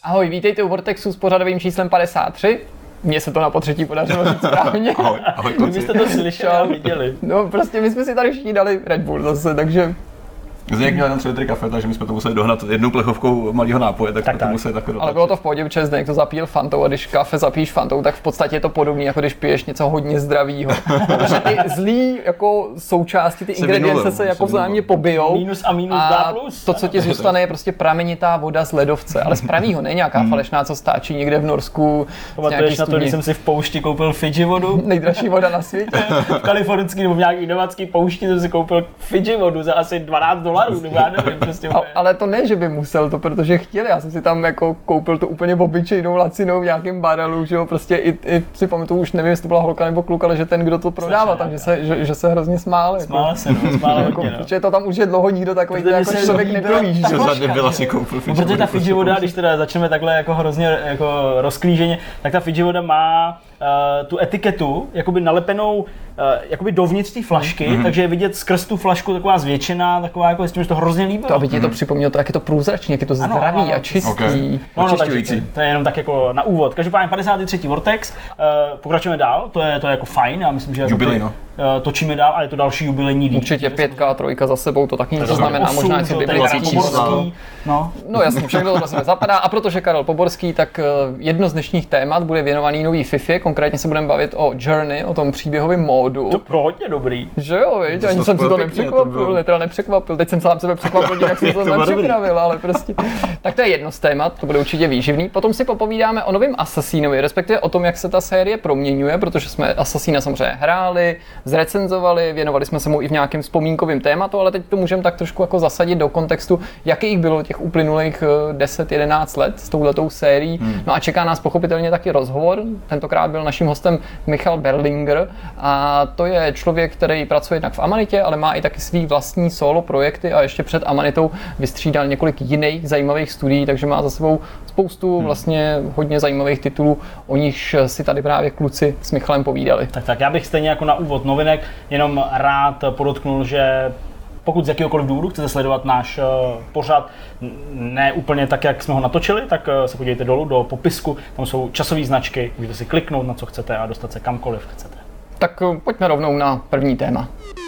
Ahoj, vítejte u Vortexu s pořadovým číslem 53. Mně se to na potřetí podařilo říct správně. Ahoj kluci. Vy jste to slyšeli a viděli. No prostě my jsme si tady všichni dali Red Bull zase, takže... Zdeněk měl jenom 3 litry kafe, takže my jsme to museli dohnat jednou plechovkou malého nápoje, tak to museli takhle dotáčet. Ale bylo to v pohodě, protože Zdeněk to zapíl fantou a když kafe zapíš fantou, tak v podstatě je to podobné, jako když piješ něco hodně zdravýho. Protože ty zlý jako součásti, ty ingredience se jako vzájemně pobijou. Minus a minus dá plus. To, co ti zůstane, je prostě pramenitá voda z ledovce, ale z pravýho, ne nějaká falešná, co stáčí někde v Norsku. Pamatuješ na to, když jsem si v poušti koupil Fidži vodu? Nejdražší voda na světě. V kalifornský nebo v nějaký domácký poušti jsem si koupil Fidži vodu za asi $12, nebo já nevím. Prostě ale to ne, že by musel to, protože chtěli. Já jsem si tam jako koupil tu úplně obyčejnou lacinou v nějakém barelu, že jo, prostě i si pamatuju, už nevím, jestli to byla holka nebo kluk, ale že ten, kdo to prodával, tam, že se hrozně smál. Smál se jako, hodně, no. Protože to tam už je dlouho nikdo takový jako člověk neproví. Protože ta Fidži voda, když teda začneme takhle jako hrozně jako rozklíženě, tak ta Fidži voda má tu etiketu jakoby nalepenou jakoby dovnitř té flašky, takže je vidět skrz tu flašku taková zvětšená, taková jako s tím, že to hrozně líbilo. To aby ti to připomnělo, to jak je to průzračný, jak je to zdravý a čistý. Okay. No, takže to je jenom tak jako na úvod. Každopádně 53. Vortex, pokračujeme dál, to je jako fajn, já myslím, že točíme dál a je to další jubilejní díl. Určitě 5 a 3 za sebou, to taky něco znamená, možná něco biblický číslo. No jasně, všechno to vlastně zapadá a protože Karel Poborský, tak jedno z dnešních témat bude věnovaný nový FIFA, konkrétně se budeme bavit o Journey, o tom příběhovém módu. To pro hodně dobrý. Že jo, viď? Ani jsem si to nepřekvapil, teď jsem sám sebe překvapil, jak jsem to nepřipravil, ale prostě. Tak to je jedno z témat, to bude určitě výživný. Potom si popovídáme o novém Assassinovi, respektive o tom, jak se ta série proměňuje, protože jsme Assassina samozřejmě hráli, zrecenzovali, věnovali jsme se mu i v nějakém vzpomínkovém tématu, ale teď to můžeme tak trošku jako zasadit do kontextu, jakých bylo těch uplynulých 10-11 let s touhletou sérií. No a čeká nás pochopitelně taky rozhovor. Tentokrát byl naším hostem Michal Berlinger a to je člověk, který pracuje jednak v Amanitě, ale má i taky svý vlastní solo projekty a ještě před Amanitou vystřídal několik jiných zajímavých studií, takže má za sebou spoustu vlastně hodně zajímavých titulů, o nichž si tady právě kluci s Michalem povídali. Tak já bych stejně jako na úvod novinek jenom rád podotknul, že pokud z jakýhokoliv důvodu chcete sledovat náš pořad, ne úplně tak, jak jsme ho natočili, tak se podívejte dolů do popisku, tam jsou časové značky, můžete si kliknout na co chcete a dostat se kamkoliv chcete. Tak pojďme rovnou na první téma.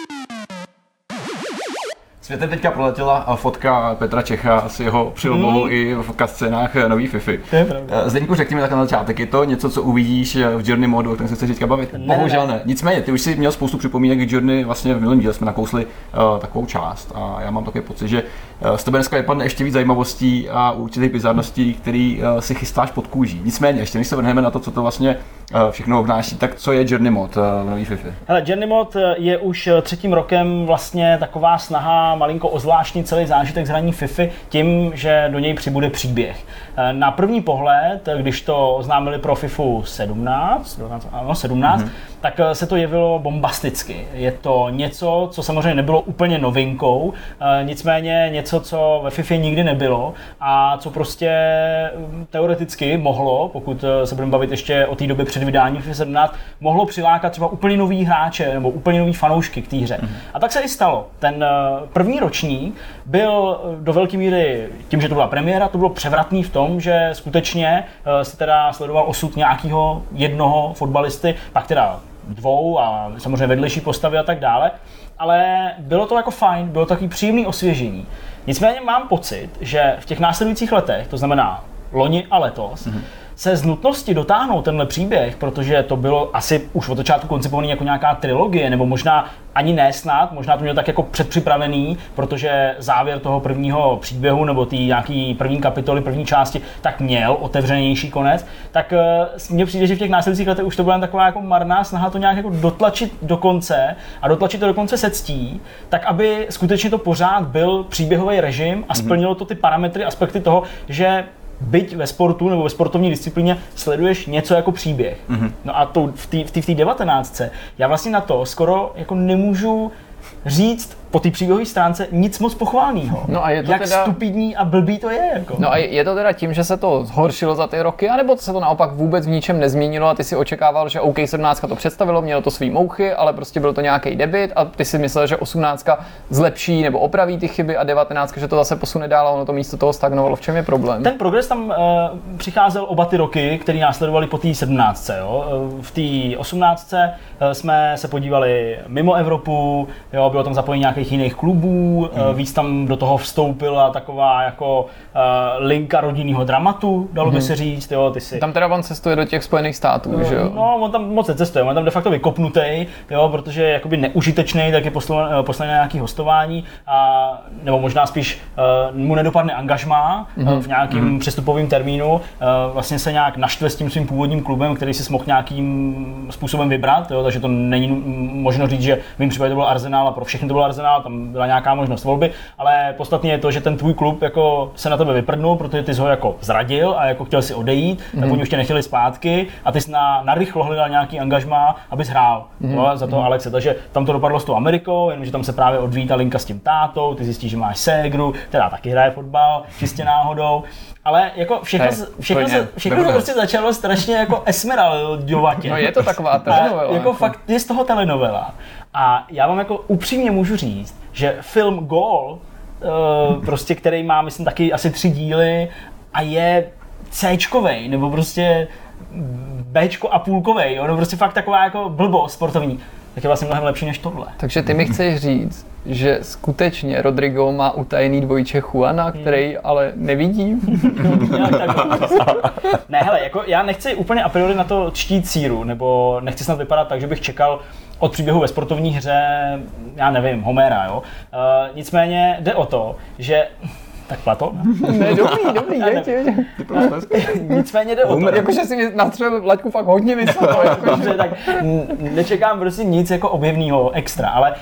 Světem teďka proletěla fotka Petra Čecha s jeho přilbou i v scénách nový FIFA. Zdeňku, řekni mi tak na začátek, je to něco, co uvidíš v Journey modu, o kterém se chceš teďka bavit? Bohužel ne. Nicméně, ty už jsi měl spoustu připomínek k Journey, vlastně v minulém díle jsme nakousli takovou část a já mám takový pocit, že z tebe dneska vypadne ještě víc zajímavostí a určitých bizarností, který si chystáš pod kůží. Nicméně, ještě než se vrhneme na to, co to vlastně všechno obnáší, tak co je Journey mod v nový FIFA? Hele, Journey mod je už 3. rokem vlastně taková snaha malinko ozvláštnit celý zážitek z hraní FIFA tím, že do něj přibude příběh. Na první pohled, když to oznámili pro FIFA 17, tak se to jevilo bombasticky. Je to něco, co samozřejmě nebylo úplně novinkou, nicméně něco, co ve FIFA nikdy nebylo a co prostě teoreticky mohlo, pokud se budeme bavit ještě o té době před vydáním FIFA 17, mohlo přilákat třeba úplně nový hráče nebo úplně nový fanoušky k té hře. A tak se i stalo. Ten první ročník byl do velké míry, tím, že to byla premiéra, to bylo převratný v tom, že skutečně si teda sledoval osud nějakého jednoho fotbalisty, pak teda 2 a samozřejmě vedlejší postavy a tak dále, ale bylo to jako fajn, bylo to takový příjemný osvěžení. Nicméně mám pocit, že v těch následujících letech, to znamená loni a letos, se z nutnosti dotáhnout tenhle příběh, protože to bylo asi už od začátku koncipovaný jako nějaká trilogie, nebo možná ani ne snad, možná to mělo tak jako předpřipravený, protože závěr toho prvního příběhu nebo té nějaký první kapitoly, první části, tak měl otevřenější konec, tak mně přijde, že v těch následujících letech už to byla taková jako marná snaha to nějak jako dotlačit do konce a dotlačit to do konce se ctí, tak aby skutečně to pořád byl příběhový režim a splnilo to ty parametry, aspekty toho, že byť ve sportu nebo ve sportovní disciplíně sleduješ něco jako příběh. No a v té 19. já vlastně na to skoro jako nemůžu říct po té příběhové stránce nic moc pochválného. No a je to jak teda stupidní a blbý to je. Jako. No a je to teda tím, že se to zhoršilo za ty roky, anebo se to naopak vůbec v ničem nezměnilo a ty si očekával, že OK 17 to představilo, mělo to svý mouchy, ale prostě byl to nějaký debit a ty si myslel, že 18 zlepší nebo opraví ty chyby a 19, že to zase posune dál a ono to místo toho stagnovalo. V čem je problém? Ten progres tam přicházel oba ty roky, které následovaly po té 17. Jo? V té 18 jsme se podívali mimo Evropu, jo? Bylo tam zapojení nějakých jiných klubů, víc tam do toho vstoupila taková jako linka rodinného dramatu, dalo by se říct. Jo? Tam teda on cestuje do těch Spojených států, že jo? No, on tam moc necestuje, on je tam de facto vykopnutý, jo? Protože je jakoby neužitečný, tak je poslaný na nějaký hostování, nebo možná spíš mu nedopadne angažmá v nějakým přestupovém termínu, vlastně se nějak naštve s tím svým původním klubem, který si mohl nějakým způsobem vybrat, jo? Takže to není možno říct, že v mém případě to byl Arsenal a pro všechny to byl Arsenal, tam byla nějaká možnost volby, ale podstatně je to, že ten tvůj klub jako se na tebe vyprdnul, protože ty jsi ho jako zradil a jako chtěl si odejít, tak oni už tě nechtěli zpátky a ty jsi narychlo hledal nějaký angažmá, abys hrál za toho Alexe. Takže tam to dopadlo s tou Amerikou, jenomže tam se právě odvíjí ta linka s tím tátou, ty zjistíš, že máš ségru, která taky hraje fotbal, čistě náhodou. Ale jako všechno to prostě začalo strašně jako esmeraldovatě. No je to taková telenovela. Jako fakt je z toho telenovela. A já vám jako upřímně můžu říct, že film Goal, prostě který má, myslím, taky asi 3 díly a je Cčkovej, nebo prostě Bčko a půlkovej, no prostě fakt taková jako blbost sportovní, tak je vlastně mnohem lepší než tohle. Takže ty mi chceš říct, že skutečně Rodrigo má utajený dvojče Juana, který ale nevidí? Ne, hele, jako já nechci úplně a priori na to čtít síru, nebo nechci snad vypadat tak, že bych čekal od příběhu ve sportovní hře, já nevím, Homera, jo. Nicméně jde o to, že tak Platon? Ne, dobrý, Nicméně jde o to. Jakože si mi natřel laťku fakt hodně vysoko. Dobře, tak nečekám prostě nic jako objevného extra, ale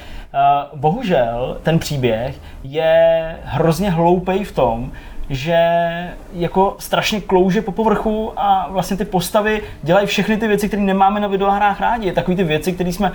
bohužel ten příběh je hrozně hloupej v tom, že jako strašně klouže po povrchu a vlastně ty postavy dělají všechny ty věci, které nemáme na videohrách rádi. Takový ty věci, které jsme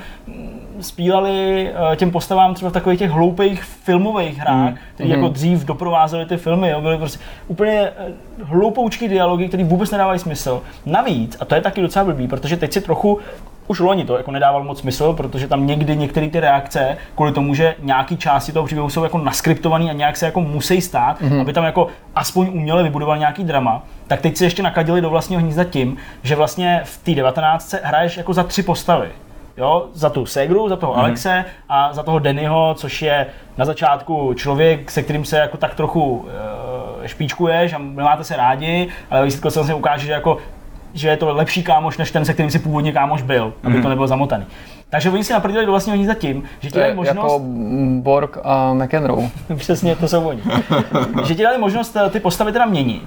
spílali těm postavám třeba v takových těch hloupých filmových hrách, které jako dřív doprovázely ty filmy, jo, byly prostě úplně hloupoučký dialogy, které vůbec nedávají smysl. Navíc, a to je taky docela blbý, protože teď si trochu už loni to jako nedávalo moc smysl, protože tam někdy některé ty reakce, kvůli tomu, že nějaký části toho příběhu jsou jako naskriptovaný a nějak se jako musí stát, aby tam jako aspoň uměle vybudoval nějaký drama, tak teď si ještě nakadili do vlastního hnízda tím, že vlastně v té 19 hraješ jako za 3 postavy. Jo, za tu ségru, za toho Alexe a za toho Dannyho, což je na začátku člověk, se kterým se jako tak trochu špičkuješ a nemáte se rádi, ale výsledku se vlastně ukáže, že je to lepší kámoš, než ten, se kterým si původně kámoš byl, aby to nebyl zamotaný. Takže oni si naprdili do vlastního hnízda tím, že ti dají možnost... jako Borg a McEnroe. Přesně, to jsou oni. Že ti dali možnost ty postavy teda měnit,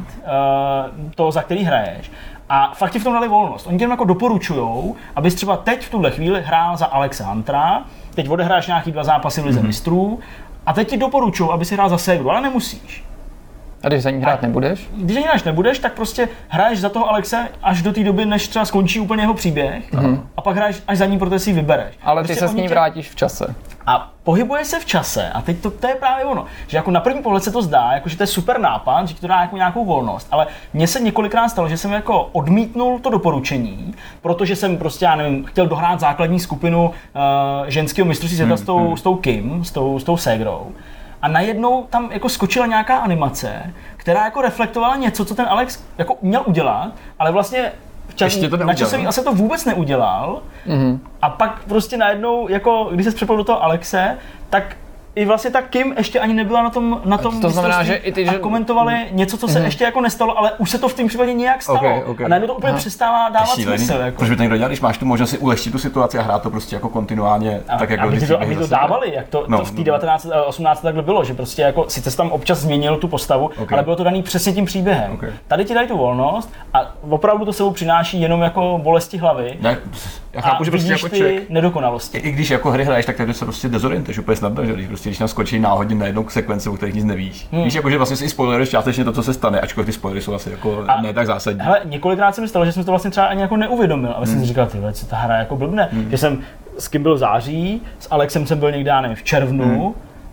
to, za který hraješ. A fakt ti v tom dali volnost. Oni těm jako doporučujou, abys třeba teď v tuhle chvíli hrál za Alexe Huntera, teď odehráš nějaký 2 zápasy v lize mistrů a teď ti doporučují, aby si hrál za ségru, ale nemusíš. A když za ní hrát nebudeš? Když za ní hrát nebudeš, tak prostě hraješ za toho Alexe až do té doby, než třeba skončí úplně jeho příběh a pak hraješ až za ní, protože si ji vybereš. Ale prostě ty se s ní vrátíš v čase. A pohybuje se v čase a teď to je právě ono, že jako na první pohled se to zdá, jako že to je super nápad, že ti to dá jako nějakou volnost, ale mně se několikrát stalo, že jsem jako odmítnul to doporučení, protože jsem prostě, já nevím, chtěl dohrát základní skupinu ženského mistrovství světa s tou Kim, s tou ségrou. A najednou tam jako skočila nějaká animace, která jako reflektovala něco, co ten Alex jako měl udělat, ale vlastně na časový asi to vůbec neudělal. A pak prostě najednou, jako když se přepl do toho Alexe, tak i vlastně ta Kim ještě ani nebyla na tom to znamená, že i ty, že... a komentovali něco, co se ještě jako nestalo, ale už se to v tom případě nějak stalo. Okay. A najednou to úplně přestává dávat smysl. Jako. Proč by to někdo dělal, když máš tu možnost si ulehčit tu situaci a hrát to prostě jako kontinuálně, tak jako aby to dávali, jak to v té 18 takhle bylo, že prostě jako sice tam občas změnil tu postavu, ale bylo to daný přesně tím příběhem. Tady ti dají tu volnost a opravdu to sebou přináší jenom jako bolesti hlavy. Já chápu, že prostě jako ty nedokonalosti. I když jako hry hraješ, tak tady se prostě dezorientuješ úplně snadno, že když tam skočí náhodně na jednu sekvenci, o kterých nic nevíš. Víš, jako, že vlastně si i spoileruješ částečně to, co se stane, ačkoliv ty spoilery jsou asi jako ne tak zásadní. Hele, několikrát se mi stalo, že jsem to vlastně třeba ani jako neuvědomil, ale jsem si říkal, ty co ta hra jako blbne, že jsem s kým byl v září, s Alexem jsem byl někde, já nevím, v červnu,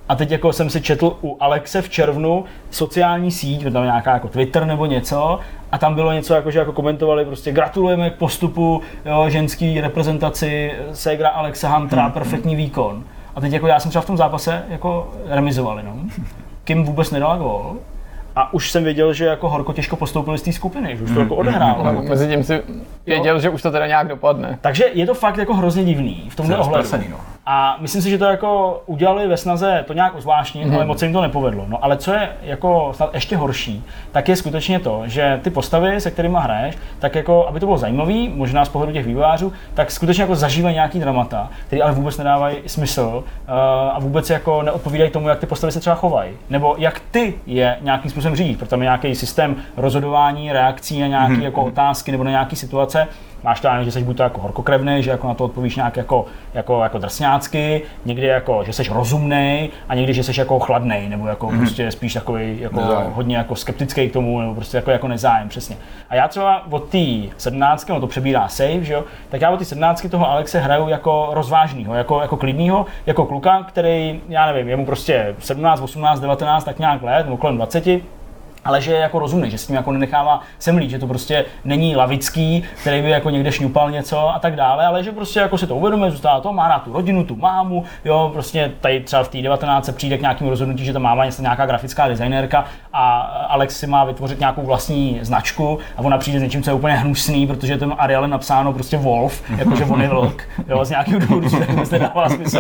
A teď jako jsem si četl u Alexe v červnu sociální síť, tam nějaká jako Twitter nebo něco, a tam bylo něco jako, že jako komentovali prostě gratulujeme k postupu, jo, ženský reprezentaci, ségra Alexa Huntera, perfektní výkon. A teď jako já jsem třeba v tom zápase jako remizoval jenom. Kim vůbec nedala gól. A už jsem věděl, že jako horko těžko postoupili z té skupiny, že už to jako odehrálo. Mezi tím si věděl, že už to teda nějak dopadne. Takže je to fakt jako hrozně divný v tomhle ohledu. A myslím si, že to jako udělali ve snaze to nějak ozvláštnit, ale moc se jim to nepovedlo. No ale co je jako snad ještě horší, tak je skutečně to, že ty postavy, se kterými hraješ, tak jako, aby to bylo zajímavý, možná z pohledu těch vývojářů, tak skutečně jako zažívají nějaký dramata, které ale vůbec nedávají smysl a vůbec jako neodpovídají tomu, jak ty postavy se třeba chovají, nebo jak ty je nějakým způsobem řídit, protože tam je nějaký systém rozhodování, reakcí na nějaké jako otázky nebo na nějaké situace. Máš to, že jsi buď to jako horkokrevný, že jako na to odpovíš nějak jako drsňácky, někdy jako, že jsi rozumnej a někdy, že jsi jako chladnej, nebo jako prostě spíš takový jako hodně jako skeptický k tomu, nebo prostě jako nezájem, přesně. A já třeba od té 17, to přebírá save, že jo, tak já od té 17 toho Alexe hraju jako rozvážnýho, jako klidnýho, jako kluka, který, já nevím, je mu prostě 17, 18, 19, tak nějak let, nebo kolem 20. Ale že je jako rozumný, že s tím jako nenechává semlít, že to prostě není lavický, který by jako někde šňupal něco a tak dále, ale že prostě jako si to uvědomuje, zůstává to, má rád tu rodinu, tu mámu, jo, prostě tady třeba v té 19 přijde k nějakému rozhodnutí, že ta máma je nějaká grafická designérka a Alex si má vytvořit nějakou vlastní značku a ona přijde s něčím, co je úplně hnusný, protože je tam Arielem napsáno prostě Wolf, jakože on je vlk, jo, z nějakého důvodu, že to nedává smysl.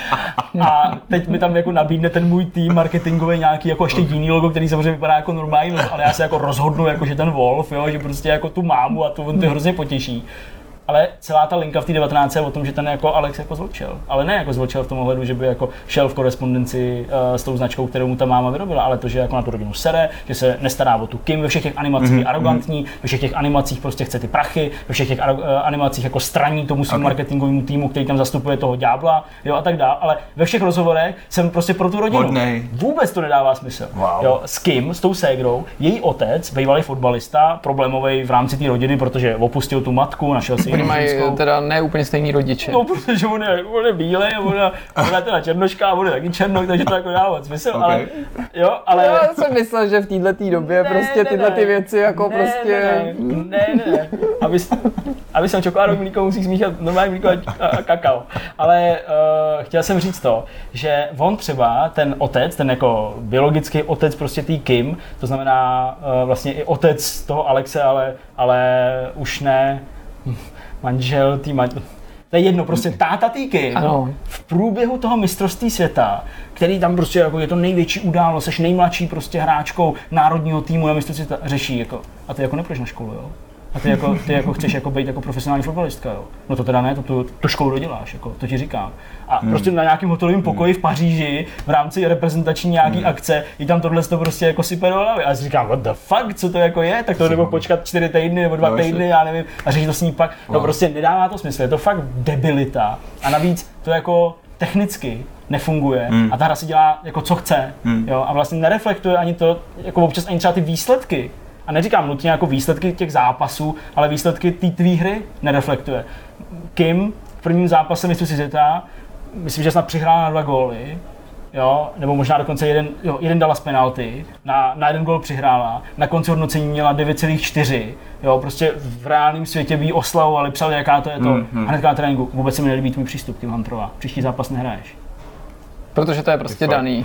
A teď mi tam jako nabídne ten můj tým marketingový nějaký jako ještě jiný logo, který samozřejmě vypadá jako normální, ale já se jako rozhodnu, jako, že ten Wolf, jo, že prostě jako tu mámu a to on ty hrozně potěší. Ale celá ta linka v té 19 je o tom, že ten jako Alex jako zvlčel. Ale ne jako zvlčel v tom ohledu, že by jako šel v korespondenci s tou značkou, kterou mu ta máma vyrobila, ale to, že jako na tu rodinu sere, že se nestará o tu Kim, ve všech těch animacích je arrogantní, ve všech těch animacích prostě chce ty prachy, ve všech těch animacích jako straní tomu svým marketingovému týmu, který tam zastupuje toho ďábla, jo, a tak dále, ale ve všech rozhovorech jsem prostě pro tu rodinu. Hodnej. Vůbec to nedává smysl. Wow. Jo, s Kim, s tou ségrou, její otec, bývalý fotbalista, problémový v rámci té rodiny, protože opustil tu matku, našel si Oni mají teda ne úplně stejný rodiče. No, protože on je bílej a ona je teda černoška a on je taky černok, takže to jako dává smysl, okay. ale... Já jsem myslel, že v této době prostě tyhle ty věci jako prostě... Ne. Aby jsem čokoládový mlíko musí smíchat normální mlíko a kakao. Ale chtěl jsem říct to, že on třeba, ten otec, ten jako biologický otec prostě tý Kim, to znamená vlastně i otec toho Alexe, ale už ne... manžel, to je jedno, prostě táta týky v průběhu toho mistrovství světa, který tam prostě jako je to největší událost, seš nejmladší prostě hráčkou národního týmu na mistrovství světa, řeší jako, a ty jako nepůjdeš na školu, jo? A ty jako chceš jako být jako profesionální fotbalistka, jo? No to teda ne, tu školu doděláš, jako, to ti říkám. A prostě na nějakém hotelovém pokoji v Paříži v rámci reprezentační nějaký akce i tam tohle to prostě jako sype do hlavy. A já si říkám, what the fuck, co to jako je? Tak to nebo počkat 4 týdny nebo 2 týdny, já nevím, a řešit to s ní pak. No prostě nedává to smysl, je to fakt debilita. A navíc to jako technicky nefunguje a ta hra si dělá jako co chce, jo? A vlastně nereflektuje ani to, jako občas ani třeba ty výsledky. A neříkám nutně jako výsledky těch zápasů, ale výsledky té tvý hry nereflektuje. Kim v prvním zápase mistrovství světa, myslím, že snad přihrála na 2 góly, jo, nebo možná dokonce jeden dala z penalty, na jeden gól přihrála, na konci hodnocení měla 9,4, jo, prostě v reálném světě by jí oslavovali, psali, jaká to je to, hnedka na tréninku, vůbec se mi nelíbí tvůj přístup, Kim Hunterová, příští zápas nehraješ. Protože to je prostě daný.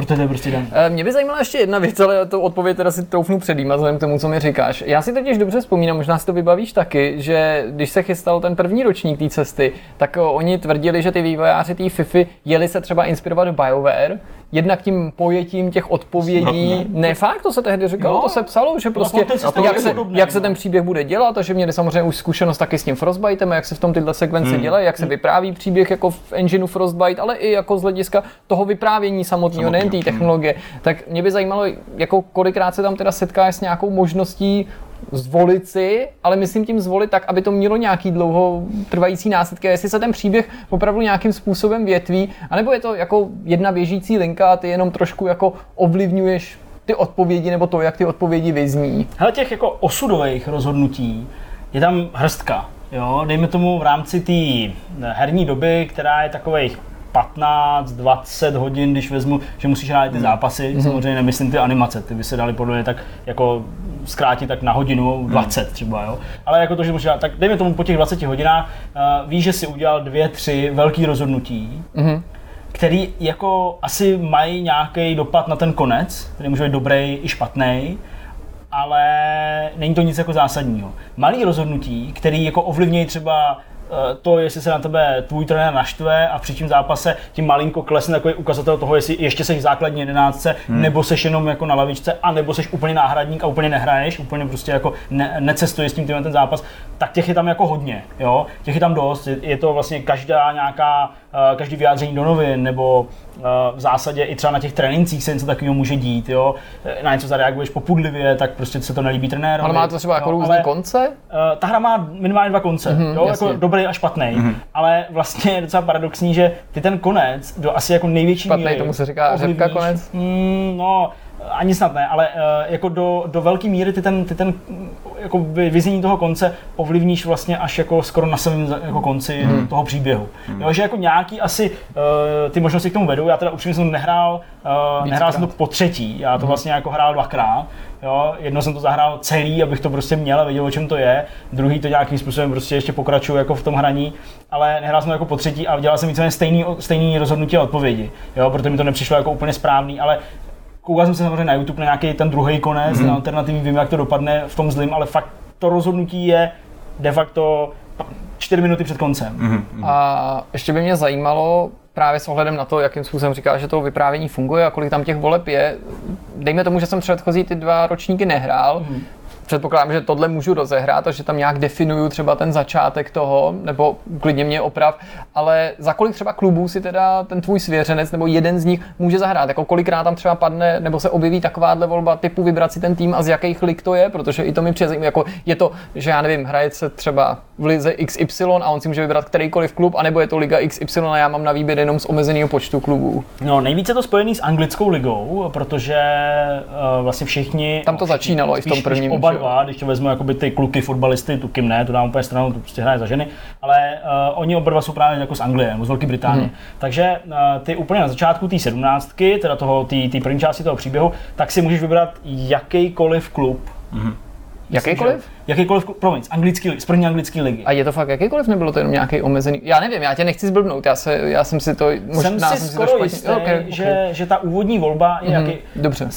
Mě by zajímala ještě jedna věc, ale tu odpověď teda si troufnu předjímat vzhledem k tomu, co mi říkáš. Já si totiž dobře vzpomínám, možná si to vybavíš taky, že když se chystal ten první ročník té cesty, tak oni tvrdili, že ty vývojáři té FIFA jeli se třeba inspirovat BioWare, jednak tím pojetím těch odpovědí. Ne, fakt, to se tehdy říkalo, to se psalo, že prostě jak se ten příběh bude dělat, a že měli samozřejmě už zkušenost taky s tím Frostbitem, jak se v tom tyhle sekvence dělají, jak se vypráví příběh jako v engineu Frostbite, ale i jako z hlediska toho vyprávění samotného, nejen té technologie. Tak mě by zajímalo, jako kolikrát se tam teda setkáš s nějakou možností zvolit si, ale myslím tím zvolit tak, aby to mělo nějaký dlouhotrvající následky, jestli se ten příběh opravdu nějakým způsobem větví, anebo je to jako jedna běžící linka a ty jenom trošku jako ovlivňuješ ty odpovědi nebo to, jak ty odpovědi vyzní. Hele, těch jako osudových rozhodnutí je tam hrstka, jo, dejme tomu v rámci té herní doby, která je takových 15-20 hodin, když vezmu, že musíš hrát ty zápasy, samozřejmě nemyslím ty animace, ty by se daly podle mě tak jako zkrátit tak na hodinu 20 třeba, jo. Ale jako to, že musíš hrát, tak dejme tomu po těch 20 hodinách, víš, že si udělal 2-3 velký rozhodnutí, který jako asi mají nějaký dopad na ten konec, který může být dobrý i špatný, ale není to nic jako zásadního. Malý rozhodnutí, který jako ovlivňují třeba to, jestli se na tebe tvůj trenér naštve a při tím zápase tím malinko klesne takový ukazatel toho, jestli ještě seš v základní 11, nebo seš jenom jako na lavičce, a nebo seš úplně náhradník a úplně nehraješ, úplně prostě jako necestuješ s tím týmem ten zápas, tak těch je tam jako hodně, jo? Těch je tam dost, je to vlastně každý vyjádření do novin, nebo v zásadě i třeba na těch trénincích se něco takového může dít, jo? Na něco zareaguješ popudlivě, tak prostě se to nelíbí trenérovi. Ale má to třeba jako různé konce? Ta hra má minimálně 2 konce, jo? Jako dobrý a špatný, ale vlastně je docela paradoxní, že ty ten konec do asi jako největší míry... Špatný, tomu se říká řepka konec? No, ani snad ne, ale jako do velké míry ty ten jako vyznění toho konce ovlivníš vlastně až jako skoro na samém jako konci toho příběhu. Jo, že jako nějaký asi ty možnosti k tomu vedou, já teda upřímně jsem nehrál jsem to po třetí, já to vlastně jako hrál 2krát. Jo, jedno jsem to zahrál celý, abych to prostě měl a věděl, o čem to je. Druhý to nějakým způsobem prostě ještě pokračuju jako v tom hraní, ale nehrál jsem to jako po třetí a dělal jsem víceméně stejný rozhodnutí a odpovědi. Jo, protože mi to nepřišlo jako úplně správný, ale koukal jsem se samozřejmě na YouTube na nějaký ten druhý konec, na alternativní, vím, jak to dopadne v tom zlým, ale fakt to rozhodnutí je de facto 4 minuty před koncem. A ještě by mě zajímalo, právě s ohledem na to, jakým způsobem říká, že to vyprávění funguje a kolik tam těch voleb je. Dejme tomu, že jsem předchozí ty 2 ročníky nehrál. Předpokládám, že tohle můžu rozehrát a že tam nějak definuju třeba ten začátek toho, nebo klidně mě oprav, ale za kolik třeba klubů si teda ten tvůj svěřenec nebo jeden z nich může zahrát, jako kolikrát tam třeba padne nebo se objeví takováhle volba typu vybrat si ten tým a z jakých lig to je, protože i to mi přijde, jako je to, že já nevím, hraje se třeba v lize XY a on si může vybrat kterýkoliv klub, anebo je to liga XY a já mám na výběr jenom z omezeného počtu klubů. No, nejvíce to spojený s anglickou ligou, protože vlastně všichni tam to začínalo i v tom prvním. Když to vezmu jakoby ty kluky fotbalisty, tu Kim ne, to dám úplně stranou, to prostě hraje za ženy, ale oni oba dva jsou právě jako z Anglie, nebo z Velké Británie. Takže ty úplně na začátku té 17, teda té první části toho příběhu, tak si můžeš vybrat jakýkoliv klub. Jakýkoliv? Jakýkoliv klub, promiň, z první anglické ligy. A je to fakt jakýkoliv, nebylo to jenom nějaký omezený? Já nevím, já tě nechci zblbnout, já jsem si to možná jsem si skoro jistý, že ta úvodní volba je jaký. Dobře.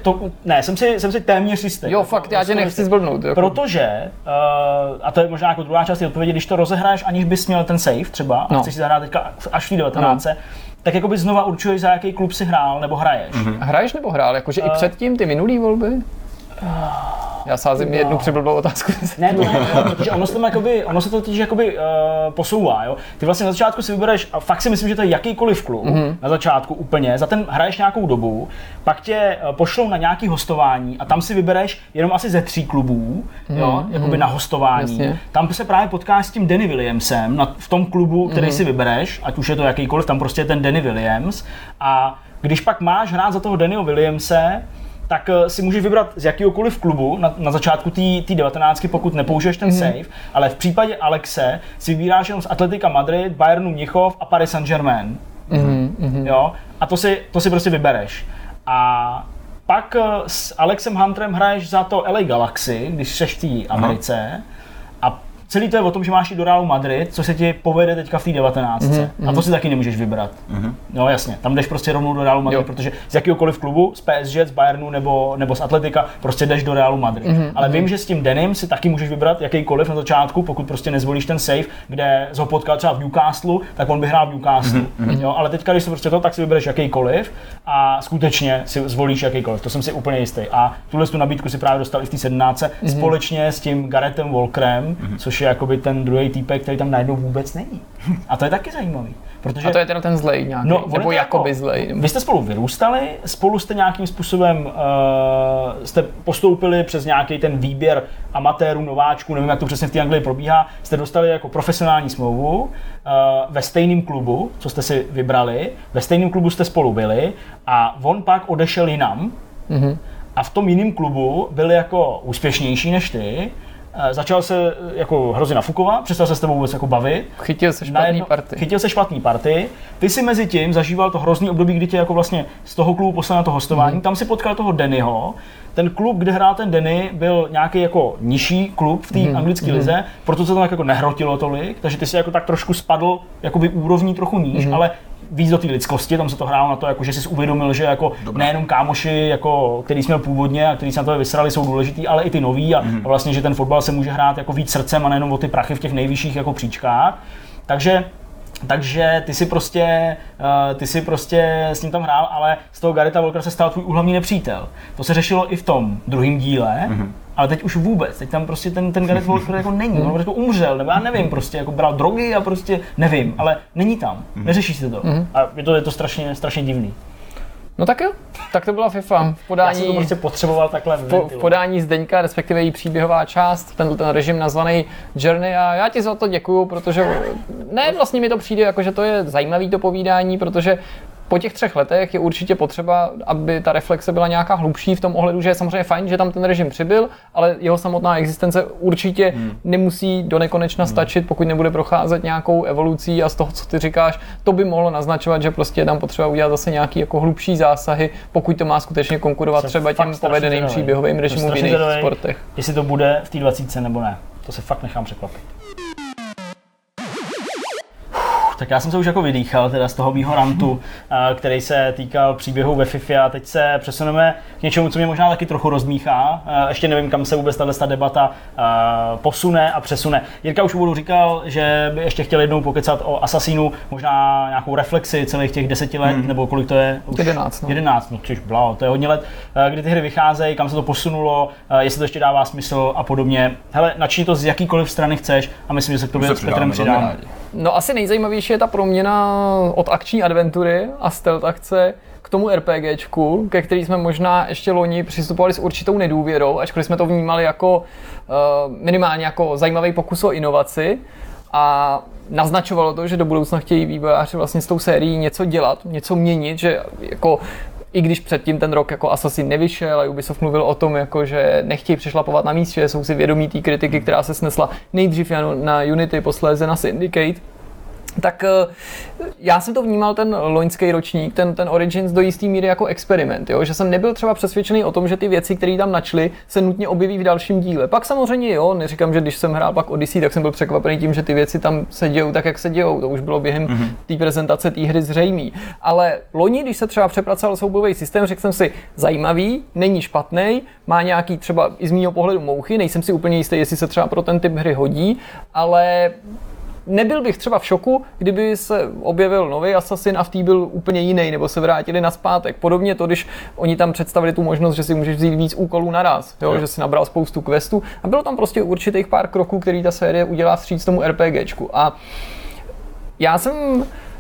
Jsem si téměř jistý. Jo, fakt, já tě nechci zblbnout. Jako. Protože, a to je možná jako druhá část odpovědi, když to rozehraješ, aniž bys měl ten save třeba, a chceš si zahrát teďka až v té 19, tak jakoby znova určuješ, za jaký klub si hrál nebo hraješ. Hraješ nebo hrál? Jakože i předtím ty minulý volby? Já sázím jednu přiblblou otázku. Ne, protože ono se to totiž posouvá, jo. Ty vlastně na začátku si vybereš, a fakt si myslím, že to je jakýkoliv klub, na začátku úplně, za ten hraješ nějakou dobu, pak tě pošlou na nějaký hostování a tam si vybereš jenom asi ze 3 klubů, jo, jakoby na hostování. Jasně. Tam se právě potkáš s tím Danny Williamsem v tom klubu, který si vybereš, ať už je to jakýkoliv, tam prostě je ten Danny Williams, a když pak máš hrát za toho Dannyho Williamse, tak si můžeš vybrat z jakýhokoliv klubu na začátku té 19, pokud nepoužiješ ten save, ale v případě Alexe si vybíráš jenom z Atletica Madrid, Bayernu Mnichov a Paris Saint-Germain. Jo? A to si prostě vybereš. A pak s Alexem Hunterem hraješ za to LA Galaxy, když seš v té Americe. A celý to je o tom, že máš jít do Realu Madrid, co se ti povede teďka v té 19. A to si taky nemůžeš vybrat. No jasně, tam jdeš prostě rovnou do Realu Madrid, protože z jakýhokoliv klubu, z PSG, z Bayernu nebo z Atletika, prostě jdeš do Realu Madrid. Ale vím, že s tím Denim si taky můžeš vybrat jakýkoliv na začátku, pokud prostě nezvolíš ten save, kde jsi ho potkal třeba v Newcastlu, tak on by hrál v Newcastlu. Jo, ale teďka, když si prostě to, tak si vybereš jakýkoliv a skutečně si zvolíš jakýkoliv. To jsem si úplně jistý. A tuhle tu nabídku si právě dostal i v té 17 společně s tím Garethem Walkerem, což je jakoby ten druhý týpek, který tam najednou vůbec není. A to je taky zajímavý. Protože, a to je teda ten zlej nějaký, nebo jakoby zlej. Vy jste spolu vyrůstali, spolu jste nějakým způsobem jste postoupili přes nějaký ten výběr amatérů, nováčků, nevím, jak to přesně v té Anglii probíhá, jste dostali jako profesionální smlouvu ve stejném klubu, co jste si vybrali, ve stejném klubu jste spolu byli a on pak odešel jinam a v tom jiném klubu byl jako úspěšnější než ty, začal se jako hrozně nafukovat, přestal se s tebou vůbec jako bavit. Chytil se špatný party. Ty si mezi tím zažíval to hrozný období, kdy tě jako vlastně z toho klubu poslal na to hostování. Tam si potkal toho Dannyho. Ten klub, kde hrál ten Danny, byl nějaký jako nižší klub v té anglické lize, proto se tam jako nehrotilo tolik, takže ty si jako tak trošku spadl jakoby úrovní trochu níž, ale víc do té lidskosti, tam se to hrálo na to, jako, že jsi uvědomil, že jako nejenom kámoši, jako, který jsi měl původně a který se na to vysrali, jsou důležitý, ale i ty noví a vlastně, že ten fotbal se může hrát jako víc srdcem a nejenom o ty prachy v těch nejvyšších jako příčkách. Takže ty si prostě s ním tam hrál, ale z toho Garretta Walkera se stal tvůj hlavní nepřítel. To se řešilo i v tom druhém díle, ale teď už vůbec. Teď tam prostě ten Garrett Walker jako není. On jako umřel, nebo já nevím, prostě jako bral drogy a prostě nevím, ale není tam. Neřeší se to. A je to strašně divný. No tak jo, tak to byla FIFA. V podání, já jsem to prostě potřeboval takhle v podání Zdeňka, respektive její příběhová část, ten režim nazvaný Journey, a já ti za to děkuju, protože ne, vlastně mi to přijde jako, že to je zajímavý to povídání, protože po těch 3 letech je určitě potřeba, aby ta reflexe byla nějaká hlubší v tom ohledu, že je samozřejmě fajn, že tam ten režim přibyl, ale jeho samotná existence určitě nemusí do nekonečna stačit, pokud nebude procházet nějakou evolucí, a z toho, co ty říkáš, to by mohlo naznačovat, že prostě je tam potřeba udělat zase nějaký jako hlubší zásahy, pokud to má skutečně konkurovat třeba těm povedeným příběhovým režimům v jiných sportech. Jestli to bude v té 20 nebo ne, to se fakt nechám překvapit. Tak já jsem se už jako vydýchal teda z toho mýho rantu, který se týkal příběhu ve FIFA, a teď se přesuneme k něčemu, co mě možná taky trochu rozdmíchá. Ještě nevím, kam se vůbec ta debata posune a přesune. Jirka už úvodu říkal, že by ještě chtěl jednou pokecat o Assassinu, možná nějakou reflexi celých těch 10 let, nebo kolik to je? Už 11. 11, no což bláho, to je hodně let, kdy ty hry vycházejí, kam se to posunulo, jestli to ještě dává smysl a podobně. Hele, načni to z jakýkoliv strany chceš a myslím, že se k tobě s Petrem přidáme. No asi nejzajímavější je ta proměna od akční adventury a stealth akce k tomu RPGčku, ke který jsme možná ještě loni přistupovali s určitou nedůvěrou, ačkoliv jsme to vnímali jako minimálně jako zajímavý pokus o inovaci, a naznačovalo to, že do budoucna chtějí vývojáři vlastně s tou sérií něco dělat, něco měnit, že jako i když předtím ten rok jako Assassin nevyšel a Ubisoft mluvil o tom, jako, že nechtějí přešlapovat na místě, jsou si vědomí té kritiky, která se snesla nejdřív na Unity, posléze na Syndicate, tak já jsem to vnímal ten loňský ročník, ten Origins do jistý míry jako experiment, jo? Že jsem nebyl třeba přesvědčený o tom, že ty věci, které tam načli, se nutně objeví v dalším díle. Pak samozřejmě jo, neříkám, že když jsem hrál pak Odyssey, tak jsem byl překvapený tím, že ty věci tam se dějou tak, jak se dějou. To už bylo během té prezentace té hry zřejmý. Ale loni, když se třeba přepracoval soubojový systém, řekl jsem si, zajímavý, není špatný, má nějaký třeba i z mýho pohledu mouchy, nejsem si úplně jistý, jestli se třeba pro ten typ hry hodí, ale nebyl bych třeba v šoku, kdyby se objevil nový Assassin a v té byl úplně jiný, nebo se vrátili nazpátek. Podobně to, když oni tam představili tu možnost, že si můžeš vzít víc úkolů naraz, jo? Že si nabral spoustu questů a bylo tam prostě určitých pár kroků, který ta série udělá vstříc tomu RPGčku. A já jsem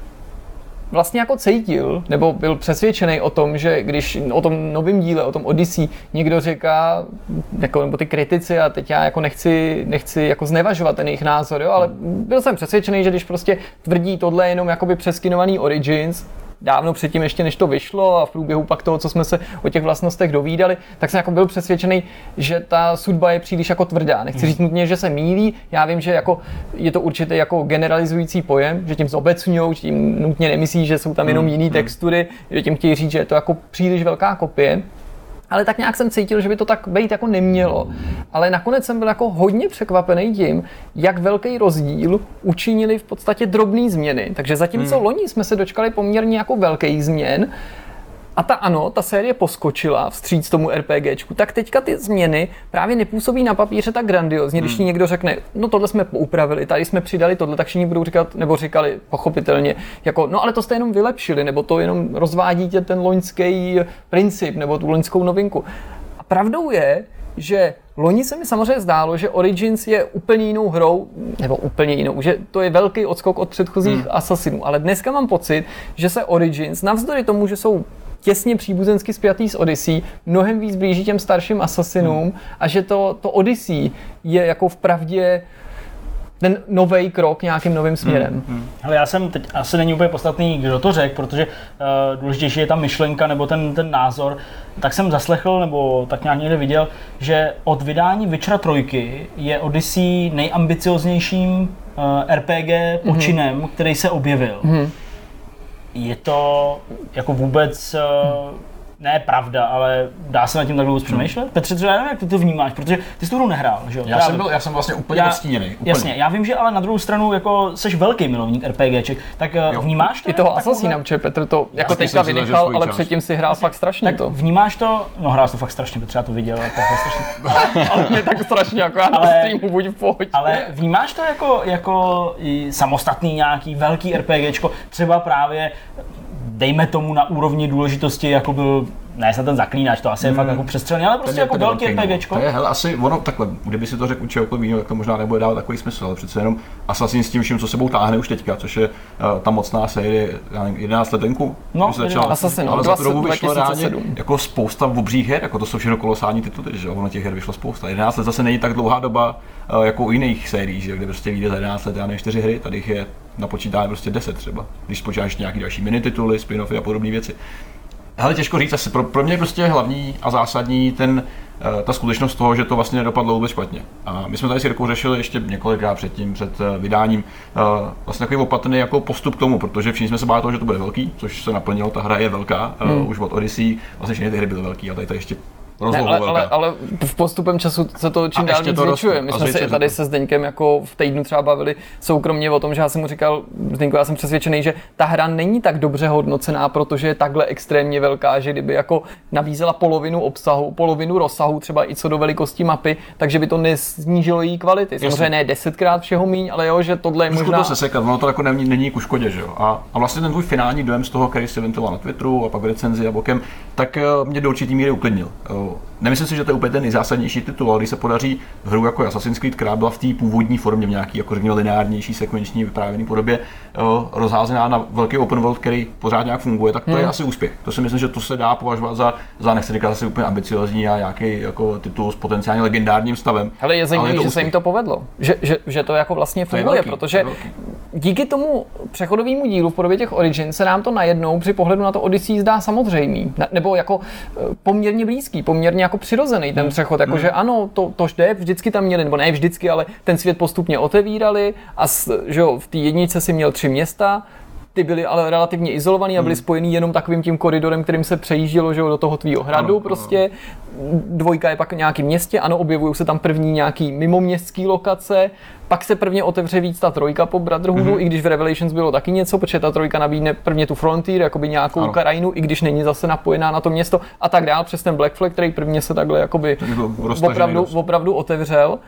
vlastně jako cítil, nebo byl přesvědčený o tom, že když o tom novém díle, o tom Odyssey někdo říká, jako, nebo ty kritici, a teď já jako nechci jako znevažovat ten jejich názor, jo, ale byl jsem přesvědčený, že když prostě tvrdí tohle jenom jakoby přeskinovaný Origins, dávno předtím ještě než to vyšlo a v průběhu pak toho, co jsme se o těch vlastnostech dovídali, tak jsem jako byl přesvědčený, že ta sudba je příliš jako tvrdá. Nechci říct nutně, že se mýlí, já vím, že jako je to určitě jako generalizující pojem, že tím zobecňujou, že tím nutně nemyslí, že jsou tam jenom jiný textury, že tím chtějí říct, že je to jako příliš velká kopie. Ale tak nějak jsem cítil, že by to tak být jako nemělo. Ale nakonec jsem byl jako hodně překvapený tím, jak velký rozdíl učinili v podstatě drobné změny. Takže zatímco loni jsme se dočkali poměrně jako velkých změn, a ta série poskočila vstříc tomu RPGčku, tak teďka ty změny právě nepůsobí na papíře tak grandiozně, když ti někdo řekne, no tohle jsme poupravili, tady jsme přidali tohle, tak všichni budou říkat, nebo říkali pochopitelně, jako no ale to jste jenom vylepšili, nebo to jenom rozvádíte ten loňský princip, nebo tu loňskou novinku. A pravdou je, že loni se mi samozřejmě zdálo, že Origins je úplně jinou hrou, nebo úplně jinou, že to je velký odskok od předchozích Assassinů, ale dneska mám pocit, že se Origins, navzdory tomu, že jsou těsně příbuzensky spjatý s Odyssey, mnohem víc blíží těm starším Assassinům a že to Odyssey je jako vpravdě ten nový krok nějakým novým směrem. Hele, já jsem teď, asi není úplně podstatný, kdo to řekl, protože důležitější je ta myšlenka nebo ten názor, tak jsem zaslechl, nebo tak nějak někde viděl, že od vydání Witchera 3 je Odyssey nejambicioznějším RPG počinem, který se objevil. Je to jako vůbec ne pravda, ale dá se nad tím tak dlouho přemýšlet? Petře, třeba já nevím, jak ty to vnímáš, protože ty jsi tu hru nehrál, že jo? Já jsem vlastně úplně odstíněný. Jasně, já vím, že ale na druhou stranu jako seš velký milovník RPGček, tak vnímáš to? I toho Assassina, protože Petr to jako teďka vynechal, ale předtím si hrál fakt strašně tak to. Vnímáš to? No hrál to fakt strašně, Petře, já to viděl, tak strašně. Ale mě tak strašně, jako já na streamu buď v pohodě. Ale vnímáš to jako i samostatný nějaký velký RPGčko, třeba právě dejme tomu na úrovni důležitosti, jako byl, ne snad ten Zaklínač, to asi je fakt jako přestřelný, ale prostě jako velký RPGčko. To je, hele, asi ono takhle, kdyby si to řekl u čehokoliv jiného, tak to možná nebude dávat takový smysl, ale přece jenom Assassin s tím vším, co sebou táhne už teďka, což je ta mocná série, 11 let venku, Assassin, ale za tu dobu vyšlo reálně jako spousta obřích her, jako to jsou všechno kolosální tituly, že ono těch her vyšlo spousta. 11 let zase není tak dlouhá doba jako u jiných sérií, že kde prostě vyjde za 11 let, já nevím, 4 hry, tady je na počítání prostě 10 třeba, když spočítáš nějaký další minitituly, spin-offy a podobné věci. Hele, těžko říct, asi pro mě prostě hlavní a zásadní ta skutečnost toho, že to vlastně nedopadlo vůbec špatně. A my jsme tady s Jirkou řešili ještě několikrát předtím, před vydáním, vlastně takový opatrný jako postup k tomu, protože všichni jsme se báli toho, že to bude velký, což se naplnilo, ta hra je velká, už od Odyssey, vlastně všechny ty hry byly velký, ale tady to ještě ale v postupem času se to čím dál víc zvětšuje. My jsme si tady se Zdeňkem jako v týdnu třeba bavili soukromně o tom, že já jsem mu říkal, Zdeňku, já jsem přesvědčený, že ta hra není tak dobře hodnocená, protože je takhle extrémně velká, že kdyby jako nabízela polovinu obsahu, polovinu rozsahu, třeba i co do velikosti mapy, takže by to nesnížilo její kvality. Samozřejmě ne 10krát všeho míň, ale jo, že tohle je možná... to se sekat, ono to jako není ku škodě, že jo. A vlastně ten tvůj finální dojem z toho, který si ventoval na Twitteru a pak v recenzi a bokem, tak mě do určitý míry uklidnil. Nemyslím si, že to je úplně ten nejzásadnější titul, ale když se podaří hru jako Assassin's Creed, která byla v té původní formě, v nějaký jako řekněme lineárnější, sekvenční vyprávěný podobě, rozházená na velký open world, který pořád nějak funguje, tak to je asi úspěch. To si myslím, že to se dá považovat za nechci říkat asi úplně ambiciozní a nějaký jako titul s potenciálně legendárním stavem. Ale je zajímavé, že se jim to povedlo, že to jako vlastně funguje, protože díky tomu přechodovému dílu v podobě těch Origins se nám to najednou při pohledu na to Odyssey zdá samozřejmý, nebo jako poměrně blízký, poměrně jako přirozený ten přechod, jakože ano, to jde, vždycky tam měli, nebo ne vždycky, ale ten svět postupně otevírali a že jo, v té jedničce si měl 3 města, ty byly ale relativně izolovaný a byly spojený jenom takovým tím koridorem, kterým se přejíždělo, že jo, do toho tvýho hradu prostě. 2 je pak v nějakém městě, ano, objevují se tam první nějaký mimoměstský lokace, pak se prvně otevře víc ta 3 po Brotherhoodu, i když v Revelations bylo taky něco, protože ta 3 nabídne prvně tu Frontier, jakoby nějakou krajinu, i když není zase napojená na to město a tak dál, přes ten Black Flag, který prvně se takhle jakoby opravdu otevřel.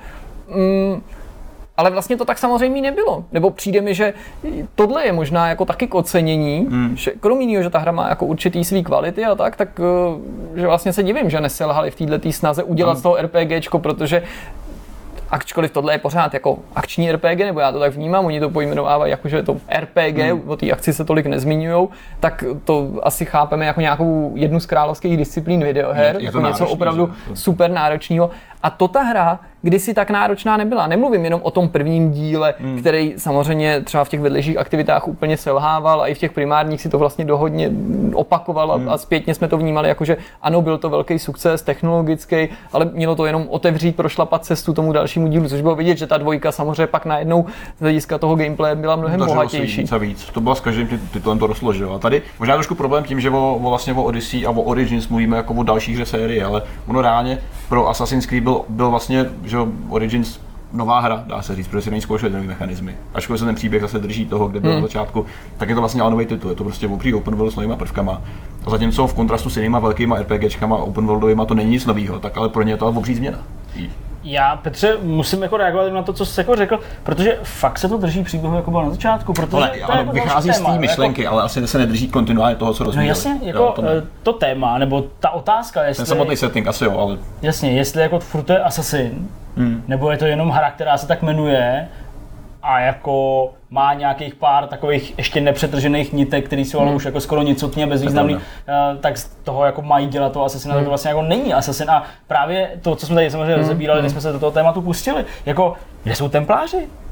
Ale vlastně to tak samozřejmě nebylo. Nebo přijde mi, že tohle je možná jako taky k ocenění, že kromě jiného, že ta hra má jako určitý svý kvality a tak že vlastně se divím, že neselhali v této snaze udělat z toho RPGčko, protože ačkoliv tohle je pořád jako akční RPG, nebo já to tak vnímám, oni to pojmenovávají jako, že je to RPG, o té akci se tolik nezmiňujou, tak to asi chápeme jako nějakou jednu z královských disciplín videoher, jako něco opravdu super náročného. A to ta hra kdysi tak náročná nebyla. Nemluvím jenom o tom prvním díle, který samozřejmě třeba v těch vedlejších aktivitách úplně selhával a i v těch primárních si to vlastně dohodně opakoval a zpětně jsme to vnímali jako, že ano, byl to velký sukces technologický, ale mělo to jenom otevřít, prošlapat cestu tomu dalšímu dílu, což bylo vidět, že ta 2 samozřejmě pak najednou z hlediska toho gameplaye byla mnohem bohatější. Víc. To bylo s každým titulem to rostlo, že jo. A tady možná trošku problém tím, že vlastně o Odyssey a o Origins mluvíme jako o dalších hře série, ale ono reálně pro Assassin's Creed byl vlastně, že Origins nová hra, dá se říct, protože si nejzkoušeli nový mechanismy. Ačkoliv se ten příběh zase drží toho, kde byl na začátku, tak je to vlastně ale nový titul, je to prostě oprý open world s novýma prvkama. A zatímco v kontrastu s jinýma velkýma RPGčkama open worldovýma to není nic novýho, tak ale pro ně je to obří změna. Já, Petře, musím jako reagovat na to, co jsi jako řekl, protože fakt se to drží příběhu, jako bylo na začátku, protože ale, to je jako vychází z té myšlenky, jako, ale asi se nedrží kontinuálně toho, co rozvíjeli. No jasně, jako to téma, nebo ta otázka, jestli... Ten samotný setting asi jo, ale... Jasně, jestli jako furt to je Assassin, nebo je to jenom hra, která se tak jmenuje a jako má nějakých pár takových ještě nepřetržených nitek, který jsou ale už jako skoro nicotně bezvýznamný, tak z toho jako mají dělat toho Assassina, to vlastně jako není Assassin. A právě to, co jsme tady samozřejmě rozebírali, když jsme se do toho tématu pustili, jako kde jsou templáři?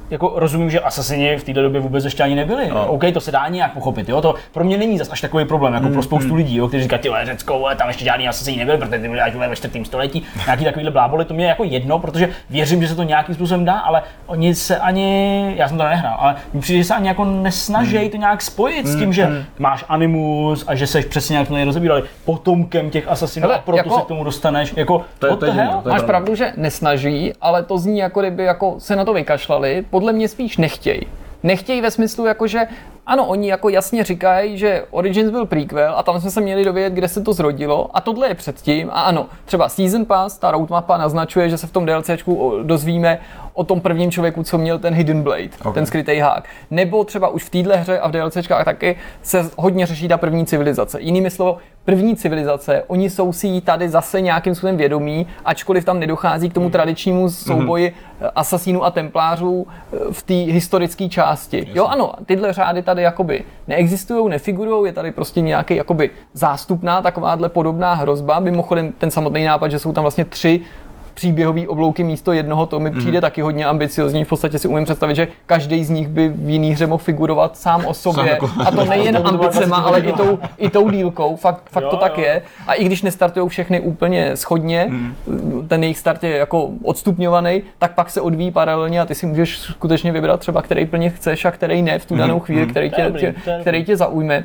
jako rozumím, že asasini v této době vůbec ještě ani nebyli. No. OK, to se dá nějak pochopit, jo, to pro mě není zas až takový problém, jako pro spoustu lidí, jo, kteří říkají, tyhle Řecko, tam ještě žádný asasini nebyli, protože ty byli až ve 4. století, nějaký takovýhle bláboli, to mě je jako jedno, protože věřím, že se to nějakým způsobem dá, ale oni se ani, já jsem to nehrál, ale přijde, že se ani jako nesnaží to nějak spojit s tím, že máš animus a že seš přesně jak jsme rozebírali potomkem těch asasinů a proto se k tomu dostaneš, jako máš pravdu, že nesnaží, ale to zní jako kdyby jako se na to vykašlali, podle mě spíš nechtějí. Nechtějí ve smyslu, jakože ano, oni jako jasně říkají, že Origins byl prequel a tam jsme se měli dovědět, kde se to zrodilo a tohle je předtím a ano, třeba Season Pass, ta roadmapa naznačuje, že se v tom DLCčku dozvíme o tom prvním člověku, co měl ten Hidden Blade, ten skrytý hák. Nebo třeba už v téhle hře a v DLCčkách taky se hodně řeší ta první civilizace. Jinými slovy, první civilizace, oni jsou si jí tady zase nějakým způsobem vědomí, ačkoliv tam nedochází k tomu tradičnímu souboji asasínů a templářů v té historické části. Jo, ano, tyhle řády tady jakoby neexistují, nefigurujou, je tady prostě nějaký jakoby zástupná takováhle podobná hrozba. Mimochodem ten samotný nápad, že jsou tam vlastně 3 příběhový oblouky místo jednoho, to mi přijde taky hodně ambiciozní. V podstatě si umím představit, že každý z nich by v jiný hře mohl figurovat sám o sobě. A to nejen ambicema, ale i tou dílkou. Fakt to tak je. A i když nestartujou všechny úplně shodně, ten jejich start je jako odstupňovaný, tak pak se odvíjí paralelně a ty si můžeš skutečně vybrat třeba, který plně chceš a který ne v tu danou chvíli, který tě zaujme.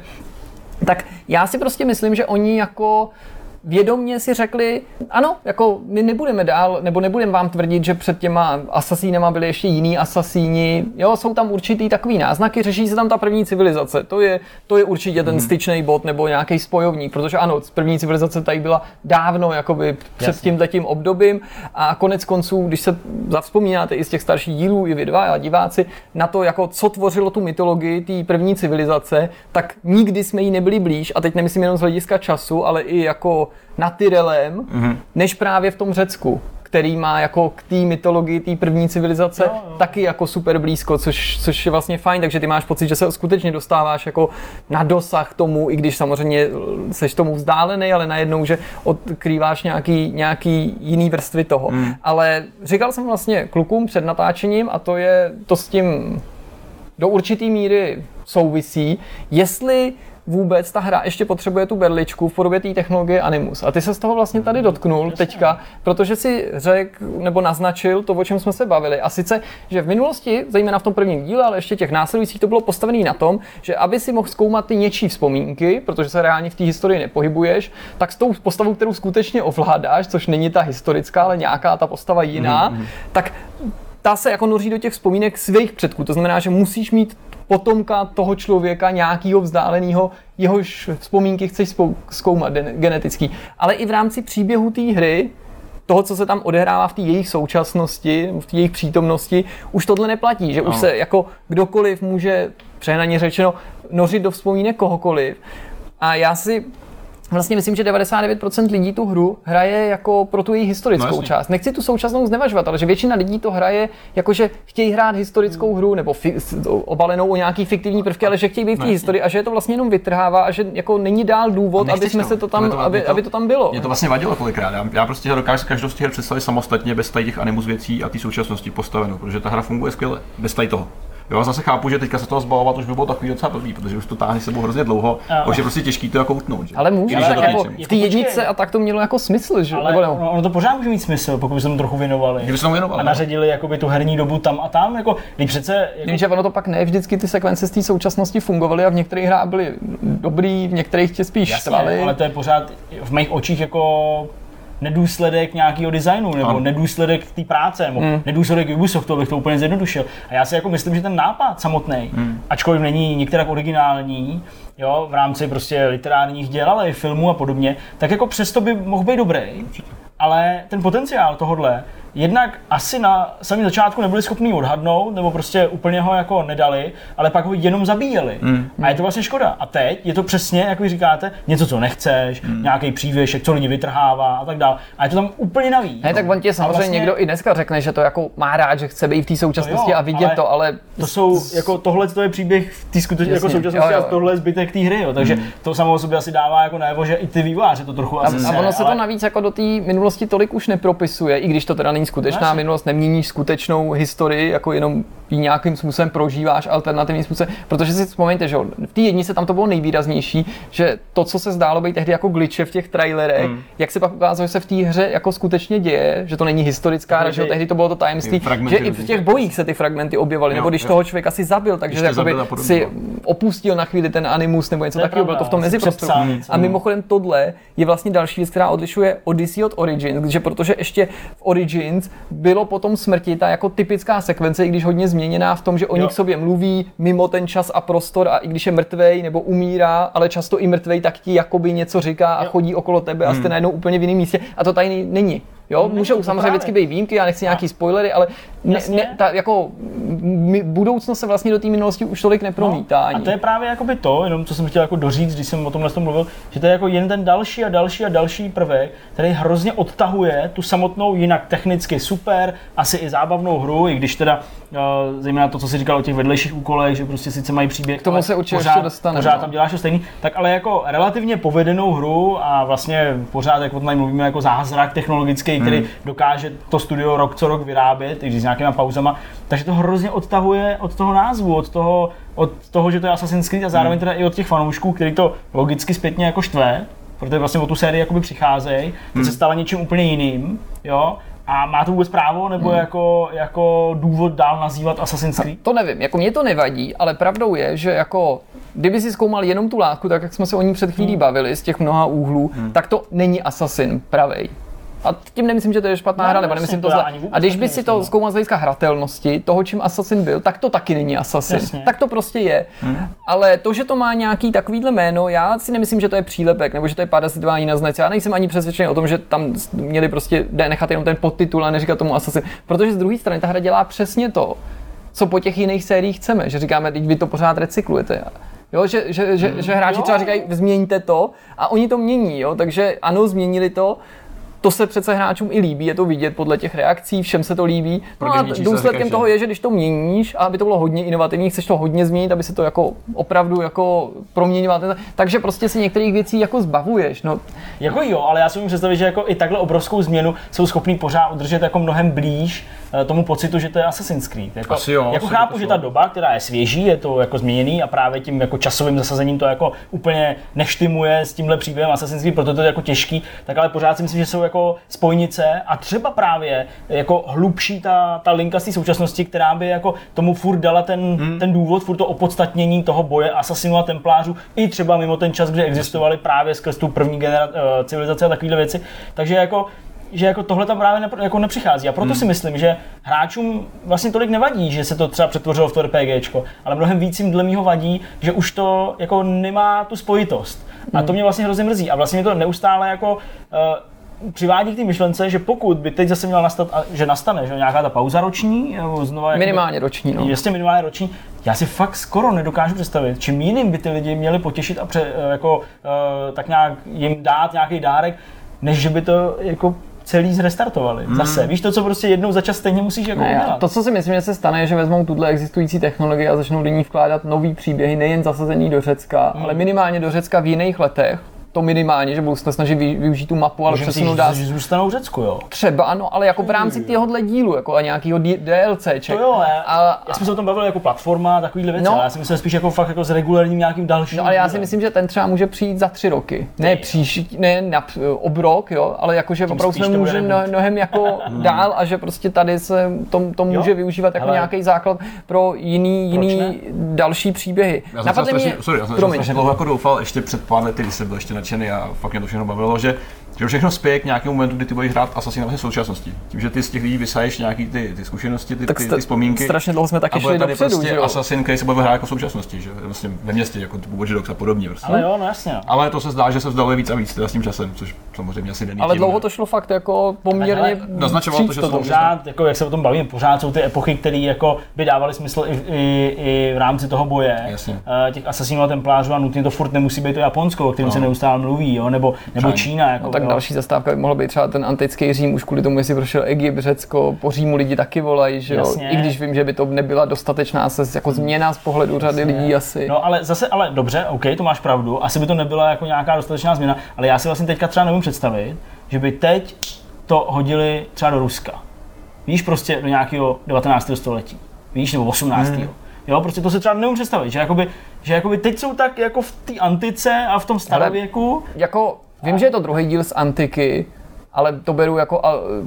Tak já si prostě myslím, že oni jako vědomně si řekli, ano, jako my nebudeme dál, nebo nebudeme vám tvrdit, že před těma asasínama byli ještě jiní asasíni. Jo, jsou tam určitý takový náznaky, řeší se tam ta první civilizace. To je určitě ten styčný bod nebo nějaký spojovník, protože ano, první civilizace tady byla dávno jakoby před tímhletím obdobím a konec konců, když se zavzpomínáte i z těch starších dílů, i vy dva a diváci, na to, jako co tvořilo tu mytologii té první civilizace, tak nikdy jsme jí nebyli blíž, a teď nemyslím jenom z hlediska času, ale i jako na Tyrellem, než právě v tom Řecku, který má jako k té mytologii té první civilizace taky jako super blízko, což je vlastně fajn, takže ty máš pocit, že se skutečně dostáváš jako na dosah tomu, i když samozřejmě seš tomu vzdálený, ale najednou, že odkrýváš nějaký jiný vrstvy toho. Ale říkal jsem vlastně klukům před natáčením a to s tím do určitý míry souvisí, jestli vůbec ta hra ještě potřebuje tu berličku v podobě té technologie Animus. A ty se z toho vlastně tady dotknul teďka, protože si řekl nebo naznačil to, o čem jsme se bavili. A sice, že v minulosti, zejména v tom prvním díle, ale ještě těch následujících, to bylo postavené na tom, že aby si mohl zkoumat ty něčí vzpomínky, protože se reálně v té historii nepohybuješ, tak s tou postavou, kterou skutečně ovládáš, což není ta historická, ale nějaká ta postava jiná, tak ta se jako noří do těch vzpomínek svých předků. To znamená, že musíš mít potomka toho člověka nějakého vzdáleného, jehož vzpomínky chceš zkoumat genetický. Ale i v rámci příběhu té hry, toho, co se tam odehrává v té jejich současnosti, v té jejich přítomnosti, už tohle neplatí, že už se jako kdokoliv může, přehnaně řečeno, nořit do vzpomínek kohokoliv. A já si vlastně myslím, že 99% lidí tu hru hraje jako pro tu její historickou část. Nechci tu současnou znevažovat, ale že většina lidí to hraje jako, že chtějí hrát historickou hru nebo obalenou o nějaký fiktivní prvky, ale že chtějí být v té historii a že je to vlastně jenom vytrhává a že jako není dál důvod, aby jsme se to tam, aby to tam bylo. Mě to vlastně vadilo kolikrát. Já prostě dokážu každou z těch her představit samostatně bez těch animus věcí a té současnosti postavenou, protože ta hra funguje skvěle bez toho. Jo, zase chápu, že teďka se toho zbavovat už by bylo takový docela blbý, protože už to táhne sebou hrozně dlouho a už je prostě těžký to jako utnout. Že? Ale může, jako v té jedničce a tak to mělo jako smysl, že? Ale ono to pořád může mít smysl, pokud by se tomu trochu věnovali. A nařadili jakoby tu herní dobu tam a tam, jako když přece jako... Jenže ono to pak ne vždycky ty sekvence z té současnosti fungovaly a v některých hrách byly dobrý, v některých tě spíš štvaly. Ale to je pořád v mých očích jako nedůsledek nějakého designu, nebo nedůsledek té práce, nebo nedůsledek Ubisoftu, abych to úplně zjednodušil. A já si jako myslím, že ten nápad samotný, ačkoliv není některak originální, jo, v rámci prostě literárních děl, ale i filmů a podobně, tak jako přesto by mohl být dobrý. Ale ten potenciál tohodle jednak asi na samém začátku nebyli schopní odhadnout, nebo prostě úplně ho jako nedali, ale pak ho jenom zabíjeli. A je to vlastně škoda. A teď je to přesně, jak vy říkáte, něco, co nechceš, nějaký přívěšek, co lidi vytrhává a tak dále. A je to tam úplně navíc. Ne, tak on ti samozřejmě vlastně... někdo i dneska řekne, že to jako má rád, že chce být v té současnosti a vidět to, ale to jsou jako tohle to je příběh v té skutečné jako současnosti a tohle je zbytek té hry, jo. Takže to samo o sobě asi dává jako najevo, že i ty vývojáři to trochu asi. A ono se to navíc jako do té minulosti tolik už nepropisuje, i když to teda není skutečná minulost, neměníš skutečnou historii, jako jenom ji nějakým způsobem prožíváš alternativním způsobem, protože si vzpomeňte, že v té jednice tam to bylo nejvýraznější, že to, co se zdálo být tehdy jako glitche v těch trailerech, jak se pak ukázalo, že se v té hře jako skutečně děje, že to není historická hra, že tehdy to bylo to tajemství, že i v těch bojích se ty fragmenty objevovaly, nebo když toho člověka si zabil, takže jakoby si opustil na chvíli ten animus nebo něco takového, bylo to v tom meziprostoru. A mimochodem tohle je vlastně další věc, která odlišuje Odyssey od Origins, že protože ještě v Origins bylo potom smrti ta jako typická sekvence, i když hodně změněná v tom, že oni k sobě mluví mimo ten čas a prostor a i když je mrtvej nebo umírá, ale často i mrtvej, tak ti jakoby něco říká a chodí okolo tebe a jste najednou úplně v jiném místě a to tady není. Jo, můžou samozřejmě vždycky být výjimky, já nechci nějaký spoilery, ale budoucnost se vlastně do té minulosti už tolik nepromítá. A to je právě jakoby to, jenom co jsem chtěl jako doříct, když jsem o tomhle mluvil, že to je jako jen ten další a další prvek, který hrozně odtahuje tu samotnou jinak technicky super, asi i zábavnou hru, i když teda zejména to, co jsi říkal o těch vedlejších úkolech, že prostě sice mají příběh, k tomu se určitě ještě dostane. Pořád tam děláš to stejný, tak ale jako relativně povedenou hru a vlastně pořád, jak o tom mluvíme, jako zázrak technologický, který dokáže to studio rok co rok vyrábět, i když s nějakýma pauzama, takže to hrozně odtahuje od toho názvu, od toho, že to je Assassin's Creed a zároveň teda i od těch fanoušků, který to logicky zpětně jako štve, protože vlastně o tu sérii jakoby přicházejí, teď se stala něčím úplně jiným, jo. A má to vůbec právo, nebo jako důvod dál nazývat Assassin's Creed? To nevím, jako mě to nevadí, ale pravdou je, že jako kdyby si zkoumal jenom tu látku, tak jak jsme se o ní před chvílí bavili z těch mnoha úhlů, tak to není Assassin pravej. A tím nemyslím, že to je špatná hra, nebo nemyslím to zle. A když by si to zkoumal z hlediska hratelnosti, toho, čím Assassin byl, tak to taky není Assassin. Jasně. Tak to prostě je. Ale to, že to má nějaký takovýhle jméno, já si nemyslím, že to je přílepek, nebo že to je parazitování na značce. Já nejsem ani přesvědčený o tom, že tam měli prostě nechat jenom ten podtitul a neříkat tomu Assassin. Protože z druhé strany ta hra dělá přesně to, co po těch jiných sériích chceme. Že říkáme, teď vy to pořád recyklujete. Jo, že hráči třeba říkají, změňte to a oni to mění, jo, takže ano, změnili to. To se přece hráčům i líbí, je to vidět podle těch reakcí, všem se to líbí. No a důsledkem toho je, že když to měníš, a aby to bylo hodně inovativní, chceš to hodně změnit, aby se to jako opravdu jako proměňovat. Takže prostě si některých věcí jako zbavuješ. No. Jako jo, ale já si můžu představit, že jako i takhle obrovskou změnu jsou schopní pořád udržet jako mnohem blíž tomu pocitu, že to je Assassin's Creed. Jako, asi jo, jako chápu, že ta doba, která je svěží, je to jako změněný a právě tím jako časovým zasazením to jako úplně neštymuje s tímhle příběhem Assassin's Creed, proto to je jako těžký, tak ale pořád si myslím, že jsou jako spojnice a třeba právě jako hlubší ta linka z té současnosti, která by jako tomu furt dala ten důvod, furt to opodstatnění toho boje Asasinů a Templářů i třeba mimo ten čas, kdy existovaly právě skrz tu první civilizace a takovéhle věci. Takže jako tohle tam právě jako nepřichází. A proto si myslím, že hráčům vlastně tolik nevadí, že se to třeba přetvořilo v to RPGčko, ale mnohem víc jim dle mýho vadí, že už to jako nemá tu spojitost. A to mě vlastně hrozně mrzí. A vlastně mě to neustále jako přivádí k té myšlence, že pokud by teď zase měla nastat, že nastane, že nějaká ta pauza roční, znova minimálně roční, no. Jestli minimálně roční, já si fakt skoro nedokážu představit, čím jiným by ty lidi měli potěšit a tak nějak jim dát nějaký dárek, než že by to jako celý zrestartovali. Zase, víš to, co prostě jednou za čas stejně musíš jako udělat. To, co si myslím, že se stane, je, že vezmou tuhle existující technologii a začnou do ní vkládat nový příběhy, nejen zasazený do Řecka, ale minimálně do Řecka v jiných letech. To minimálně, že budou se snažit využít tu mapu, ale přesunout dál. Že zůstanou v Řecku, jo? Třeba ano, ale jako v rámci tohohle dílu, jako a nějakého DLCček. To jo, já jsem se o tom bavil jako platforma, takovýhle věci, ale já si myslím spíš jako fakt jako s regulárním nějakým dalším. No ale já si myslím, že ten třeba může přijít za 3 roky. Ne na obrok, jo, ale jakože opravdu jsme může mnohem jako dál a že prostě tady se to může využívat jako nějaký základ pro jiný další příběhy. Já jsem strašně dlouho jako doufal, ještě před pár lety, když jsem byl ještě nadšený a fakt mě to všechno bavilo, že všechno spěje k nějakému momentu, kdy ty budeš hrát Assassina v současnosti. Tím, že ty z těch lidí vysaješ nějaký ty zkušenosti, ty vzpomínky. Strašně dlouho jsme taky šli dopředu, prostě že jo? Assassin, který se bude hrát jako v současnosti, že vlastně ve městě, jako Watch Dogs a podobně. Prostě. Ale jo, no jasně. Ale to se zdá, že se vzdaluje víc a víc teda s tím časem, což samozřejmě asi není. Ale dlouho to šlo fakt jako poměrně. Naznačovalo to, že to pořád, jako jak se o tom bavíme, pořád jsou ty epochy, které jako by dávaly smysl i v rámci toho boje. Těch Assassinů a Templářů a nutně to furt nemusí být to Japonsko, o kterém se neustále mluví, jo, nebo Čína. Jako, tak další zastávka by mohla být třeba ten antický Řím, už kvůli tomu, jestli prošel Egypt, Řecko, po Římu lidi taky volají, že jo. I když vím, že by to nebyla dostatečná jako změna z pohledu řady lidí asi. No ale dobře, OK, to máš pravdu, asi by to nebyla jako nějaká dostatečná změna, ale já si vlastně teďka třeba nevím představit, že by teď to hodili třeba do Ruska. Víš, prostě do nějakého 19. století. víš, nebo 18. Jo, prostě to se třeba nemůžu představit, že jakoby teď jsou tak jako v té antice a v tom starověku. Jako, vím, že je to druhý díl z antiky, ale to beru jako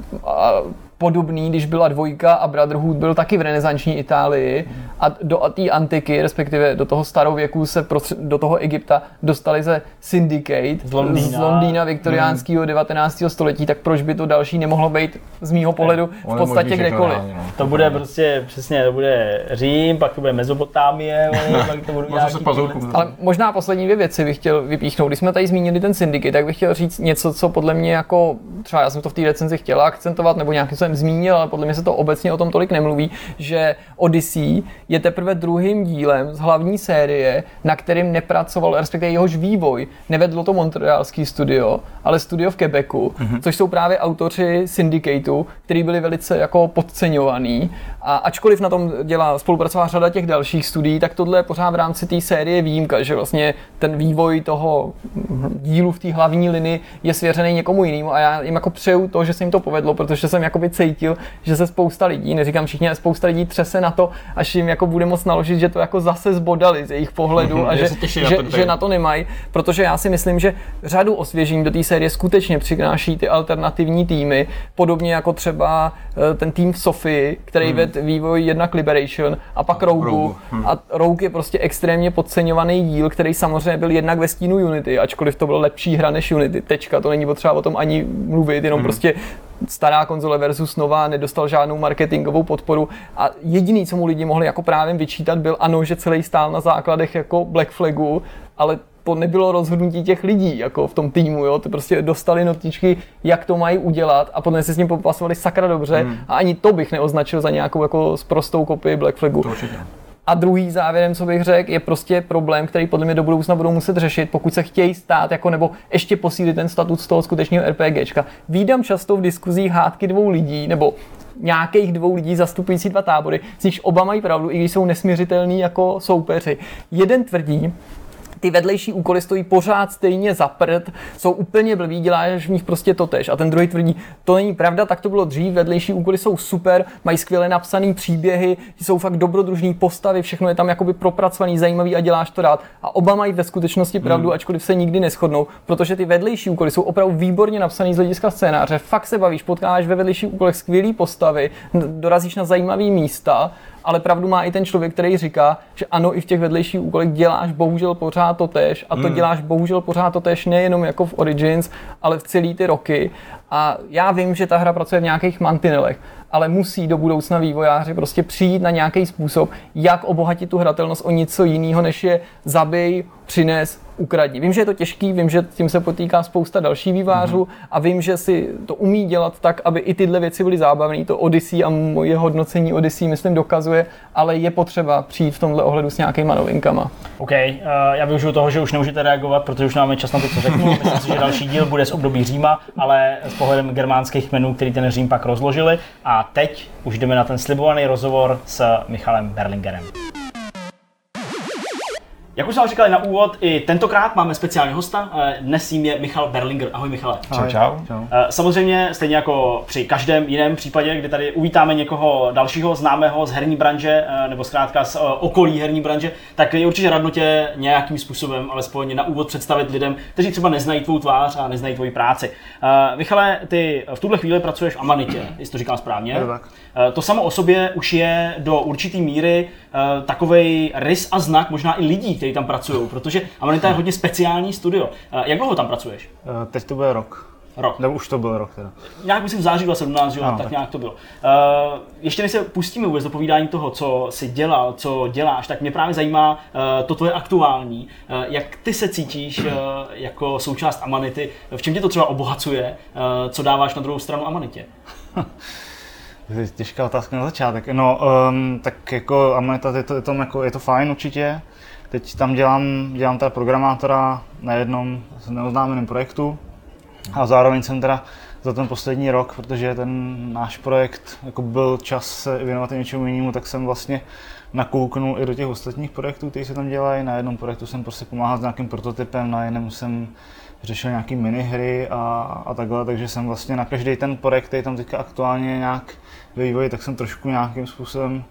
podobný, když byla 2 a Brotherhood byl taky v renesanční Itálii a do té antiky, respektive do toho starověku se do toho Egypta dostali ze Syndicate z Londýna viktoriánského 19. století, tak proč by to další nemohlo být z mýho pohledu v podstatě kdekoliv. To bude prostě přesně, to bude Řím, pak to bude Mezopotámie, pak to bude nějaký... Ale možná poslední 2 věci bych chtěl vypíchnout. Když jsme tady zmínili ten Syndicate, tak bych chtěl říct něco, co podle mě jako, třeba já jsem to v té recenzi chtěla akcentovat, nebo nějakým jsem zmínil, ale podle mě se to obecně o tom tolik nemluví, že Odyssey je teprve druhým dílem z hlavní série, na kterým nepracoval, respektive jehož vývoj nevedlo to montrealský studio, ale studio v Quebecu, což jsou právě autoři Syndicateu, který byli velice jako podceňovaný. A ačkoliv na tom spolupracovala řada těch dalších studií, tak tohle je pořád v rámci té série výjimka, že vlastně ten vývoj toho dílu v té hlavní linii je svěřený někomu jinému a já jim jako přeju to, že se jim to povedlo, protože jsem jakoby cítil, že se spousta lidí, neříkám všichni, ale spousta lidí třese na to, až jim jako bude moc naložit, že to jako zase zbodali z jejich pohledu a že na to nemají, protože já si myslím, že řadu osvěžení do té série skutečně přináší ty alternativní týmy, podobně jako třeba ten tým v Sofii, který ved vývoj jednak Liberation a pak Rogue. A Rogue je prostě extrémně podceňovaný díl, který samozřejmě byl jednak ve stínu Unity, ačkoliv to byla lepší hra než Unity. Tečka, to není potřeba o tom ani mluvit, jenom prostě stará konzole versus nová, nedostal žádnou marketingovou podporu a jediný, co mu lidi mohli jako právě vyčítat, byl ano, že celý stál na základech jako Black Flagu, ale to nebylo rozhodnutí těch lidí jako v tom týmu, jo, ty prostě dostali notičky, jak to mají udělat a potom se s ním popasovali sakra dobře a ani to bych neoznačil za nějakou jako sprostou kopii Black Flagu. A druhý závěrem, co bych řekl, je prostě problém, který podle mě do budoucna budou muset řešit, pokud se chtějí stát jako nebo ještě posílit ten statut z toho skutečného RPGčka. Vídám často v diskuzích hádky 2 lidí nebo nějakých 2 lidí zastupující 2 tábory, z nichž oba mají pravdu, i když jsou nesměřitelní jako soupeři. Jeden tvrdí, ty vedlejší úkoly stojí pořád stejně za prd, jsou úplně blbý, děláš v nich prostě totéž. A ten druhý tvrdí, to není pravda, tak to bylo dřív, vedlejší úkoly jsou super, mají skvěle napsaný příběhy, jsou fakt dobrodružný postavy, všechno je tam jakoby propracovaný, zajímavý a děláš to rád. A oba mají ve skutečnosti pravdu, ačkoliv se nikdy neshodnou, protože ty vedlejší úkoly jsou opravdu výborně napsaný z hlediska scénáře. Fakt se bavíš, potkáváš ve vedlejších úkolech skvělý postavy, dorazíš na zajímavý místa. Ale pravdu má i ten člověk, který říká, že ano, i v těch vedlejších úkolech děláš bohužel pořád totéž a to děláš bohužel pořád totéž nejenom jako v Origins, ale v celý ty roky. A já vím, že ta hra pracuje v nějakých mantinelech, ale musí do budoucna vývojáři prostě přijít na nějaký způsob, jak obohatit tu hratelnost o něco jiného, než je zabij, přines, ukradni. Vím, že je to těžký, vím, že tím se potýká spousta dalších vývojářů a vím, že si to umí dělat tak, aby i tyhle věci byly zábavné. To Odyssey a moje hodnocení Odyssey, myslím, dokazuje, ale je potřeba přijít v tomhle ohledu s nějakýma novinkama. OK, já využiju toho, že už nemůžete reagovat, protože už máme čas na to, co řeknu. Myslím si, že další díl bude z období Říma, ale s pohledem germánských kmenů, který ten Řím pak rozložili. A teď už jdeme na ten slibovaný rozhovor s Michalem Berlingerem. Jak už jsme říkali na úvod, i tentokrát máme speciální hosta. Dnes jím je Michal Berlinger. Ahoj Michale. Čau. Samozřejmě stejně jako při každém jiném případě, kdy tady uvítáme někoho dalšího známého z herní branže, nebo zkrátka z okolí herní branže, tak je určitě radno tě nějakým způsobem alespoň na úvod představit lidem, kteří třeba neznají tvou tvář a neznají tvoji práci. Michale, ty v tuhle chvíli pracuješ v Amanitě, jestli to říkám správně. To samo o sobě už je do určitý míry takovej rys a znak možná i lidí, kteří tam pracují, protože Amanita je hodně speciální studio. Jak dlouho tam pracuješ? Teď to bude rok. Nebo už to byl rok teda. Nějak myslím v září 2017, tak nějak to bylo. Ještě než se pustíme vůbec do povídání toho, co jsi dělal, co děláš, tak mě právě zajímá to tvoje aktuální. Jak ty se cítíš jako součást Amanity? V čem tě to třeba obohacuje? Co dáváš na druhou stranu Amanitě? Těžká otázka na začátek. No, tak jako Amanita je to fajn určitě. Teď tam dělám teda programátora na jednom neoznámeném projektu a zároveň jsem teda za ten poslední rok, protože ten náš projekt jako byl čas se věnovat něčemu jinému, tak jsem vlastně nakouknul i do těch ostatních projektů, které se tam dělají. Na jednom projektu jsem prostě pomáhal s nějakým prototypem, na jiném jsem řešil nějaký minihry a takhle, takže jsem vlastně na každý ten projekt, který tam teďka aktuálně nějak ve vývoji, tak jsem trošku nějakým způsobem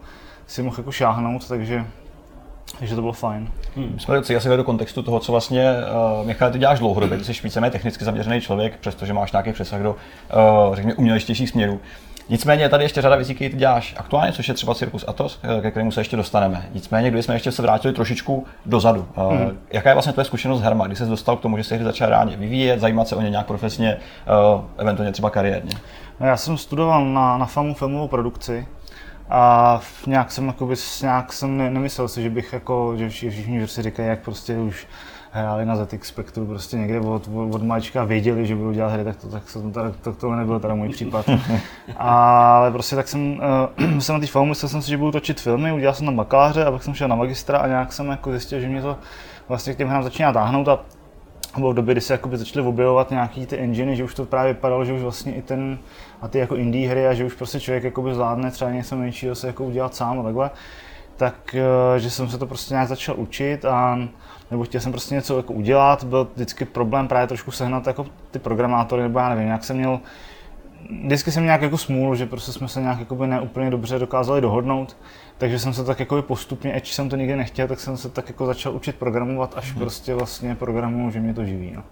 si mohl jako šáhnout, takže to bylo fajn. My jsme asi do kontextu toho, co vlastně, Michale, ty děláš dlouhodobě, ty jsi víceméně technicky zaměřený člověk, přestože máš nějaký přesah do, řekněme, umělečtějších směrů. Nicméně je tady ještě řada věcí, které ty děláš aktuálně, což je třeba Circus Atos, ke kterému se ještě dostaneme. Nicméně, kdybychom ještě se vrátili trošičku dozadu. Jaká je vlastně tvoje zkušenost s herma, kdy jsi dostal k tomu, že se hry začal reálně vyvíjet, zajímat se o ně nějak profesně, eventuálně třeba kariérně? No, já jsem studoval na FAMu filmovou produkci a nějak jsem nemyslel si, že bych jako, že všichni si říkají, jak prostě už hráli na ZX Spectru prostě někde od malička věděli, že budou dělat hry, tak to nebyl teda můj případ. Ale prostě tak jsem na té FAMu myslel jsem si, že budu točit filmy, udělal jsem na bakaláře a pak jsem šel na magistra a nějak jsem jako zjistil, že mě to vlastně k těm hrám začíná táhnout a bylo v době, kdy se začaly objevovat nějaký ty enginy, že už to právě vypadalo, že už vlastně i ty jako indie hry a že už prostě člověk zvládne třeba něco menšího se jako udělat sám a takhle. Tak, že jsem se to prostě nějak začal učit nebo chtěl jsem prostě něco jako udělat, byl vždycky problém právě trošku sehnat jako ty programátory, nebo já nevím, vždycky jsem nějak jako smůlu, že prostě jsme se nějak neúplně dobře dokázali dohodnout, takže jsem se tak jako postupně, ač jsem to nikdy nechtěl, tak jsem se tak jako začal učit programovat, až prostě vlastně programuju, že mě to živí. No.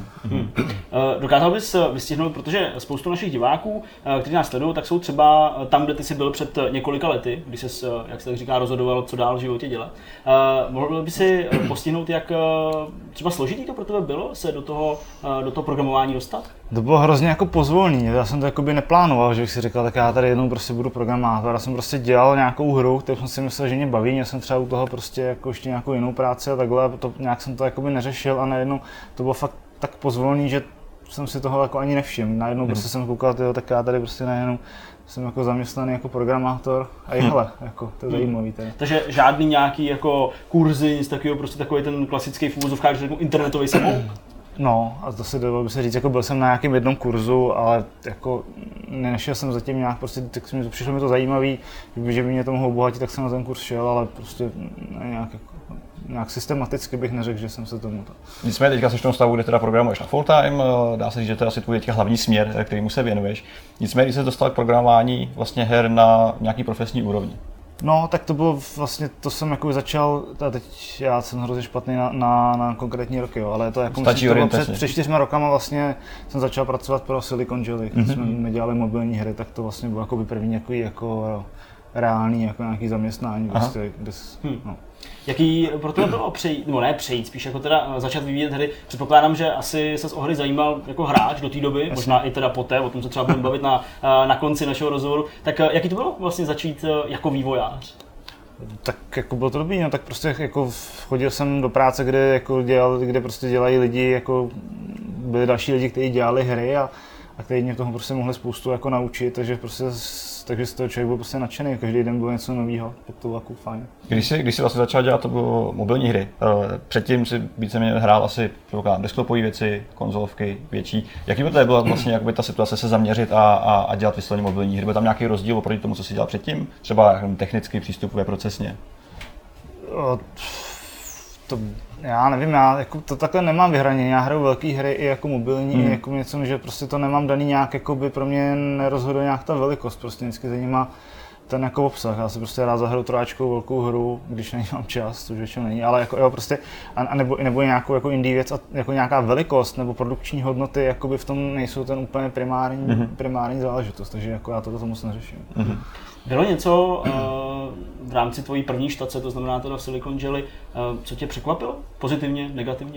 Dokázal bys vystihnout, protože spoustu našich diváků, kteří nás sledují, tak jsou třeba tam, kde ty jsi byl před několika lety, kdy jsi, jak se tak říká, rozhodoval, co dál v životě dělat. Mohl by si postihnout, jak třeba složitý to pro tebe bylo se do toho programování dostat? To bylo hrozně jako pozvolný, já jsem to jakoby neplánoval, že bych si říkal, tak já tady jednou prostě budu programátor. Já jsem prostě dělal nějakou hru, kterou jsem si myslel, že mě baví, měl jsem třeba u toho prostě jako ještě nějakou jinou práci a takhle, nějak jsem to jakoby neřešil a najednou to bylo fakt tak pozvolný, že jsem si toho jako ani nevšiml. Najednou prostě jsem koukal, tak já tady prostě najednou jsem jako zaměstnaný jako programátor a hele, jako to je zajímavý tady. Takže žádný nějaký jako kurzy, nic takového, prostě takový ten klasický v uvozovkách, že internetový samouk? No, a to se dalo by se říct, jako byl jsem na nějakém jednom kurzu, ale jako nešel jsem zatím nějak, prostě přišlo mi to zajímavý, že by mě to mohlo obohatit, tak jsem na ten kurz šel, ale prostě nějak systematicky bych neřekl, že jsem se tomu to. Nicméně teďka jsi v tom stavu, kde teda programuješ na full time, dá se říct, že to je asi tvůj teďka hlavní směr, kterému se věnuješ. Nicméně, když jsi dostal k programování vlastně her na nějaký profesní úrovni. No, tak to bylo vlastně, to jsem jako začal, teď já jsem hrozně špatný na konkrétní roky, jo, ale to jako před 4 rokama vlastně jsem začal pracovat pro Silicon Jelly, jsme dělali mobilní hry, tak to vlastně bylo jako první jako reálný jako nějaký zaměstnání, prostě, no. Jaký pro tebe bylo přejít, nebo ne přejít, spíš jako teda začat vyvíjet hry? Předpokládám, že asi ses o hry zajímal jako hráč do té doby, možná i teda poté, o tom se třeba budeme bavit na konci našeho rozhovoru. Tak jaký to bylo vlastně začít jako vývojář? Tak jako bylo to dobrý, no tak prostě jako chodil jsem do práce, kde prostě dělají lidi, jako byli další lidi, kteří dělali hry a kteří mě tomu prostě mohli spoustu jako naučit, takže z toho člověk byl prostě nadšený, každý den bylo něco nového, tak to bylo jako fajn. Když jsi vlastně začal dělat, to bylo mobilní hry. Předtím si víceméně hrál asi desktopové věci, konzolovky větší. Jaký by to byla vlastně jakoby ta situace se zaměřit a dělat vysloveně mobilní hry? Byl tam nějaký rozdíl oproti tomu, co jsi dělal předtím? Třeba technicky, přístupově, procesně? Já nevím, já jako to takhle nemám vyhraněné, já hraju velké hry i jako mobilní, i jako něco, že prostě to nemám daný nějak, jako by pro mě nerozhoduje nějak ta velikost, prostě vždycky zajímá ten jako obsah, já si prostě rád zahraju trojáčkovou velkou hru, když nemám čas, což většinou není, ale jako jo prostě, nebo nějakou jako indie věc a jako nějaká velikost nebo produkční hodnoty, jakoby v tom nejsou ten úplně primární záležitost, takže jako já to moc neřeším. Bylo něco v rámci tvojí první štace, to znamená teda v Silicon Jelly, co tě překvapilo? Pozitivně, negativně?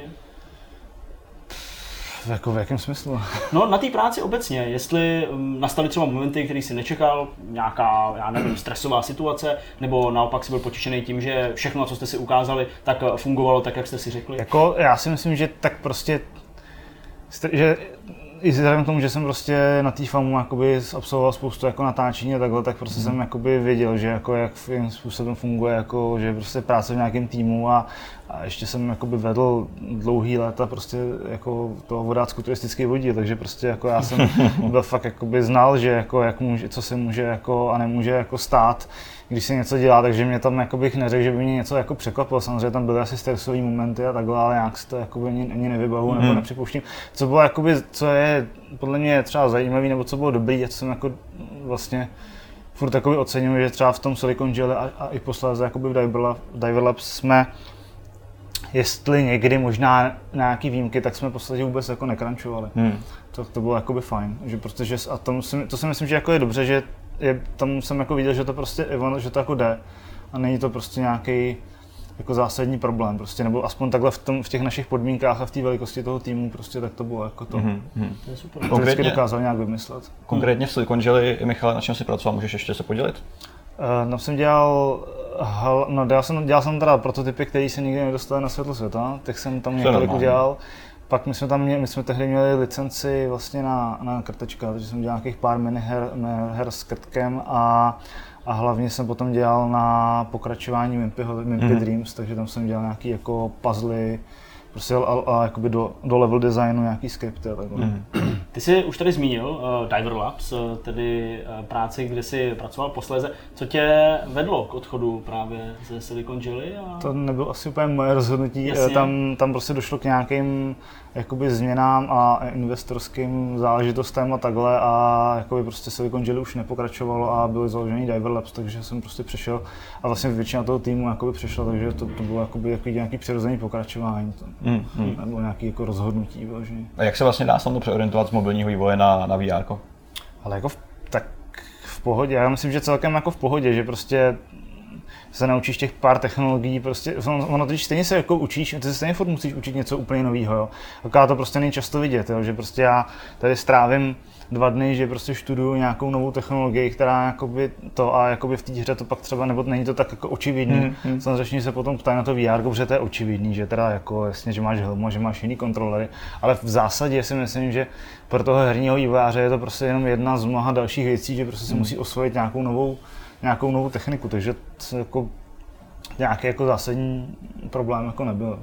Jako v jakém smyslu? No na té práci obecně, jestli nastaly třeba momenty, které si nečekal, nějaká, já nevím, stresová situace, nebo naopak si byl potěšený tím, že všechno, co jste si ukázali, tak fungovalo tak, jak jste si řekli? Jako já si myslím, že tak prostě, že i vzhledem k tomu, že jsem prostě na té FAMu absolvoval spoustu jako natáčení a takhle, tak prostě jsem jakoby věděl, že jako jakým způsobem funguje, jako, že prostě práce v nějakém týmu a ještě jsem jakoby vedl dlouhý léta prostě jako toho vodácku turistický vodí, takže prostě jako já jsem byl fakt jakoby znal, že jako co se může jako a nemůže jako stát, když se něco dělá, takže mě tam jako bych neřekl, že by mě něco jako překvapilo. Samozřejmě tam byly asi stresové momenty a takhle, ale nějak si to jakoby ani nevybavu nebo nepřipouštím. Co bylo jakoby, co je podle mě třeba zajímavý nebo co bylo dobrý, a co jsem jako vlastně furt oceňuji, že třeba v tom Silicon Valley a i posléze jakoby v Diver Labs jsme, jestli někdy možná na nějaký výjimky, tak jsme v podstatě vůbec jako nekrančovali. To bylo jakoby fajn, že protože a to si myslím, že jako je dobře, že tam jsem jako viděl, že to prostě že to jako jde a není to prostě nějaký jako zásadní problém prostě, nebo aspoň takhle v těch našich podmínkách a v té velikosti toho týmu prostě tak to bylo jako to. To je super. To vždycky dokázal nějak vymyslet. Konkrétně v Silicon Valley, Michale, na čem jsi pracoval, můžeš ještě se podělit? No jsem dělal jsem teda prototypy, které se nikdy nedostaly na světlo světa, tak jsem tam několik udělal. Pak my jsme tehdy měli licenci vlastně na krtečka, takže jsem dělal nějakých pár her s krtkem a hlavně jsem potom dělal na pokračování Mimpy Dreams, takže tam jsem dělal nějaký jako puzzly, prostě a jakoby do level designu nějaký skripty. Ty jsi už tady zmínil Diver Labs, tedy práci, kde jsi pracoval posléze. Co tě vedlo k odchodu právě ze Silicon Valley? To nebylo asi úplně moje rozhodnutí. Tam prostě došlo k nějakým jakoby změnám a investorským záležitostem a takhle a jakoby prostě Silicon Valley už nepokračovalo a byly založený Diver Labs, takže jsem prostě přešel a vlastně většina toho týmu jakoby přešla, takže to bylo jakoby nějaký přirozený pokračování. Nebo nějaké jako rozhodnutí vyloženě. A jak se vlastně dá snadno přeorientovat z mobilního vývoje na VR? Ale jako tak v pohodě, já myslím, že celkem jako v pohodě, že prostě se naučíš těch pár technologií, prostě ono teď stejně se jako učíš, ty se stejně furt musíš učit něco úplně nového, jo. Akorát to prostě není často vidět, jo, že prostě já tady strávím 2 dny, že prostě študuju nějakou novou technologii, která jakoby to a jakoby v té hře to pak třeba, nebo není to tak jako očividný. Samozřejmě se potom ptají na to VR, protože to je očividný, že teda jako jasně, že máš helmu, že máš jiný kontrolery, ale v zásadě si myslím, že pro toho herního vývojáře je to prostě jenom jedna z mnoha dalších věcí, že prostě se musí osvojit nějakou novou techniku, takže to jako nějaký jako zásadní problém jako nebyl.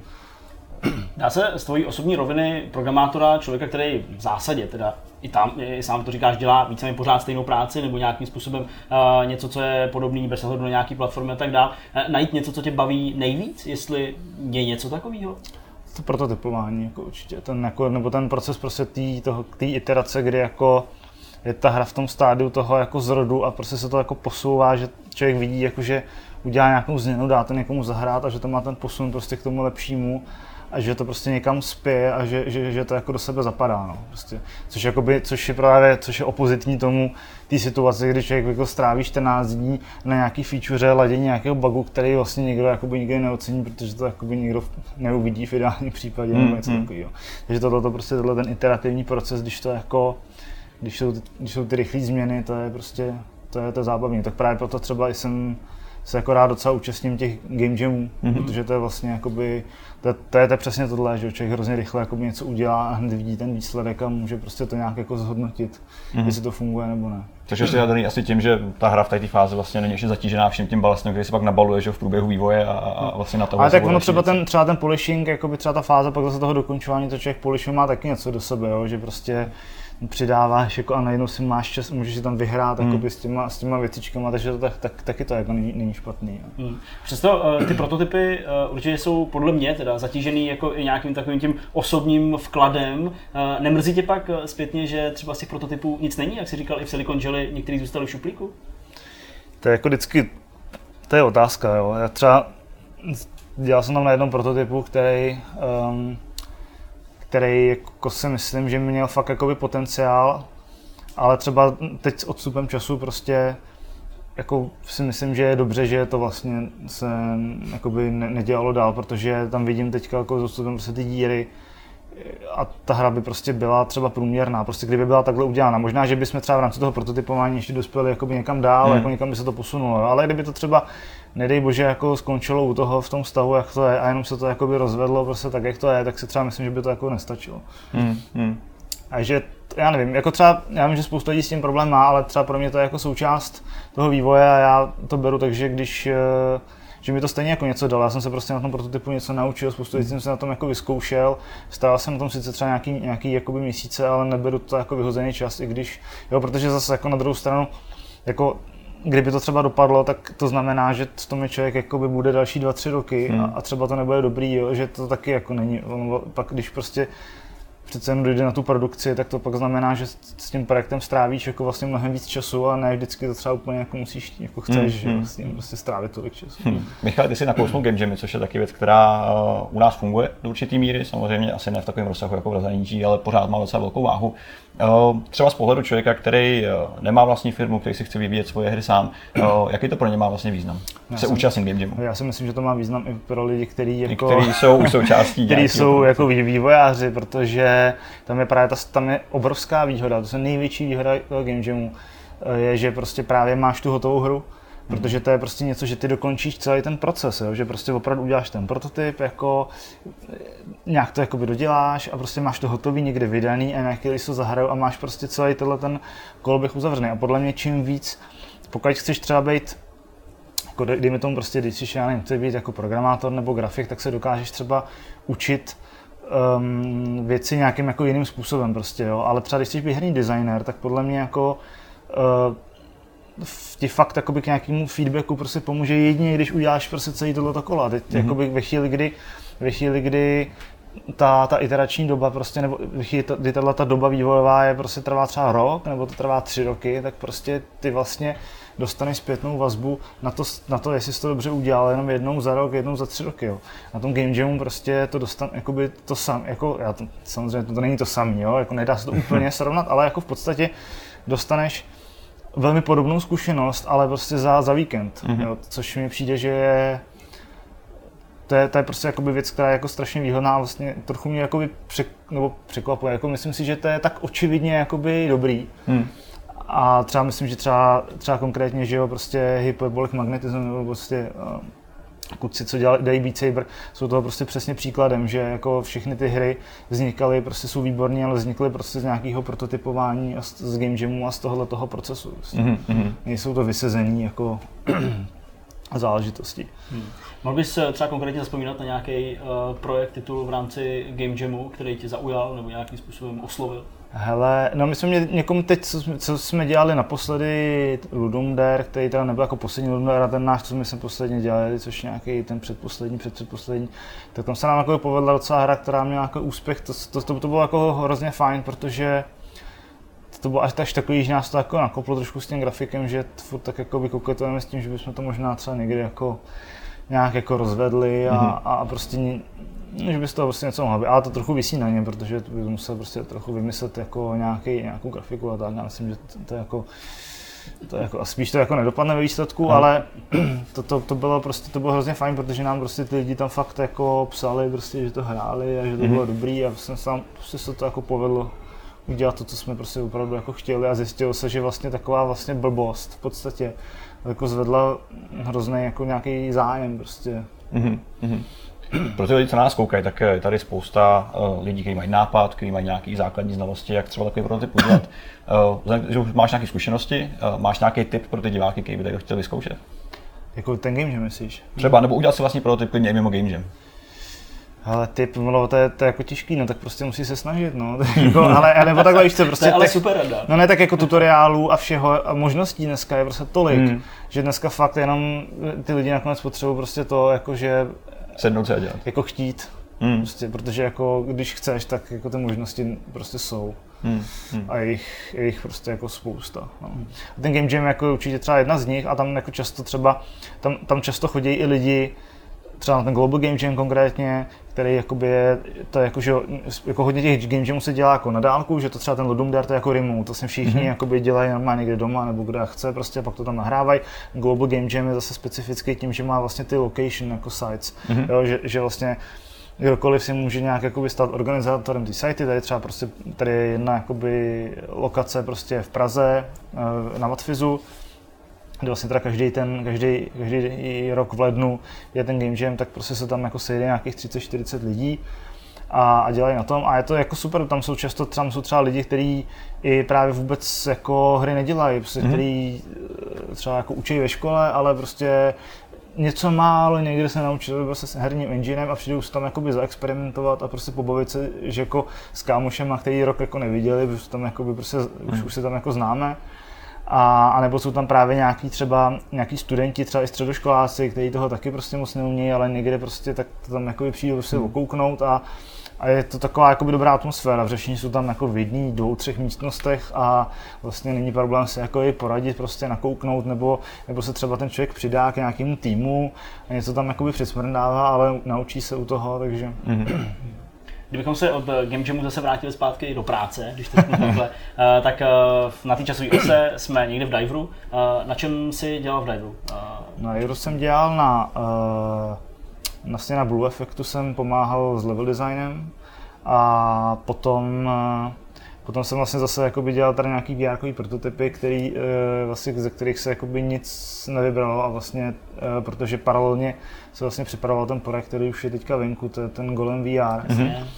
Dá se z tvojí osobní roviny programátora, člověka, který v zásadě teda i sám to říkáš, dělá víceméně pořád stejnou práci nebo nějakým způsobem něco, co je podobný bez ohledu na nějaký platformy a tak dále, najít něco, co tě baví nejvíc, jestli je něco takového? To prototypování jako určitě, nebo ten proces prostě té iterace, kdy jako je ta hra v tom stádiu toho jako zrodu a prostě se to jako posouvá, že člověk vidí, jako, že udělá nějakou změnu, dá to někomu zahrát a že to má ten posun prostě k tomu lepšímu a že to prostě někam spěje a že to jako do sebe zapadá, no, prostě. Což je opozitní tomu té situaci, kdy člověk jako stráví 14 dní na nějaký feature, ladění nějakého bugu, který vlastně nikdo jakoby nikdy neocení, protože to jakoby nikdo neuvidí v ideálním případě nebo něco takového. Takže tohle prostě ten iterativní proces, když jsou ty rychlé změny, to je prostě to je zábavné. Tak právě proto třeba jsem se jako rád docela účastním těch game jamů, protože to je vlastně jakoby, to je přesně tohle, že člověk hrozně rychle jakoby něco udělá a hned vidí ten výsledek a může prostě to nějak jako zhodnotit, jestli to funguje nebo ne. Což je daný asi tím, že ta hra v té fázi vlastně není ještě zatížená všem tím balastem, který se pak nabaluje, že v průběhu vývoje a vlastně na to. Ale tak ono třeba ten polishing, jakoby třeba ta fáze pak zase toho dokončování, to člověk polishuje má taky něco do sebe, jo, že prostě přidáváš jako a najednou si máš čas, můžeš si tam vyhrát s těma věcičkama, takže to taky to jako není špatný. Přesto ty prototypy určitě jsou podle mě teda zatížený jako i nějakým takovým tím osobním vkladem. Nemrzí tě pak zpětně, že třeba z těch prototypů nic není, jak jsi říkal i v Silicon Valley, některý zůstali v šuplíku? To je jako vždycky, to je otázka, jo. Já třeba dělal jsem tam na jednom prototypu, který jako si myslím, že měl fakt jakoby potenciál, ale třeba teď s odstupem času prostě jako si myslím, že je dobře, že to vlastně se jakoby nedělalo dál, protože tam vidím teďka jako s odstupem prostě ty díry a ta hra by prostě byla třeba průměrná, prostě kdyby byla takhle udělána. Možná, že bychom třeba v rámci toho prototypování ještě dospěli jakoby někam dál, jako někam by se to posunulo, ale kdyby to třeba nedej bože jako skončilo u toho v tom stavu, jak to je a jenom se to jakoby rozvedlo prostě tak, jak to je, tak si třeba myslím, že by to jako nestačilo. A že já nevím, jako třeba, já vím, že spousta lidí s tím problém má, ale třeba pro mě to je jako součást toho vývoje a já to beru tak, že že mi to stejně jako něco dalo. Já jsem se prostě na tom prototypu něco naučil, spoustu lidí jsem se na tom jako vyzkoušel. Stál jsem na tom sice třeba nějaký jakoby měsíce, ale neberu to jako vyhozený čas, i když, jo, protože zase jako na druhou stranu, jako kdyby to třeba dopadlo, tak to znamená, že v tom člověk jakoby bude další 2-3 roky a třeba to nebude dobrý, jo, že to taky jako není. Pak když prostě přece jen dojde na tu produkci, tak to pak znamená, že s tím projektem strávíš jako vlastně mnohem víc času a ne vždycky to třeba úplně jako musíš, jako chceš, že s tím prostě strávit tolik času. Michal, ty jsi nakousnul game jamy, což je taky věc, která u nás funguje do určitý míry, samozřejmě asi ne v takovém rozsahu jako v zahraničí, ale pořád má docela velkou váhu. Třeba z pohledu člověka, který nemá vlastní firmu, který si chce vyvíjet svoje hry sám, jaký to pro ně má vlastně význam? Se účastnit game jamu. Já si myslím, že to má význam i pro lidi, kteří jsou součástí. Kteří jsou jako vývojáři, protože tam je právě tam je obrovská výhoda, to je největší výhoda game jamu, je, že prostě právě máš tu hotovou hru. Protože to je prostě něco, že ty dokončíš celý ten proces, jo? Že prostě opravdu uděláš ten prototyp, jako nějak to jakoby doděláš a prostě máš to hotový někde vydaný a nějaký lidi se zahrajou a máš prostě celý ten koloběh uzavřený. A podle mě čím víc, pokud chceš třeba být, jako dejme tomu prostě, když jsi, já nevím, chceš být jako programátor nebo grafik, tak se dokážeš třeba učit věci nějakým jako jiným způsobem prostě, jo? Ale třeba když chceš být herní designer, tak podle mě jako ti fakt jakoby k nějakému feedbacku prostě pomůže jedině, když uděláš prostě celý tohleto kola. Teď jakoby ve chvíli, kdy ta iterační doba prostě, nebo kdy tato doba vývojová je prostě trvá třeba rok, nebo to trvá 3 roky, tak prostě ty vlastně dostaneš zpětnou vazbu na to, jestli jsi to dobře udělal jenom jednou za rok, jednou za 3 roky. Jo. Na tom game jamu prostě to dostane jakoby to sam, jako samozřejmě to není to samý, jo, jako nedá se to úplně srovnat, ale jako v podstatě dostaneš velmi podobnou zkušenost, ale prostě za víkend, jo, což mi přijde, že to je prostě jakoby věc, která je jako strašně výhodná a vlastně trochu mě jakoby překvapuje. Jako myslím si, že to je tak očividně jakoby dobrý. A třeba myslím, že třeba konkrétně, že jo, prostě hyperbolic magnetism nebo prostě kluci, co dělají Beat Saber, jsou toho prostě přesně příkladem, že jako všechny ty hry vznikaly, prostě jsou výborné, ale vznikly prostě z nějakého prototypování a z game jamu a z toho procesu. Prostě. Nejsou to vysezení jako záležitosti. Mohl bys třeba konkrétně vzpomínat na nějaký projekt, titul v rámci game jamu, který tě zaujal nebo nějakým způsobem oslovil? Hele, no my jsme měli někomu teď, co jsme dělali naposledy Ludum Dare, který teda nebyl jako poslední Ludum Dare, a ten náš, co jsme posledně dělali, což nějaký ten předposlední, tak tam se nám jako povedla docela hra, která měla jako úspěch, to bylo jako hrozně fajn, protože to bylo až takový, že nás to jako nakoplo trošku s tím grafikem, že furt tak jako koketujeme s tím, že bychom to možná třeba někdy jako nějak jako rozvedli a prostě že by z toho prostě něco mohlo být, ale to trochu visí na něm, protože by musel prostě trochu vymyslet jako nějakou grafiku a tak. Já myslím, že to je jako a spíš to jako nedopadne ve výsledku, ale to bylo prostě, to bylo hrozně fajn, protože nám prostě ty lidi tam fakt jako psali prostě, že to hráli a že to bylo dobrý a prostě se to jako povedlo udělat to, co jsme prostě opravdu jako chtěli a zjistilo se, že vlastně taková vlastně blbost v podstatě jako zvedla hrozný jako nějaký zájem prostě. Pro ty lidi, co na nás koukají, tak je tady spousta lidí, kteří mají nápad, kteří mají nějaké základní znalosti, jak třeba takový prototyp udělat. Že máš nějaké zkušenosti, máš nějaký tip pro ty diváky, kteří by tady chtěli vyzkoušet? Jako ten game jam, myslíš? Třeba, nebo udělat si vlastní prototyp klidně i mimo game jam. Ale tip, to je jako těžký, no tak prostě musí se snažit, no. ale nebo takhle, víš co, prostě to je ale super rada. No ne, tak jako tutoriálů a všeho a možností dneska je prostě tolik, že dneska fakt jenom ty lidi nakonec potřebují prostě to, jakože sednout se a dělat. Jako chtít, prostě, protože jako když chceš, tak jako ty možnosti prostě jsou. A je jich prostě jako spousta. No. Ten game jam jako určitě třeba jedna z nich a tam jako často třeba, tam často chodí i lidi, třeba na ten Global Game Jam konkrétně, který jakoby je, to jako, že jako hodně těch game jamů se dělá jako na dálku, že to třeba ten Ludum Dare to je jako remote, to si všichni jakoby dělají normálně někde doma nebo kde chce, prostě a pak to tam nahrávají. Global Game Jam je zase specifický tím, že má vlastně ty location jako sites, jo, že vlastně kdokoliv si může nějak jakoby stát organizátorem té sity, tady je jedna jakoby lokace prostě v Praze na Matfizu, kde vlastně teda každý rok v lednu je ten game jam, tak prostě se tam jako sejde nějakých 30-40 lidí a dělají na tom a je to jako super, tam jsou třeba lidi, kteří i právě vůbec jako hry nedělají, prostě, kteří třeba jako učí ve škole, ale prostě něco málo někde se naučili prostě s herním enginem a přijdou se tam jakoby zaexperimentovat a prostě pobavit se, že jako s kámošema, který rok jako neviděli, protože tam jakoby prostě už se tam jako známe. A nebo jsou tam právě nějaký studenti, třeba i středoškoláci, kteří toho taky prostě moc neumějí, ale někde prostě tak tam jakoby přijdou prostě okouknout A je to taková jakoby dobrá atmosféra, protože všichni jsou tam jako v jedné, 2, 3 místnostech a vlastně není problém se jako i poradit, prostě nakouknout, nebo se třeba ten člověk přidá k nějakému týmu a něco tam jakoby přesmrdává, ale naučí se u toho, takže... Kdybychom se od Game Jamu zase vrátili zpátky do práce, když to řeknu takhle, tak na té časové ose jsme někde v Diveru. Na čem jsi dělal v Diveru? Na Diveru jsem dělal vlastně na Blue Effectu jsem pomáhal s level designem a potom jsem vlastně zase jakoby dělal tady nějaký VR-kový prototypy, vlastně, ze kterých se jakoby nic nevybralo a vlastně, protože paralelně se vlastně připravoval ten projekt, který už je teďka venku, to je ten Golem VR.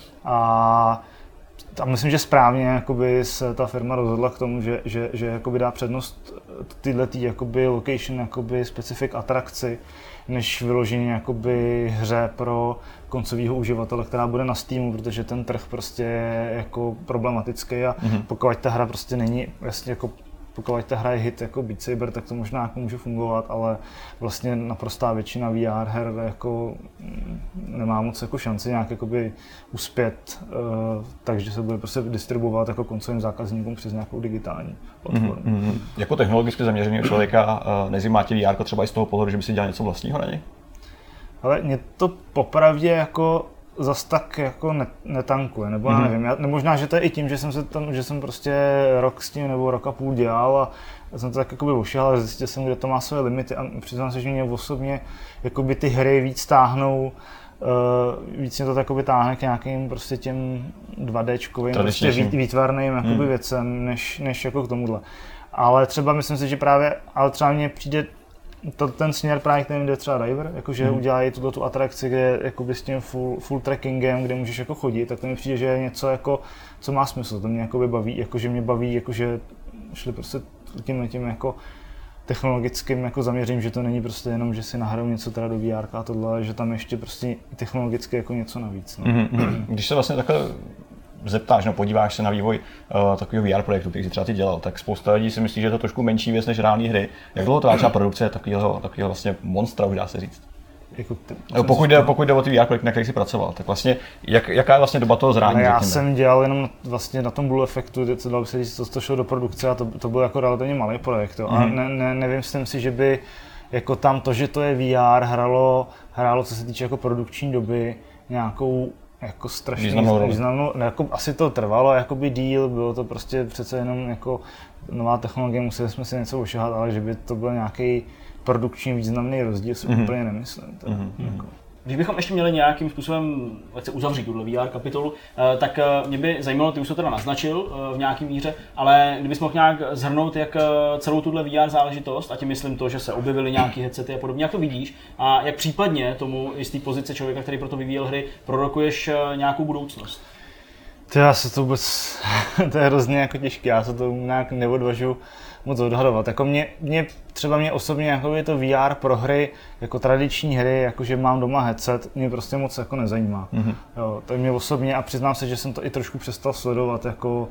A myslím, že správně jakoby se ta firma rozhodla k tomu, že jakoby dá přednost tyhletý jakoby location, jakoby specific atrakci, než vyloženě jakoby hře pro koncového uživatele, která bude na Steamu, protože ten trh prostě je jako problematický a pokud ta hra prostě není, jasně jako pokud ta hra je hit jako Beat Saber, tak to možná jako může fungovat, ale vlastně naprostá většina VR her jako nemá moc jako šanci nějak jakoby uspět, takže se bude prostě distribuovat jako koncovým zákazníkům přes nějakou digitální platformu. Jako technologicky zaměřeného člověka nezajímá tě VR třeba i z toho pohledu, že by si dělal něco vlastního na něj? Ale mě to popravdě jako zas tak jako netankuje, nebo já nevím, možná, že to je i tím, že jsem prostě rok s tím nebo rok a půl dělal a jsem to tak jakoby ošel, ale zjistil jsem, kde to má své limity a přiznám se, že mě osobně jakoby ty hry víc táhnou, víc mě to takoby táhne k nějakým prostě těm 2Dčkovým, prostě výtvarným jakoby věcem, než jako k tomuhle. Ale třeba myslím si, že třeba mně přijde ten směr právě, kterým jde třeba Diver, jakože udělají tu atrakci, kde jakoby s tím full trackingem, kde můžeš jako chodit, tak to mi přijde, že je něco jako, co má smysl, to mě jakoby baví, jakože mě baví, jakože šli prostě tím jako technologickým jako zaměřím, že to není prostě jenom, že si nahraju něco teda do VR a tohle, ale že tam ještě prostě technologicky jako něco navíc. No. Když se vlastně takhle zeptáš, no podíváš se na vývoj takového VR projektu, který jsi třeba ty dělal, tak spousta lidí si myslí, že je to trošku menší věc než reální hry. Jak dlouho trvá třeba produkce takového vlastně monstra, už dá se říct? Pokud jde o ty VR projekty, na kterých jsi pracoval, tak vlastně jaká je vlastně doba toho zrání? Já jsem dělal jenom vlastně na tom Blue Effectu, co dalo by se říct, to šlo do produkce a to byl jako relativně malý projekt. A nevím si, že by jako tam to, že to je VR, hrálo co se týče jako produkční doby nějakou jako strašně významnou, jako asi to trvalo jakoby díl, bylo to prostě přece jenom jako nová technologie, museli jsme si něco ošahat, ale že by to byl nějaký produkční významný rozdíl, si úplně nemyslím. Jako. Když bychom ještě měli nějakým způsobem uzavřít tuhle VR kapitolu, tak mě by zajímalo, ty už to teda naznačil v nějaký míře, ale kdybys mohl nějak shrnout, jak celou tuhle VR záležitost, a tím myslím to, že se objevily nějaký headsety a podobně, jak to vidíš a jak případně tomu i z té pozice člověka, který proto vyvíjel hry, prorokuješ nějakou budoucnost? To je hrozně jako těžké, já se to nějak neodvažu moc odhadovat. Jako mě osobně jako je to VR pro hry, jako tradiční hry, jakože mám doma headset, mě prostě moc jako nezajímá. Jo, tak mě osobně a přiznám se, že jsem to i trošku přestal sledovat, jako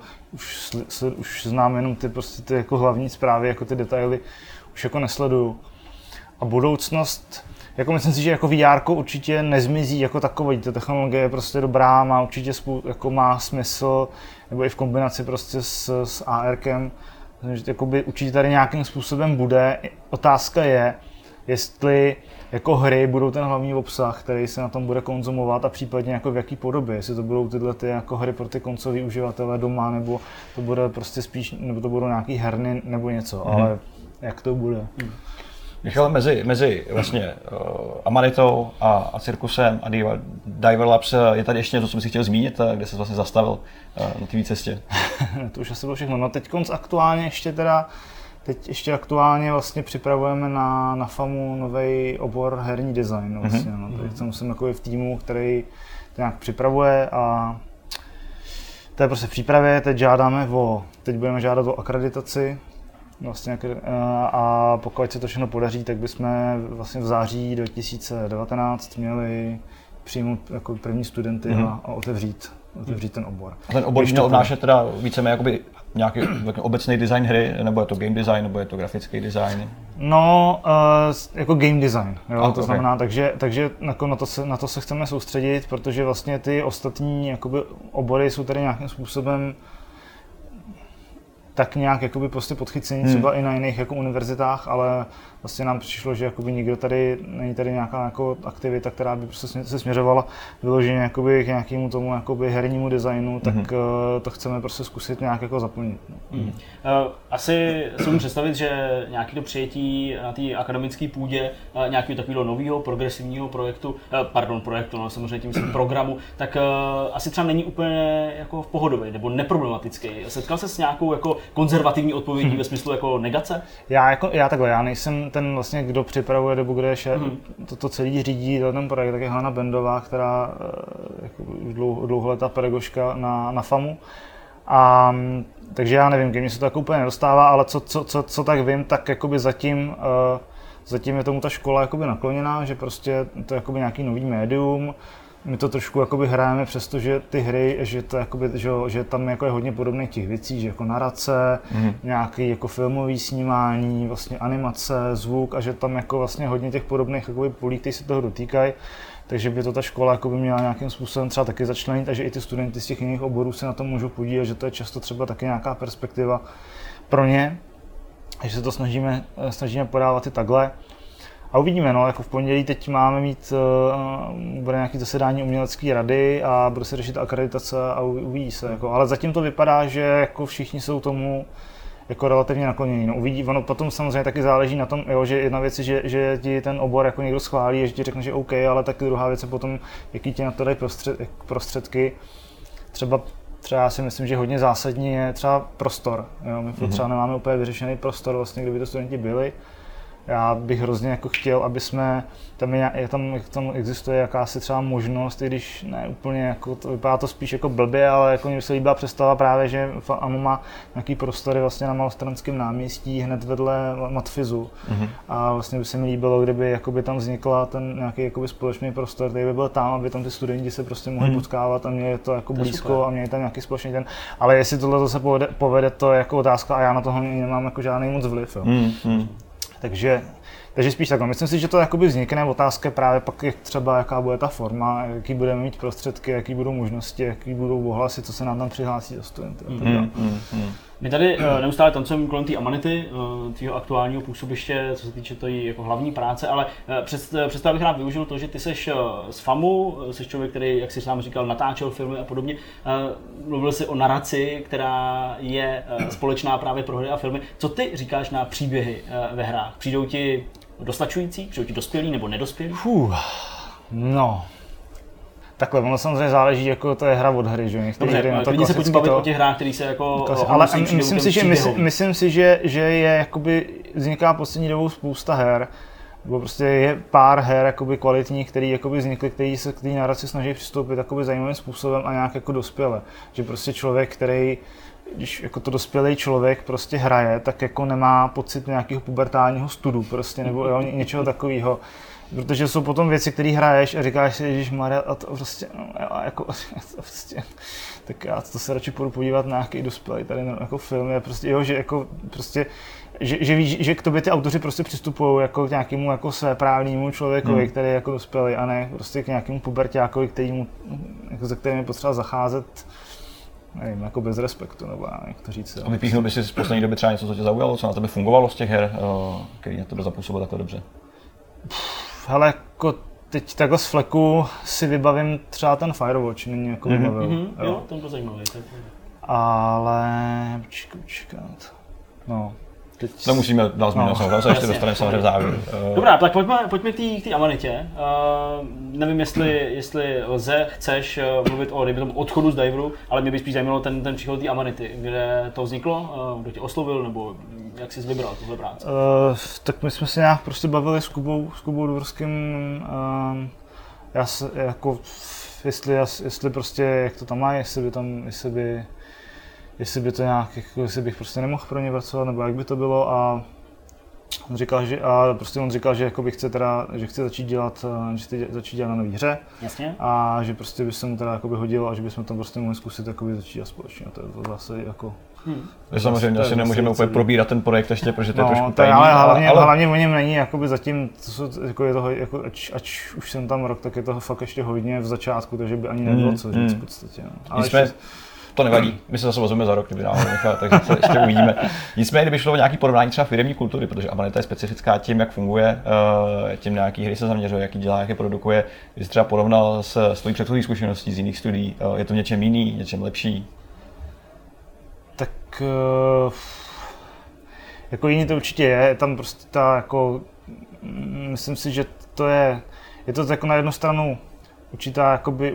už znám jenom ty jako hlavní zprávy, jako ty detaily už jako nesleduju. A budoucnost, jako myslím si, že jako VR určitě nezmizí jako takový, ta technologie je prostě dobrá, má určitě má smysl, nebo i v kombinaci prostě s ARkem. Že určitě tady nějakým způsobem bude. Otázka je, jestli jako hry budou ten hlavní obsah, který se na tom bude konzumovat a případně jako v jaký podobě. Jestli to budou tyhle jako hry pro ty koncový uživatele doma, nebo to bude prostě spíš, nebo to budou nějaký herny nebo něco, ale jak to bude. Michale, mezi vlastně Amanitou a Cirkusem a Diver Labs je tady ještě něco, co bys chtěl zmínit, kde jsi vlastně zastavil na té cestě? To už asi bylo všechno. No teď ještě aktuálně vlastně připravujeme na FAMu nový obor herní design. Vlastně, no. Teď jsem jako v týmu, který to nějak připravuje a to je prostě v přípravě. Teď budeme žádat o akreditaci. Vlastně, a pokud se to všechno podaří, tak bychom vlastně v září 2019 měli přijmout jako první studenty a otevřít ten obor. A ten obor měl obnášet teda víceméně jakoby nějaký obecný design hry, nebo je to game design, nebo je to grafický design? No, jako game design, jo, to okay. znamená, takže jako na to se chceme soustředit, protože vlastně ty ostatní jakoby obory jsou tady nějakým způsobem tak nějak jakoby prostě podchycení třeba i na jiných jako univerzitách, ale vlastně nám přišlo, že jakoby nikdo tady, není tady nějaká jako aktivita, která by prostě se směřovala vyloženě jakoby k nějakému tomu jakoby hernímu designu, tak to chceme prostě zkusit nějak jako zaplnit. Asi si můžu představit, že nějaké to přijetí na té akademické půdě nějakého takového nového progresivního projektu, no samozřejmě tím programu, tak asi třeba není úplně jako pohodový nebo neproblematický. Setkal se s nějakou jako konzervativní odpovědí ve smyslu jako negace? Já nejsem ten vlastně, kdo připravuje dobu, kde to celý řídí ten projekt, tak je Hana Bendová, která jako dlouholetá pedagožka na FAMu. Takže já nevím, ke mně se to jako úplně nedostává, ale co tak vím, tak jakoby zatím je tomu ta škola jakoby nakloněná, že prostě to je jakoby nějaký nový médium. My to trošku jakoby hrajeme, přestože ty hry, že to jakoby, že tam jako je hodně podobných těch věcí, že jako narace, nějaký jako filmový snímání, vlastně animace, zvuk a že tam jako vlastně hodně těch podobných jakoby polí, které se toho dotýkají. Takže by to ta škola jakoby měla nějakým způsobem třeba taky začlenit, takže i ty studenti z těch jiných oborů se na tom můžou podílet, že to je často třeba taky nějaká perspektiva pro ně, že se to snažíme podávat i takhle. A uvidíme, no, jako v pondělí teď bude nějaké zasedání umělecké rady a bude se řešit akreditace a uvidí se, jako, ale zatím to vypadá, že jako všichni jsou tomu jako relativně naklonění. No, ono potom samozřejmě taky záleží na tom, jo, že jedna věc je, že ti ten obor jako někdo schválí, že ti řekne, že OK, ale taky druhá věc je potom, jaký ti na to dají prostředky. Třeba já si myslím, že hodně zásadní je třeba prostor. Jo. My třeba nemáme úplně vyřešený prostor, vlastně, kde by to studenti byli. Já bych hrozně jako chtěl, aby jsme, tam existuje jakási třeba možnost, i když ne úplně, jako to vypadá to spíš jako blbě, ale jako mně se líbila představa právě, že FAMU má nějaký prostory vlastně na Malostranském náměstí hned vedle Matfizu. A vlastně by se mi líbilo, kdyby jakoby tam vznikla ten nějaký jakoby společný prostor, který by byl tam, aby tam ty studenti se prostě mohli potkávat a měli to jako blízko a měli tam nějaký společný ten. Ale jestli tohle zase povede, to je jako otázka a já na toho nemám jako žádný moc vliv. Jo. Takže spíš takhle. Myslím si, že to jakoby vznikne, otázka právě pak, jaká bude ta forma, jaký budeme mít prostředky, jaký budou možnosti, jaký budou ohlasy, co se nám tam přihlásí za studenty. My tady neustále tancujeme kolem té Amanity, tvýho aktuálního působiště, co se týče tý jako hlavní práce, ale přesto bych rád využil to, že ty seš z FAMu, seš člověk, který, jak jsi sám říkal, natáčel filmy a podobně. Mluvil jsi o naraci, která je společná právě pro hry a filmy. Co ty říkáš na příběhy ve hrách? Přijdou ti dostačující? Přijdou ti dospělí nebo nedospělí? No. Takhle, ono samozřejmě záleží, jako to je hra od hry, že? Dobře, klidně se pojďme bavit o těch hrách, které se jako ale myslím si, že je jakoby vzniká poslední dobou spousta her, nebo prostě je pár her jakoby kvalitních, které jakoby vznikly, který se k té naraci snaží přistoupit jakoby zajímavým způsobem a nějak jako dospěle. Že prostě člověk, který když jako to dospělý člověk prostě hraje, tak jako nemá pocit nějakého pubertálního studu prostě, nebo jo, něčeho takového. Protože jsou potom věci, které hraješ a říkáš si, ježišmarja, a to prostě, prostě, tak já to se radši půjdu podívat na nějaký dospělý tady jako film, je prostě, jo, že jako prostě, že víš, že k tobě ty autoři prostě přistupují jako k nějakému jako svéprávnému člověkovi, který je jako dospělý, a ne prostě k nějakému puberťákovi, za kterým je potřeba zacházet, nevím, jako bez respektu, nebo jak to říct. A vypíchnul bys si z poslední doby třeba něco, co tě zaujalo, co na tebe fungovalo z těch her, který na tebe zapůsobil takhle dobře? Hele, jako teď takhle z fleku si vybavím třeba ten Firewatch, mě jako vybavil. Jo, ten byl zajímavý. Ale počkat. No. To musíme dál zmínit, tam se ještě dostaneme samozřejmě v závěru. Dobrá, tak pojďme k té Amanitě. Nevím, jestli chceš mluvit o odchodu z Diveru, ale mě by spíš zajímalo ten příchod té Amanity, kde to vzniklo, kdo tě oslovil, nebo jak jsi vybral tuhle práci? Tak my jsme se nějak prostě bavili s Kubou Dvorským, jestli prostě, jak to tam má, jestli by to nějak, jako, jestli bych prostě nemohl pro ně pracovat, nebo jak by to bylo, a on říkal, že jako by chce začít dělat na nový hře. Jasně. A že prostě by se mu teda jakoby hodilo a že bychom tam prostě mohli zkusit jakoby začít společně. To je zase jako Samozřejmě asi nemůžeme úplně probírat ten projekt ještě, protože to je trošku tajný. Ale hlavně o něm není jakoby zatím, jako je toho, jako ať už jsem tam rok, tak je toho fakt ještě hodně v začátku, takže by ani nebylo co říct v podstatě. Ale to nevadí, my se zase ozveme za rok, kdyby náhodou nechal, takže se ještě uvidíme. Nicméně, kdyby šlo o nějaký porovnání třeba firemní kultury, protože Amanita je specifická tím, jak funguje, tím na jaký hry se zaměřuje, jaký dělá, jak je produkuje. Když jsi třeba porovnal s svojí předchozí zkušeností z jiných studií, je to něčem jiný, něčem lepší? Tak jako jiný to určitě je, tam prostě ta jako, myslím si, že je to jako na jednu stranu určitá jakoby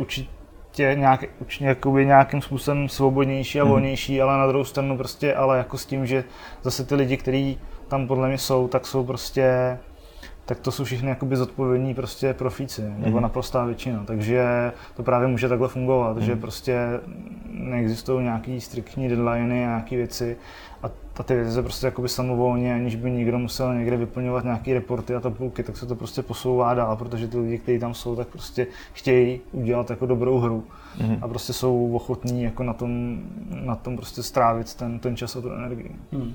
nějakým způsobem svobodnější a volnější, ale na druhou stranu prostě, ale jako s tím, že zase ty lidi, kteří tam podle mě jsou, tak jsou prostě, tak to jsou všichni jakoby zodpovědní prostě profíci, nebo naprostá většina, takže to právě může takhle fungovat, že prostě neexistují nějaký striktní deadliny a nějaké věci a ty věci se prostě jakoby samovolně, aniž by někdo musel někde vyplňovat nějaké reporty a tabulky, tak se to prostě posouvá dál, protože ty lidi, kteří tam jsou, tak prostě chtějí udělat jako dobrou hru a prostě jsou ochotní jako na tom prostě strávit ten čas a tu energii.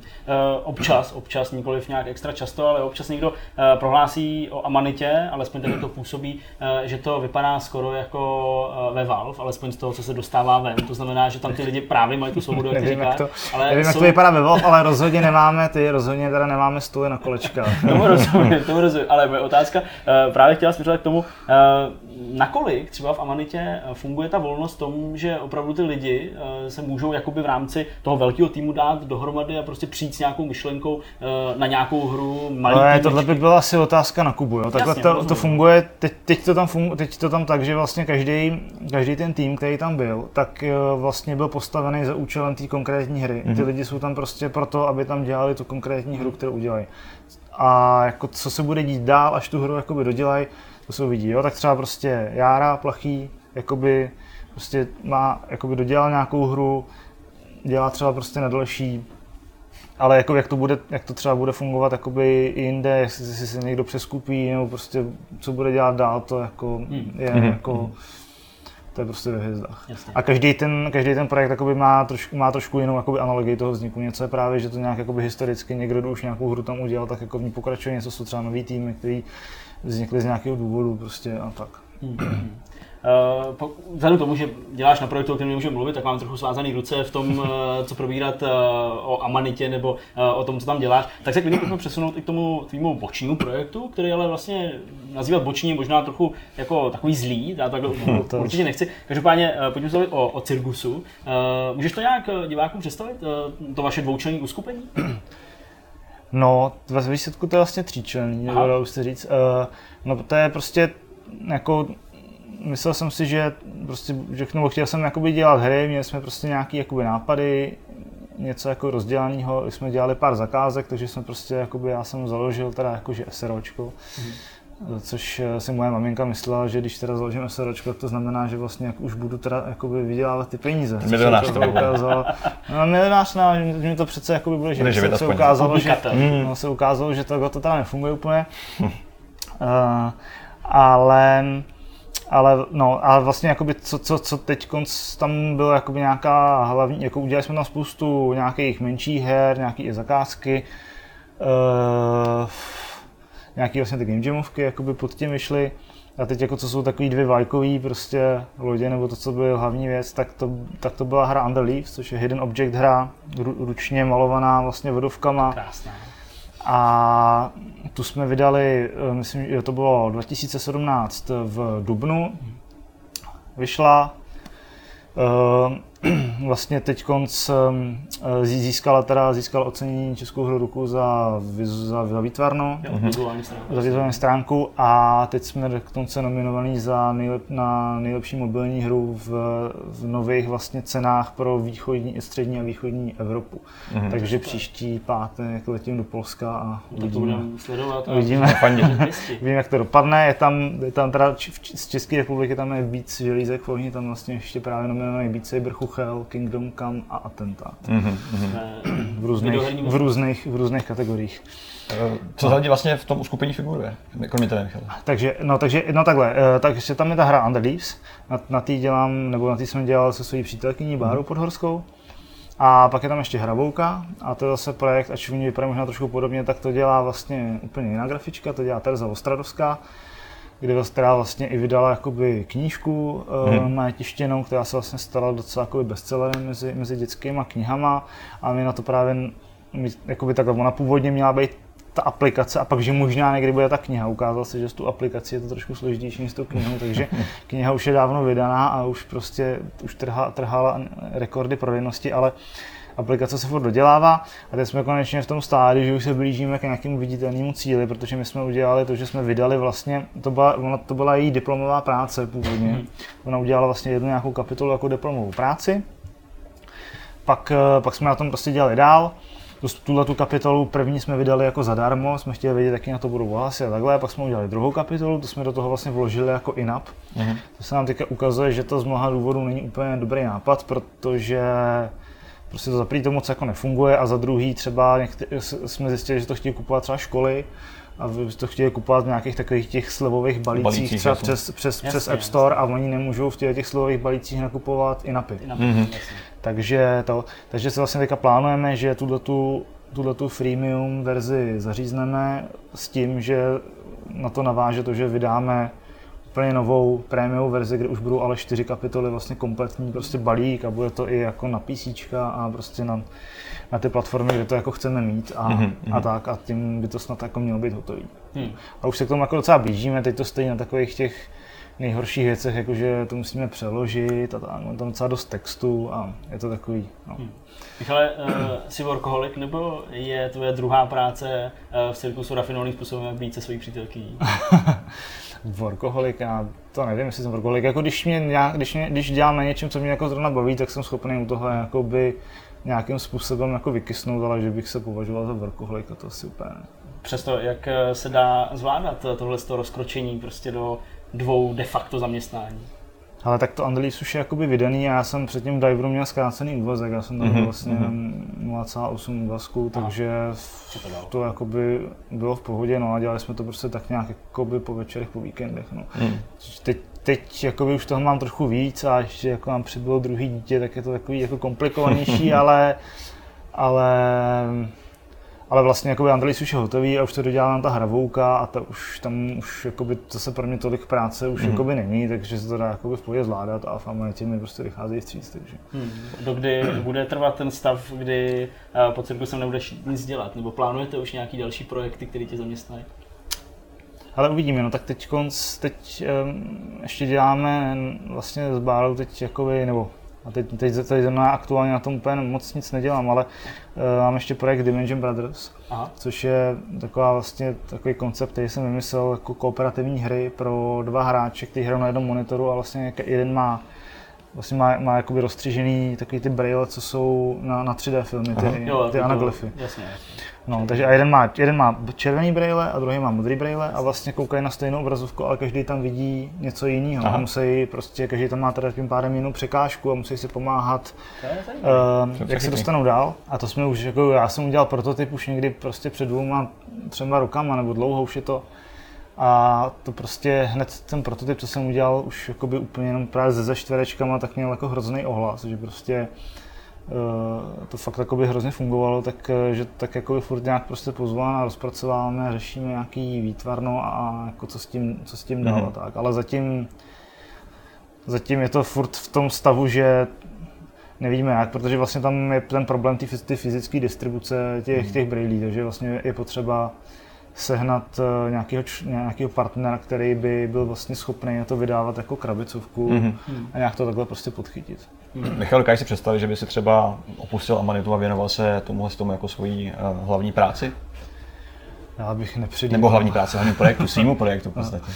Občas, nikoliv nějak extra často, ale občas někdo prohlásí o Amanitě, alespoň tady to působí, že to vypadá skoro jako ve Valve, alespoň z toho, co se dostává ven. To znamená, že tam ty lidi právě mají tu svobodu, jak ty říkáš. Nevím, jak to vypadá ve Valve, ale rozhodně nemáme stůly na kolečkách. Tomu rozumím, ale moje otázka právě chtěla směřovat k tomu, nakolik třeba v Amanitě funguje ta volnost v tom, že opravdu ty lidi se můžou jakoby v rámci toho velkého týmu dát dohromady a prostě přijít s nějakou myšlenkou na nějakou hru. Tohle by byla asi otázka na Kubu. Jo? Takhle to funguje, teď to tam tak, že vlastně každý ten tým, který tam byl, tak vlastně byl postavený za účelem té konkrétní hry. Ty lidi jsou tam prostě proto, aby tam dělali tu konkrétní hru, kterou udělají. A jako co se bude dít dál, až tu hru jakoby dodělají, to se uvidí. Jo? Tak třeba prostě Jára Plachý jakoby prostě má jakoby dodělal nějakou hru, dělá třeba prostě na další, ale jako jak to třeba bude fungovat jakoby i jinde, jestli se někdo přeskupí nebo prostě co bude dělat dál, to jako je jako to je prostě ve hvězdách. Jasně. A každý ten projekt jakoby má trošku jinou jakoby analogii toho vzniku. Něco je právě, že to nějak jakoby historicky někdo, kdo už nějakou hru tam udělal, tak jako v ní pokračuje, něco jsou třeba nový týmy, který vznikly z nějakého důvodu prostě a tak. Vzhledem k tomu, že děláš na projektu, o kterém nemůžeme mluvit, tak mám trochu svázaný ruce v tom, co probírat o Amanitě nebo o tom, co tam děláš, tak se klidně pojďme přesunout i k tomu tvýmu bočnímu projektu, který ale vlastně nazývat boční možná trochu jako takový zlý, já takhle určitě nechci. Každopádně pojďme se bavit o Cirgusu. Můžeš to nějak divákům představit, to vaše dvoučlenné uskupení? No, ve výsledku to je vlastně tříčlenný, dalo se říct. No to je prostě jako myslel jsem si, že prostě chtěl jsem jakoby dělat hry, měli jsme prostě nějaký jakoby nápady, něco jako rozdělanýho, jsme dělali pár zakázek, takže jsme prostě jakoby, já jsem založil teda jakože SROčko, což si moje maminka myslela, že když teda založím SROčko, to znamená, že vlastně jak už budu teda jakoby vydělávat ty peníze. Milionář to ukázalo. No milionář, že mi to přece jakoby bude živit. Se ukázalo, že to teda nefunguje úplně. Ale vlastně jakoby co teď tam bylo jakoby nějaká hlavní, jako udělali jsme tam spoustu nějakých menších her, nějaké i zakázky, nějaké vlastně ty game jamovky jakoby pod tím vyšly. A teď jako co jsou takový dvě vlajkový prostě lodě, nebo to, co byl hlavní věc, tak to byla hra Under Leaves, což je hidden object hra, ručně malovaná vlastně vodovkama. Krásná. A tu jsme vydali, myslím, že to bylo 2017 v dubnu, vyšla. Vlastně teď získala ocenění Českou hru roku za výtvarnou, za vizuální stránku a teď jsme dokonce nominovaní na nejlepší mobilní hru v nových vlastně cenách pro střední a východní Evropu. Takže příští pátek letím do Polska a uvidíme, jak to dopadne. Je tam teda z České republiky tam je víc želízek, tam vlastně ještě právě nominovaný Beat Saber, Chuchel, Kingdom Come a Atentát. V různých kategoriích. Co za lidi vlastně v tom uskupení figuruje? Kromě tebe, Michal. Takže tam je ta hra Under Leaves. Na té jsme dělal se svojí přítelkyní Bárou Podhorskou. A pak je tam ještě Hrabouka a to je zase projekt, ač v ní vypadá možná trošku podobně, tak to dělá vlastně úplně jiná grafička, to dělá Tereza Ostradovská, která vlastně i vydala jakoby knížku má tištěnou, která se vlastně stala docela jakoby bestsellerem mezi dětskýma knihama a my na to právě jakoby takhle, ona původně měla být ta aplikace a pak, že možná někdy bude ta kniha. Ukázalo se, že s tu aplikací je to trošku složitější než s tou knihou, takže kniha už je dávno vydaná a už trhala rekordy prodejnosti, ale aplikace se furt dodělává a teď jsme konečně v tom stádiu, že už se blížíme k nějakému viditelnému cíli, protože my jsme udělali to, že jsme vydali vlastně, to byla její diplomová práce původně. Ona udělala vlastně jednu nějakou kapitolu jako diplomovou práci, pak jsme na tom prostě dělali dál. Tuhletu kapitolu první jsme vydali jako zadarmo, jsme chtěli vědět, jaký na to budou ohlasy a takhle, pak jsme udělali druhou kapitolu, to jsme do toho vlastně vložili jako in-app. To se nám teďka ukazuje, že to z mnoha důvodů není úplně dobrý nápad, protože prostě to za první to moc jako nefunguje a za druhý třeba jsme zjistili, že to chtějí kupovat třeba školy a vy to chtějí kupovat v nějakých takových těch slevových balících třeba přes App Store a oni nemůžou v těch slevových balících nakupovat in-appy. Takže si vlastně teďka plánujeme, že tuhletu freemium verzi zařízneme s tím, že na to naváže to, že vydáme úplně novou prémiovou verzi, kde už budou ale 4 kapitoly vlastně kompletní prostě balík a bude to i jako na PCčka a prostě na ty platformy, kde to jako chceme mít a tak a tím by to snad jako mělo být hotový. A už se k tomu jako docela blížíme, teď to stojí na takových těch nejhorších věcech, jakože to musíme přeložit a tam docela dost textu a je to takový. No. Michale, jsi workoholik nebo je tvoje druhá práce v cirkusu rafinovaným způsobem být se svojí přítelkyní? Workoholik, já to nevím, jestli jsem workoholik. Jako když dělám na něčem, co mě jako zrovna baví, tak jsem schopný u toho jakoby nějakým způsobem jako vykysnout, ale že bych se považoval za workoholik, to asi úplně ne. Přesto, jak se dá zvládat tohle rozkročení prostě do 2 de facto zaměstnání? Ale tak to Andalís už je jakoby vydaný a já jsem předtím v Diveru měl zkrácený úvazek, já jsem tam vlastně 0,8 úvazku, takže to jakoby bylo v pohodě, no a dělali jsme to prostě tak nějak jakoby po večerech, po víkendech, no. Teď jakoby už toho mám trochu víc a ještě jako nám přibylo druhý dítě, tak je to takový jako komplikovanější, ale vlastně jakoby Andalís už je hotový a už to dodělá ta Hrabouka a tam už jakoby zase pro mě tolik práce už jakoby není, takže se to dá jakoby v pohodě zvládat a v Amanetě mi prostě vycházejí vstříc, takže. Dokdy bude trvat ten stav, kdy pod cirkusem nebudeš nic dělat, nebo plánujete už nějaký další projekty, které tě zaměstnají? Ale uvidíme, no tak teď ještě děláme vlastně s Bárou teď jakoby, nebo a teď zrovna aktuálně na tom úplně moc nic nedělám, ale mám ještě projekt Dimension Brothers, což je takový koncept, který jsem vymyslel jako kooperativní hry pro 2 hráče, kteří hrajou na jednom monitoru a vlastně jeden má jakoby rozstřížený takový ty braille, co jsou na 3D filmy, ty anaglyfy. Jasně. No, takže a jeden má červený braille a druhý má modrý braille a vlastně koukají na stejnou obrazovku, ale každý tam vidí něco jiného. A musí prostě, každý tam má teda tím pádem jinou překážku a musí si pomáhat, jak se dostanou dál. A to jsme už, jako já jsem udělal prototyp už někdy prostě před 2-3 rokama, nebo dlouho už je to. A to prostě hned ten prototyp, co jsem udělal už jakoby úplně jenom právě se čtverečkama, tak měl jako hrozný ohlas, že prostě to fakt jakoby hrozně fungovalo, takže tak jakoby furt nějak prostě pozváme a rozpracováváme, řešíme nějaký výtvarno a jako co s tím dál a tak, ale zatím je to furt v tom stavu, že nevíme jak, protože vlastně tam je ten problém ty fyzické distribuce těch brailí, takže vlastně je potřeba sehnat nějakého partnera, který by byl vlastně schopný to vydávat jako krabicovku a nějak to takhle prostě podchytit. Michal, dokážeš si představit, že by si třeba opustil Amanitu a věnoval se tomu jako svojí hlavní práci? Já bych nepředjímal. Nebo hlavní práci, hlavní projektu, svýmu projektu v podstatě?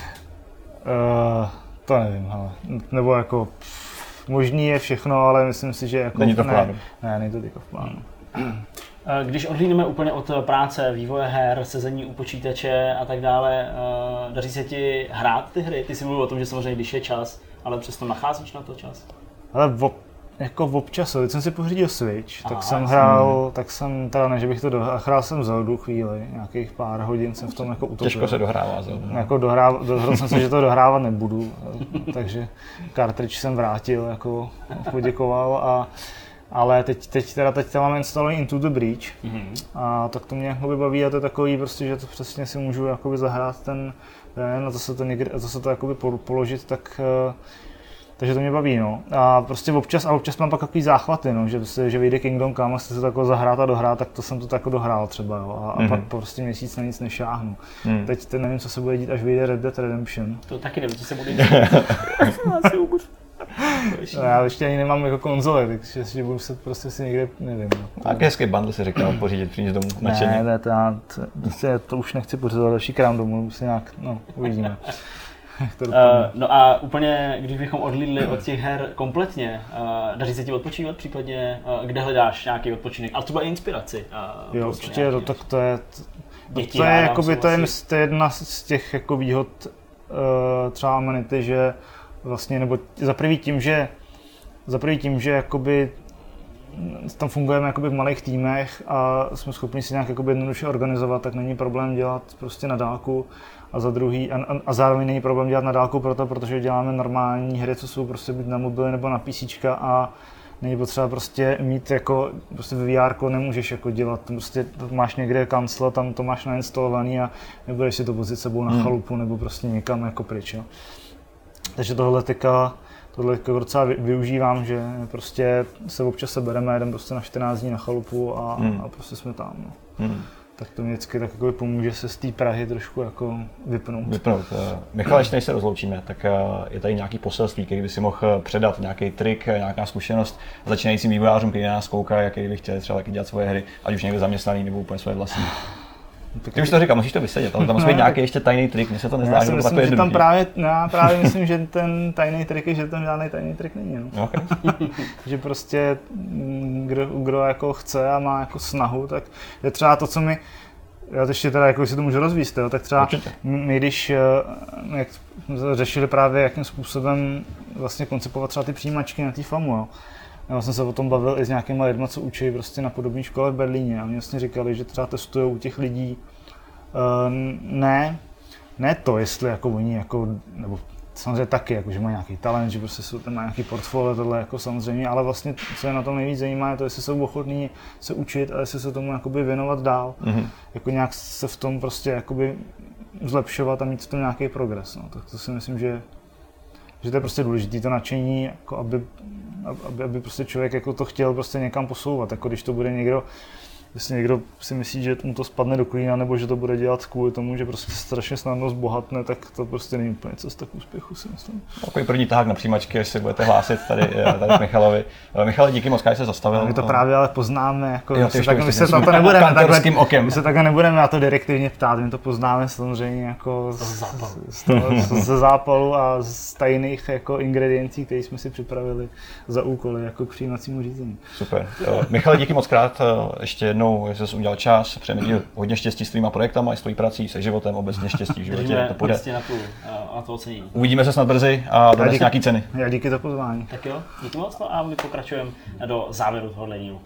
To nevím, ale nebo jako možný je všechno, ale myslím si, že jako není to v plánu. Ne, není to teďka v plánu. Když odhlídneme úplně od práce, vývoje her, sezení u počítače a tak dále, daří se ti hrát ty hry? Ty jsi mluvil o tom, že samozřejmě když je čas, ale přesto nacházíš na to čas? Ale jako občas, když jsem si pořídil Switch, tak jsem teda ne, že bych to hrál jsem Zeldu chvíli, nějakých pár hodin jsem v tom jako utopil. Těžko se dohrává Zelda. Jako dohodl jsem se, že to dohrávat nebudu, takže cartridge jsem vrátil, jako poděkoval Ale teď tam máme instalovaný Into the Breach a tak to mě jakoby baví a to je takový prostě, že to přesně si můžu jakoby zahrát ten a zase to jakoby položit, takže to mě baví, no. A prostě občas mám pak takový záchvaty, no, že vyjde Kingdom Come a chci se to jako zahrát a dohrát, tak to jsem to tako dohrál třeba, jo, a pak prostě měsíc na nic nešáhnu. Teď nevím, co se bude dít, až vyjde Red Dead Redemption. To taky nevím, co se bude dít. Já ještě ani nemám jako konzole, takže budu se prostě si někde, nevím. Jaký hezký bundle si říkal pořídit, přijít domů nadšeně. Ne, to už nechci pořizovat další krám domů, si nějak, uvidíme. No a úplně, když bychom odlídli od těch her kompletně, daří se ti odpočívat, případně kde hledáš nějaký odpočinek, ale třeba i inspiraci? Jo, určitě, tak to je jedna z těch jako výhod třeba Amenity, že vlastně, nebo za prvý tím, že jakoby tam fungujeme jakoby v malých týmech a jsme schopni si nějak jakoby jednoduše organizovat, tak není problém dělat prostě na dálku. A za druhý, a zároveň není problém dělat na dálku protože děláme normální hry, co jsou prostě buď na mobily nebo na PCčka a není potřeba prostě mít jako, prostě ve VR nemůžeš jako dělat, prostě to máš někde kancel, tam to máš nainstalovaný a nebudeš si to vozit sebou na chalupu nebo prostě někam jako pryč, jo. Takže tohle docela využívám, že prostě se občas sebereme, jedeme prostě na 14 dní na chalupu a prostě jsme tam, no. Tak to mě vždycky tak jako pomůže se z té Prahy trošku jako vypnout. Michal, ještě než se rozloučíme, tak je tady nějaký poselství, který by si mohl předat, nějaký trik, nějaká zkušenost začínajícím vývojářům, kteří na nás koukají a kteří by chtěli třeba taky dělat svoje hry, ať už někde zaměstnaný nebo úplně svoje vlastní. Ty už to říkal, musíš to vysedět, ale tam musí být nějaký ještě tajný trik, mně se to nezdá, že myslím, že tam právě myslím, že ten tajný trik je, že tam žádný tajný trik není. No. Okay. Že prostě kdo jako chce a má jako snahu, tak je třeba to, co mi, já to ještě teda jako si to můžu rozvíst, jo, tak třeba my když jak jsme řešili právě jakým způsobem vlastně koncipovat třeba ty přijímačky na té FAMu, jo. Já jsem se o tom bavil i s nějakýma lidma, co učí prostě na podobné škole v Berlíně a oni vlastně říkali, že třeba testují u těch lidí ne to, jestli jako oni jako, nebo samozřejmě taky, jako, že mají nějaký talent, že prostě jsou tam nějaký portfolio, tohle jako samozřejmě, ale vlastně co je na tom nejvíc zajímá, je to, jestli jsou ochotní se učit a jestli se tomu jakoby věnovat dál, jako nějak se v tom prostě jakoby zlepšovat a mít v tom nějaký progres, no. Tak to si myslím, že to je prostě důležité, to nadšení, jako aby prostě člověk jako to chtěl prostě někam posouvat, jako když to bude někdo si myslí, že mu to spadne do klína, nebo že to bude dělat kvůli tomu, že prostě strašně snadno zbohatne, tak to prostě není úplně cesta k úspěchu, si myslím. Takový první tahák na přijímačky, až se budete hlásit tady k Michalovi. Michale, díky moc, že se zastavil. My to právě ale poznáme, jako my se na to nebudeme takhle, my se takhle nebudeme na to direktivně ptát, my to poznáme samozřejmě jako ze zápalu a z tajných jako ingrediencí, které jsme si připravili za úkoly jako k přijímacímu řízení. Super. Michale, díky moc krát, ještě jednou, že jsi udělal čas, přejeme ti hodně štěstí s tvýma projektama, i s tvojí prací, se životem, obecně štěstí v životě, to půjde. A to ocenění. Uvidíme se snad brzy a dones nějaký ceny. Já díky za pozvání. Tak jo, díky moc, no a my pokračujeme do závěru tohohle dílu.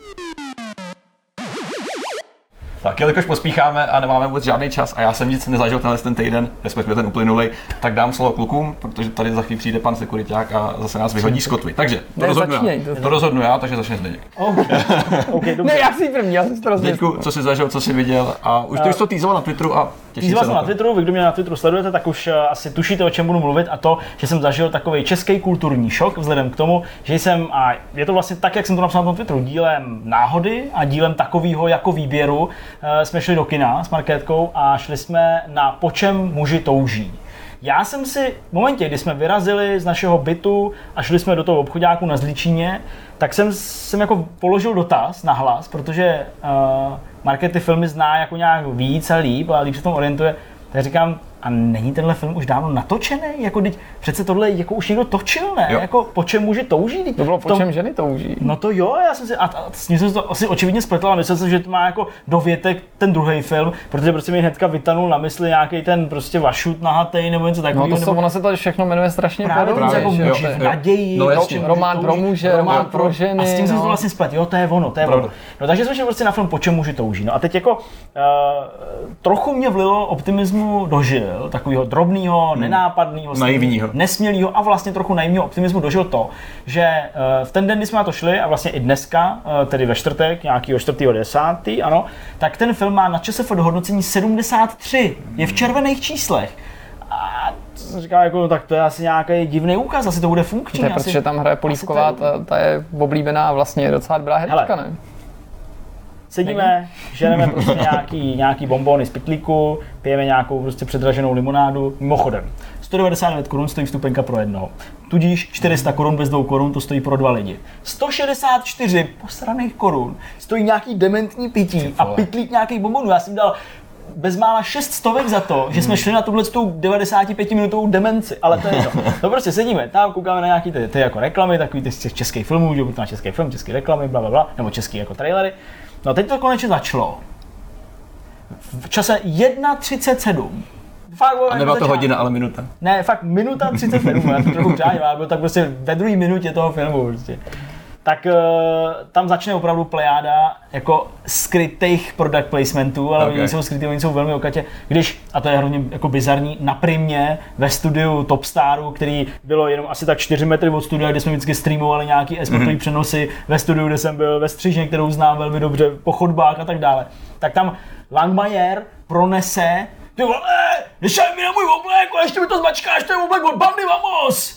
Tak, jelikož pospícháme a nemáme vůbec žádný čas a já jsem nic nezažil ten týden, respektive ten uplynulý, tak dám slovo klukům, protože tady za chvíli přijde pan sekuriťák a zase nás vyhodí z kotvy. Takže to rozhodnu já, takže začne Zdeněk. Okay, ne, já si první, já jsem to rozhodl. Zdeňku, co jsi zažil, co jsi viděl a už to týzoval na Twitteru a těším se na Twitteru, vy kdo mě na Twitteru sledujete, tak už asi tušíte, o čem budu mluvit a to, že jsem zažil takový český kulturní šok vzhledem k tomu, že jsem, a je to vlastně tak, jak jsem to napsal na Twitteru, dílem náhody a dílem takového jako výběru, jsme šli do kina s Markétkou a šli jsme na Po čem muži touží. Já jsem si v momentě, kdy jsme vyrazili z našeho bytu a šli jsme do toho obchodáku na Zličíně, tak jsem jako položil dotaz na hlas, protože Markéta ty filmy zná jako nějak víc a líp a líp se tomu orientuje. Tak říkám, a není tenhle film už dávno natočený? Jako teď přece tohle jako už někdo točil, ne? Jo. Jako Po čem muži touží? To bylo Po čem ženy touží. No to jo, já jsem si a s ním jsem to asi očividně spletl a myslel jsem, že to má jako dovětek ten druhý film, protože prostě mi hnedka vytanul na mysli nějaký ten prostě Vašut nahatej nebo něco takového. No to ono se to všechno jmenuje strašně podobně. Jako muži v naději, román pro muže, román pro ženy. A s tím jsem to vlastně spletl, jo, to je ono. No takže jsme šli prostě na film Po čem muži touží. No a teď jako trochu mě vlilo optimismu do žil, dožil, takového drobného, nenápadného, nesmělého a vlastně trochu naivního optimismu dožil to, že v ten den, kdy jsme na to šli a vlastně i dneska, tedy ve čtvrtek, nějakýho 4.10., ano, tak ten film má na ČSFD hodnocení 73, je v červených číslech. A jsem říkal, jako, tak to je asi nějaký divný úkaz, asi to bude funkční. To je, protože tam hraje Polívková, ta je oblíbená a vlastně docela dobrá herečka, ne? Sedíme, ženeme prostě nějaký bonbony z pytlíku, pijeme nějakou prostě předraženou limonádu. Mimochodem, 199 korun stojí vstupenka pro jednoho. Tudíž 400 korun bez 2 korun to stojí pro 2 lidi. 164 posraných korun stojí nějaký dementní pití a pytlík nějakých bonbonů. Já jsem dal bezmála 600 za to, že jsme šli na tuhle 95-minutovou demenci, ale to je to. No prostě sedíme tam, koukáme na nějaký ty jako reklamy, takový ty z těch českých filmů, že na český film, české reklamy, blablabla, nebo český jako trailery. No teď to konečně začalo. V čase 1:37. A nebyla to hodina, ale minuta. Ne, fakt minuta 37, já to trochu přáním, ale bylo tak prostě ve druhé minutě toho filmu prostě. Tak tam začne opravdu plejáda jako skrytých product placementů, ale oni jsou skrytý, oni jsou velmi okatě. Když, a to je hrozně jako bizarní, na Primě ve studiu Topstaru, který bylo jenom asi tak 4 metry od studia, kde jsme vždycky streamovali nějaký e-sportový přenosy, ve studiu, kde jsem byl, ve Střižně, kterou znám velmi dobře, po chodbách a tak dále. Tak tam Langmajer pronese, ty vole, nešaj mi na můj oblek, a ještě mi to zmačkáš, to je oblek od Bandy Vamos!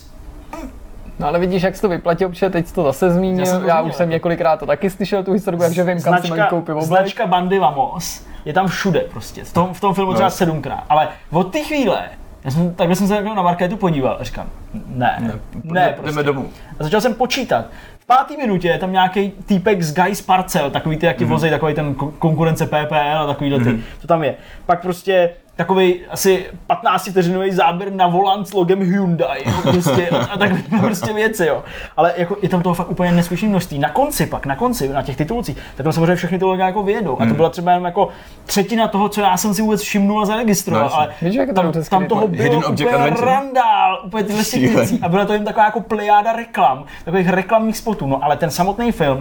No ale vidíš, jak jsi to vyplatil, protože teď jsi to zase zmínil, já už jsem několikrát to taky slyšel tu historii, takže vím, kam si mají koupit oblek. Značka Bandy Vamos je tam všude prostě, v tom filmu třeba 7krát, ale od té chvíle, takhle jsem se na marketu podíval a říkám, ne, prostě. Jdeme domů. A začal jsem počítat. V 5. minutě je tam nějaký týpek z Guys Parcel, takový ty, jak ti vozej, takový ten konkurence PPL a takovýhle ty, to tam je. Pak prostě takový asi 15vteřinový záběr na volant s logem Hyundai, jo, prostě, a takové prostě věci, jo. Ale jako je tam toho fakt úplně neslyšné množství. Na konci, na těch titulcích, tak tam samozřejmě všechny ty loga jako vyjedou. A to byla třeba jenom jako třetina toho, co já jsem si vůbec všimnul a zaregistroval, ale tam toho bylo úplně randál, úplně tyhle věcí. A byla to jen taková jako plejáda reklam, takových reklamních spotů, no ale ten samotný film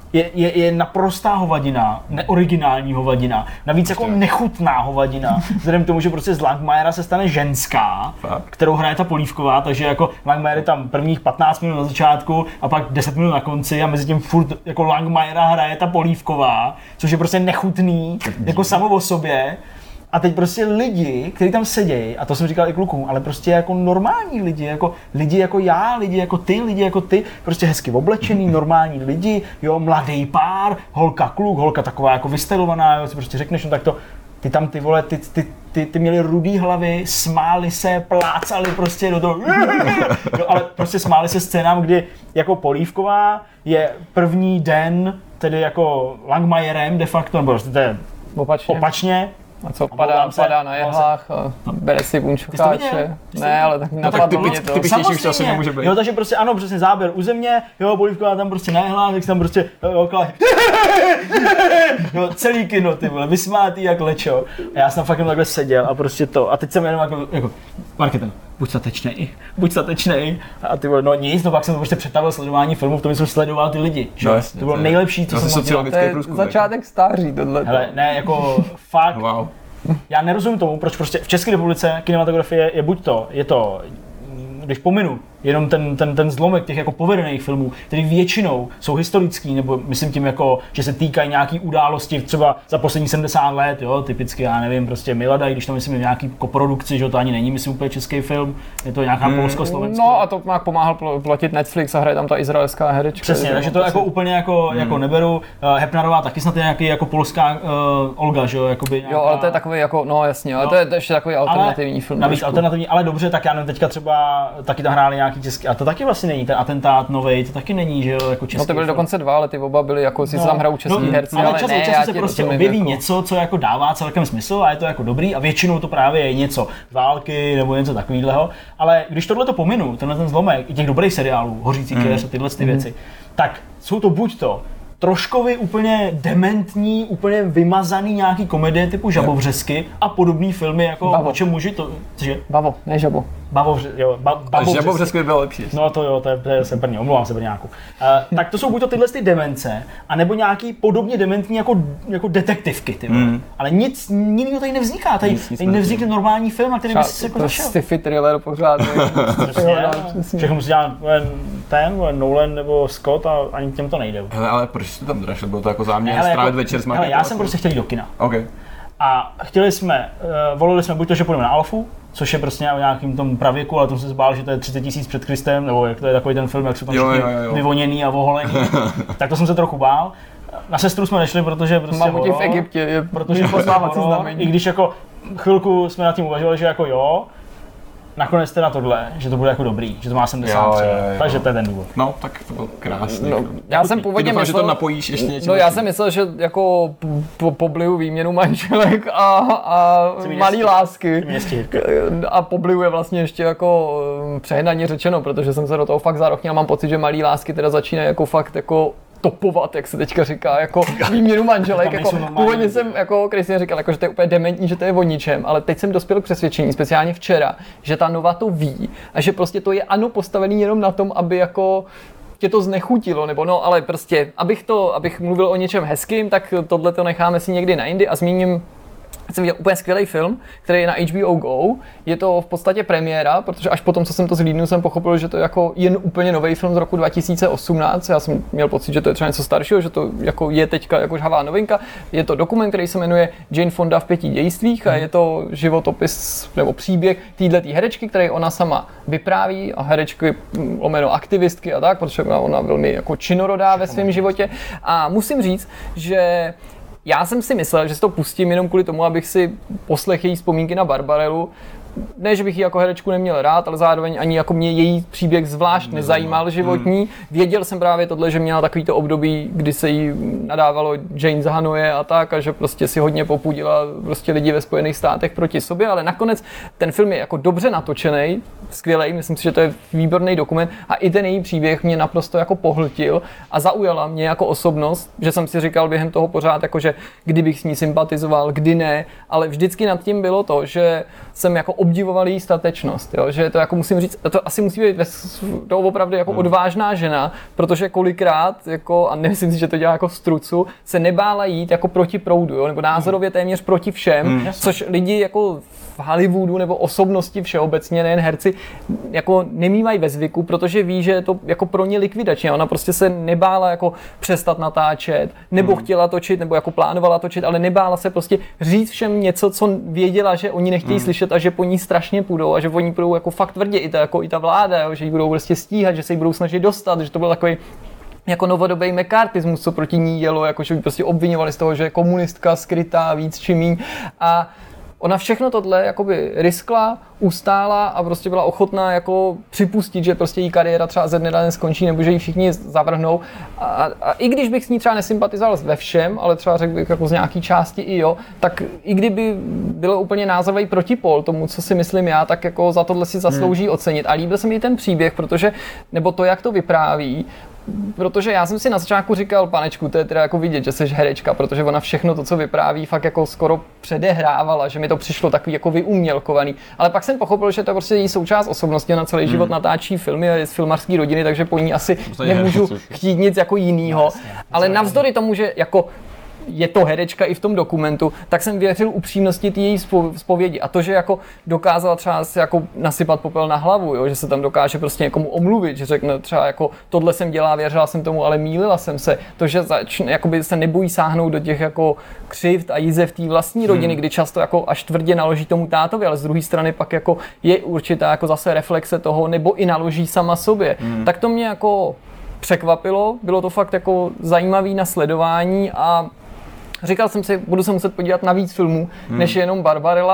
je naprostá hovadina, neoriginální hovadina, navíc jako nechutná hovadina, vzhledem k tomu, že prostě z Langmajera se stane ženská, kterou hraje ta Polívková, takže jako Langmajer je tam prvních 15 minut na začátku a pak 10 minut na konci a mezi tím furt jako Langmajera hraje ta Polívková, což je prostě nechutný, jako samo o sobě. A teď prostě lidi, kteří tam sedějí, a to jsem říkal i klukům, ale prostě jako normální lidi jako já, lidi jako ty, prostě hezky oblečený, normální lidi, jo, mladý pár, holka, kluk, holka taková jako vystylovaná, jo, si prostě řekneš, no tak to, ty tam ty vole, ty měli rudý hlavy, smáli se, plácali prostě do toho, jo, ale prostě smáli se scénám, kdy jako Polívková je první den, tedy jako Langmajerem de facto, nebo prostě to je opačně. A co padá na jehlách a bere si bunčokáče. Ne, ale tak napadlo mě to. Typičnější už to asi nemůže být. Jo, takže prostě ano, přesně záběr u země, jo, Polívková tam prostě na jehlách, tak tam prostě jo, celý kino, ty vole, vysmátý jak lečo. A já jsem fakt jenom takhle seděl a prostě to. A teď jsem jenom jako Marketem, buď statečnej. A ty vole, no nic, no pak jsem to prostě přetavil sledování filmu, v tom jsem sledoval ty lidi. No, to bylo nejlepší, co jsem dělal. To je začátek stáří tohle. Hele, ne, jako fakt. Wow. Já nerozumím tomu, proč prostě v České republice kinematografie je buď to, je to, když pominu jenom ten zlomek těch jako povedených filmů, který většinou jsou historický, nebo myslím tím jako, že se týkají nějaký události třeba za poslední 70 let, jo, typicky, já nevím, prostě Milada, když tam myslím nějaký koprodukci, že to ani není, myslím úplně český film, je to nějaká polsko-slovenská. No a to nějak pomáhal platit Netflix a hraje tam ta izraelská herečka. Přesně, takže to jako úplně jako neberu. Hepnarová taky snad je nějaký jako polská Olga, že jo, jakoby nějaká... Jo, ale to je takový jako, no jasně, ale to je ještě takový alternativní film. Navíc alternativní, ale dobře, tak já nevím, teďka třeba taky tam hráli nějaký český, a to taky vlastně není, ten atentát novej, to taky není, že jo, jako český. No to byly dokonce 2, ale ty oba byly jako, si tam hrajou český herci, ale čas se prostě objeví jako... něco, co jako dává celkem smysl a je to jako dobrý a většinou to právě je něco války nebo něco takového, ale když tohle to pominu, tenhle ten zlomek i těch dobrých seriálů, Hořící keř a tyhle ty věci, tak jsou to buď to troškově úplně dementní, úplně vymazaný nějaký komedie typu Žabovřesky a podobný filmy jako Bavo. O čem muži to... Cože? Bavo, ne žabo. Žabovřesky by bylo lepší. No to jo, to je se Brně, omlouvám se Brňáku. Tak to jsou buď to tyhle ty demence, anebo nějaký podobně dementní jako detektivky, ty vole. Ale nic jiného tady nevzniká, tady nevznikne normální film, na který by si jako zašel. Sci-fi thriller pořád. Všechno musí dělat Nolan nebo Scott a ani těm to nejde. Hele, ale proč jste tam drašli? Bylo to jako záměr strávit večer s Hele, já jsem prostě chtěl jít do kina. Okay. A volili jsme buď to, že půjdeme na Alfu, což je prostě v nějakým tom pravěku, ale to jsem se bál, že to je 30 000 před Kristem, nebo jak to je takový ten film, jak jsou tam všichni vyvoněný a oholený. Tak to jsem se trochu bál. Na sestru jsme nešli, protože prostě Mamuti v Egyptě je protože poznávací znamení. I když jako chvilku jsme nad tím uvažovali, že jako jo, nakonec teda tohle, že to bude jako dobrý, že to má 73, takže to je ten důvod. No, tak to bylo krásný. No, já jsem původně myslel, že to napojíš ještě něčím. No já jsem myslel, že jako pobliju výměnu manželek a malý lásky. A pobliju je vlastně ještě jako přehnaně řečeno, protože jsem se do toho fakt zarochnil a mám pocit, že malý lásky teda začínají jako fakt jako topovat, jak se teďka říká, jako výměnu manželek. Jako, původně jsem jako Kristian říkal, jako, že to je úplně dementní, že to je o ničem, ale teď jsem dospěl k přesvědčení, speciálně včera, že ta Nova to ví a že prostě to je postavený jenom na tom, aby jako tě to znechutilo, nebo no, ale prostě, abych mluvil o něčem hezkým, tak tohle to necháme si někdy na jindy a zmíním. Jsem viděl úplně skvělý film, který je na HBO Go. Je to v podstatě premiéra, protože až potom, co jsem to zhlídnul, jsem pochopil, že to je jako jen úplně nový film z roku 2018. Já jsem měl pocit, že to je třeba něco staršího, že to jako je teďka jako žhavá novinka. Je to dokument, který se jmenuje Jane Fonda v 5 dějstvích a je to životopis nebo příběh téhletý herečky, který ona sama vypráví a herečky lomeno aktivistky a tak, protože ona velmi jako činorodá ve svém životě. A musím říct, že já jsem si myslel, že si to pustím jenom kvůli tomu, abych si poslechl její vzpomínky na Barbarelu. Ne, že bych ji jako herečku neměl rád, ale zároveň ani jako mě její příběh zvlášť nezajímal životní. Věděl jsem právě tohle, že měla takovýto období, kdy se jí nadávalo Jane z Hanoje a tak, a že prostě si hodně popudila prostě lidi ve Spojených státech proti sobě, ale nakonec ten film je jako dobře natočený, skvělej, myslím si, že to je výborný dokument a i ten její příběh mě naprosto jako pohltil a zaujala mě jako osobnost, že jsem si říkal během toho pořád, jako že kdybych s ní sympatizoval, kdy ne, ale vždycky nad tím bylo to, že jsem jako obdivoval její statečnost, jo? Že to jako musím říct, to asi musí být to opravdu jako odvážná žena, protože kolikrát, jako, a nemyslím si, že to dělá jako v Strucu, se nebála jít jako proti proudu, jo? Nebo názorově téměř proti všem, což lidi jako v Hollywoodu nebo osobnosti všeobecně, nejen herci, jako nemývají ve zvyku, protože ví, že je to jako pro ně likvidačně. Ona prostě se nebála jako přestat natáčet, nebo chtěla točit, nebo jako plánovala točit, ale nebála se prostě říct všem něco, co věděla, že oni nechtějí slyšet a že po ní strašně půjdou a že oni půjdou jako fakt tvrdě, i ta vláda, jo, že ji budou prostě stíhat, že se jí budou snažit dostat, že to byl takový jako novodobý mekartismus, co proti ní jelo, jako že by prostě obviňovali z toho, že je komunistka, skrytá, víc či míň. A ona všechno tohle jakoby riskla, ustála a prostě byla ochotná jako připustit, že prostě její kariéra třeba ze dne na den skončí nebo že ji všichni zavrhnou. A i když bych s ní třeba nesympatizoval ve všem, ale třeba řekl bych jako z nějaký části i jo, tak i kdyby bylo úplně názorový protipol tomu, co si myslím já, tak jako za tohle si zaslouží ocenit. A líbil se mi ten příběh, protože, nebo to, jak to vypráví, protože já jsem si na začátku říkal, panečku, to je teda jako vidět, že jsi herečka, protože ona všechno to, co vypráví, fakt jako skoro předehrávala, že mi to přišlo takový jako vyumělkovaný. Ale pak jsem pochopil, že to je prostě její součást osobnosti, na celý život natáčí filmy a je z filmařské rodiny, takže po ní asi nemůžu chtít nic jako jinýho. Ale navzdory tomu, že jako je to herečka i v tom dokumentu, tak jsem věřil upřímnosti té její zpovědi. A to, že jako dokázala třeba si jako nasypat popel na hlavu, jo? Že se tam dokáže prostě někomu omluvit, že řekne třeba jako tohle jsem dělala, věřila jsem tomu, ale mýlila jsem se. To, že jakoby se nebojí sáhnout do těch jako křivd a jízev té vlastní rodiny, kdy často jako až tvrdě naloží tomu tátovi, ale z druhé strany pak jako je určitá jako zase reflexe toho, nebo i naloží sama sobě. Tak to mě jako překvapilo, bylo to fakt jako zajímavý na sledování a říkal jsem si, budu se muset podívat na víc filmů, než jenom Barbarella.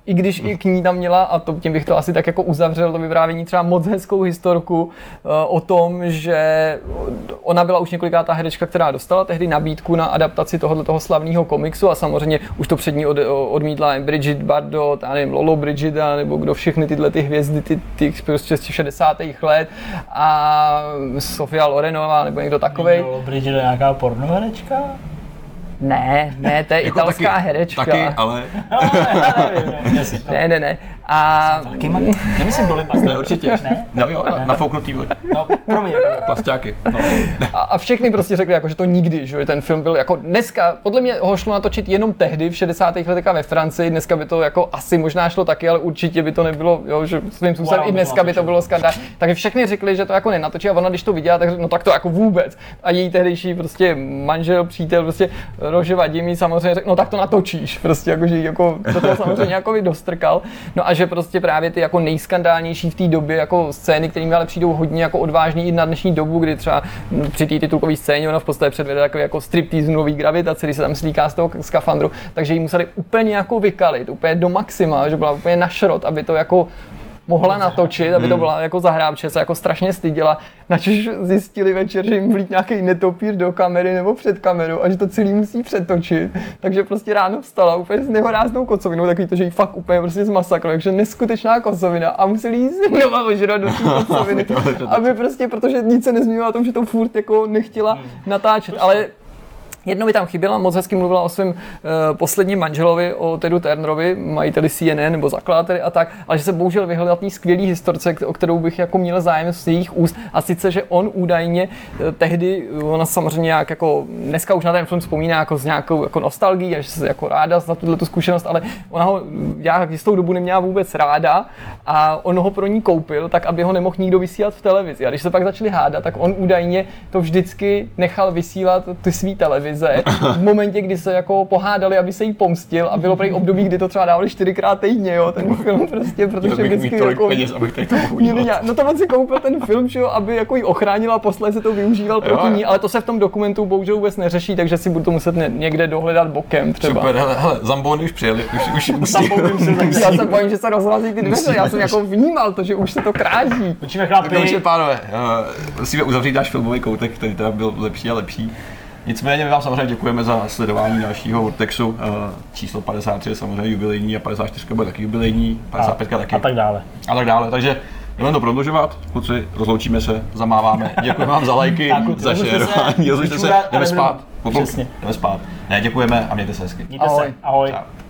i když i k ní tam měla, a to, tím bych to asi tak jako uzavřel, to vyprávění třeba moc hezkou historku o tom, že ona byla už několikátá herečka, která dostala tehdy nabídku na adaptaci tohoto slavného komiksu a samozřejmě už to před ní odmítla Bridget Bardot, já nevím, Lolo Brigida, nebo kdo všechny tyhle ty hvězdy, ty prostě z 60. let a Sofia Lorenová, nebo někdo takovej. Lolo Brigida nějaká pornoherečka? Ne, to je jako italská herečka. Taky, ale... Ne. A... Nemyslím do Limbas. Ne, určitě. Ne? No jo, nafouknutý vody. No, promiň. Plasťáky. No. A všechny prostě řekli, jako, že to nikdy, že ten film byl jako dneska, podle mě ho šlo natočit jenom tehdy, v 60. letech ve Francii, dneska by to jako asi možná šlo taky, ale určitě by to nebylo, jo, že svým způsobem i dneska by to bylo skandál. Takže všechny řekli, že to jako nenatočí a ona, když to viděla, tak řekla, no tak to jako vůbec. A její tehdejší prostě manžel, přítel, prostě Rože Vadimí samozřejmě řekl, no tak to natočíš, prostě jako, že jako do toho samozřejmě jako dostrkal. No a že prostě právě ty jako nejskandálnější v té době jako scény, které ale přijdou hodně jako odvážný i na dnešní dobu, kdy třeba při té titulkové scéně ona v podstatě předvede takový jako striptease nulový gravitace, když se tam slíká z toho skafandru, takže ji museli úplně jako vykalit, úplně do maxima, že byla úplně na šrot, aby to jako mohla natočit, aby to byla jako zahrábče, se jako strašně styděla, načež zjistili večer, že jim vlít nějaký netopír do kamery nebo před kamerou a že to celý musí přetočit. Takže prostě ráno vstala úplně s nehoráznou kocovinou, takový to, že jí fakt úplně prostě zmasakroval, takže neskutečná kocovina a museli jí znova ožrat do té kocoviny, aby prostě, protože nic se nezměnilo na tom, že to furt jako nechtěla natáčet, ale jedno mi tam chyběla, moc hezky mluvila o svém posledním manželovi, o Tedu Turnerovi, majiteli CNN nebo zakladateli a tak, ale že se bohužel vyhledal té skvělý historce, o kterou bych jako měl zájem z jejich úst, a sice, že on údajně tehdy, ona samozřejmě nějak jako, dneska už na ten film vzpomíná jako s nějakou jako nostalgií, že se jako ráda za tuto zkušenost, ale ona ho, já jistou dobu neměla vůbec ráda a on ho pro ní koupil, tak aby ho nemohl nikdo vysílat v televizi. A když se pak začali hádat, tak on údajně to vždycky nechal vysílat ty svý televize v momentě, kdy se jako pohádali, aby se jí pomstil, a bylo prej období, kdy to třeba dávali 4x týdně, jo, ten film prostě, protože vždycky jako peněz, abych tady to udělal. No to on si koupil ten film, že jo, aby jako ji ochránila, posléze to využíval proti ní, ale to se v tom dokumentu bohužel vůbec neřeší, takže si budu to muset někde dohledat bokem třeba. Super, hele, Zambony už přijeli, už musí. Já se bojím, že se rozrazí ty dveře, já jsem jako vnímal to, že už se to kráží. Takže pánové, musíme uzavřít náš filmový koutek, který teda byl lepší a lepší. Nicméně my vám samozřejmě děkujeme za sledování dalšího Vortexu. Číslo 53 je samozřejmě jubilejní a 54 bude taky jubilejní, 55 taky. A tak dále. A tak dále, takže budeme to prodlužovat, kluci, rozloučíme se, zamáváme. Děkujeme vám za lajky, za šerování, rozlučte se, jdeme spát. Jdeme spát. Ne, děkujeme a mějte se hezky. Mějte se, ahoj. Čau.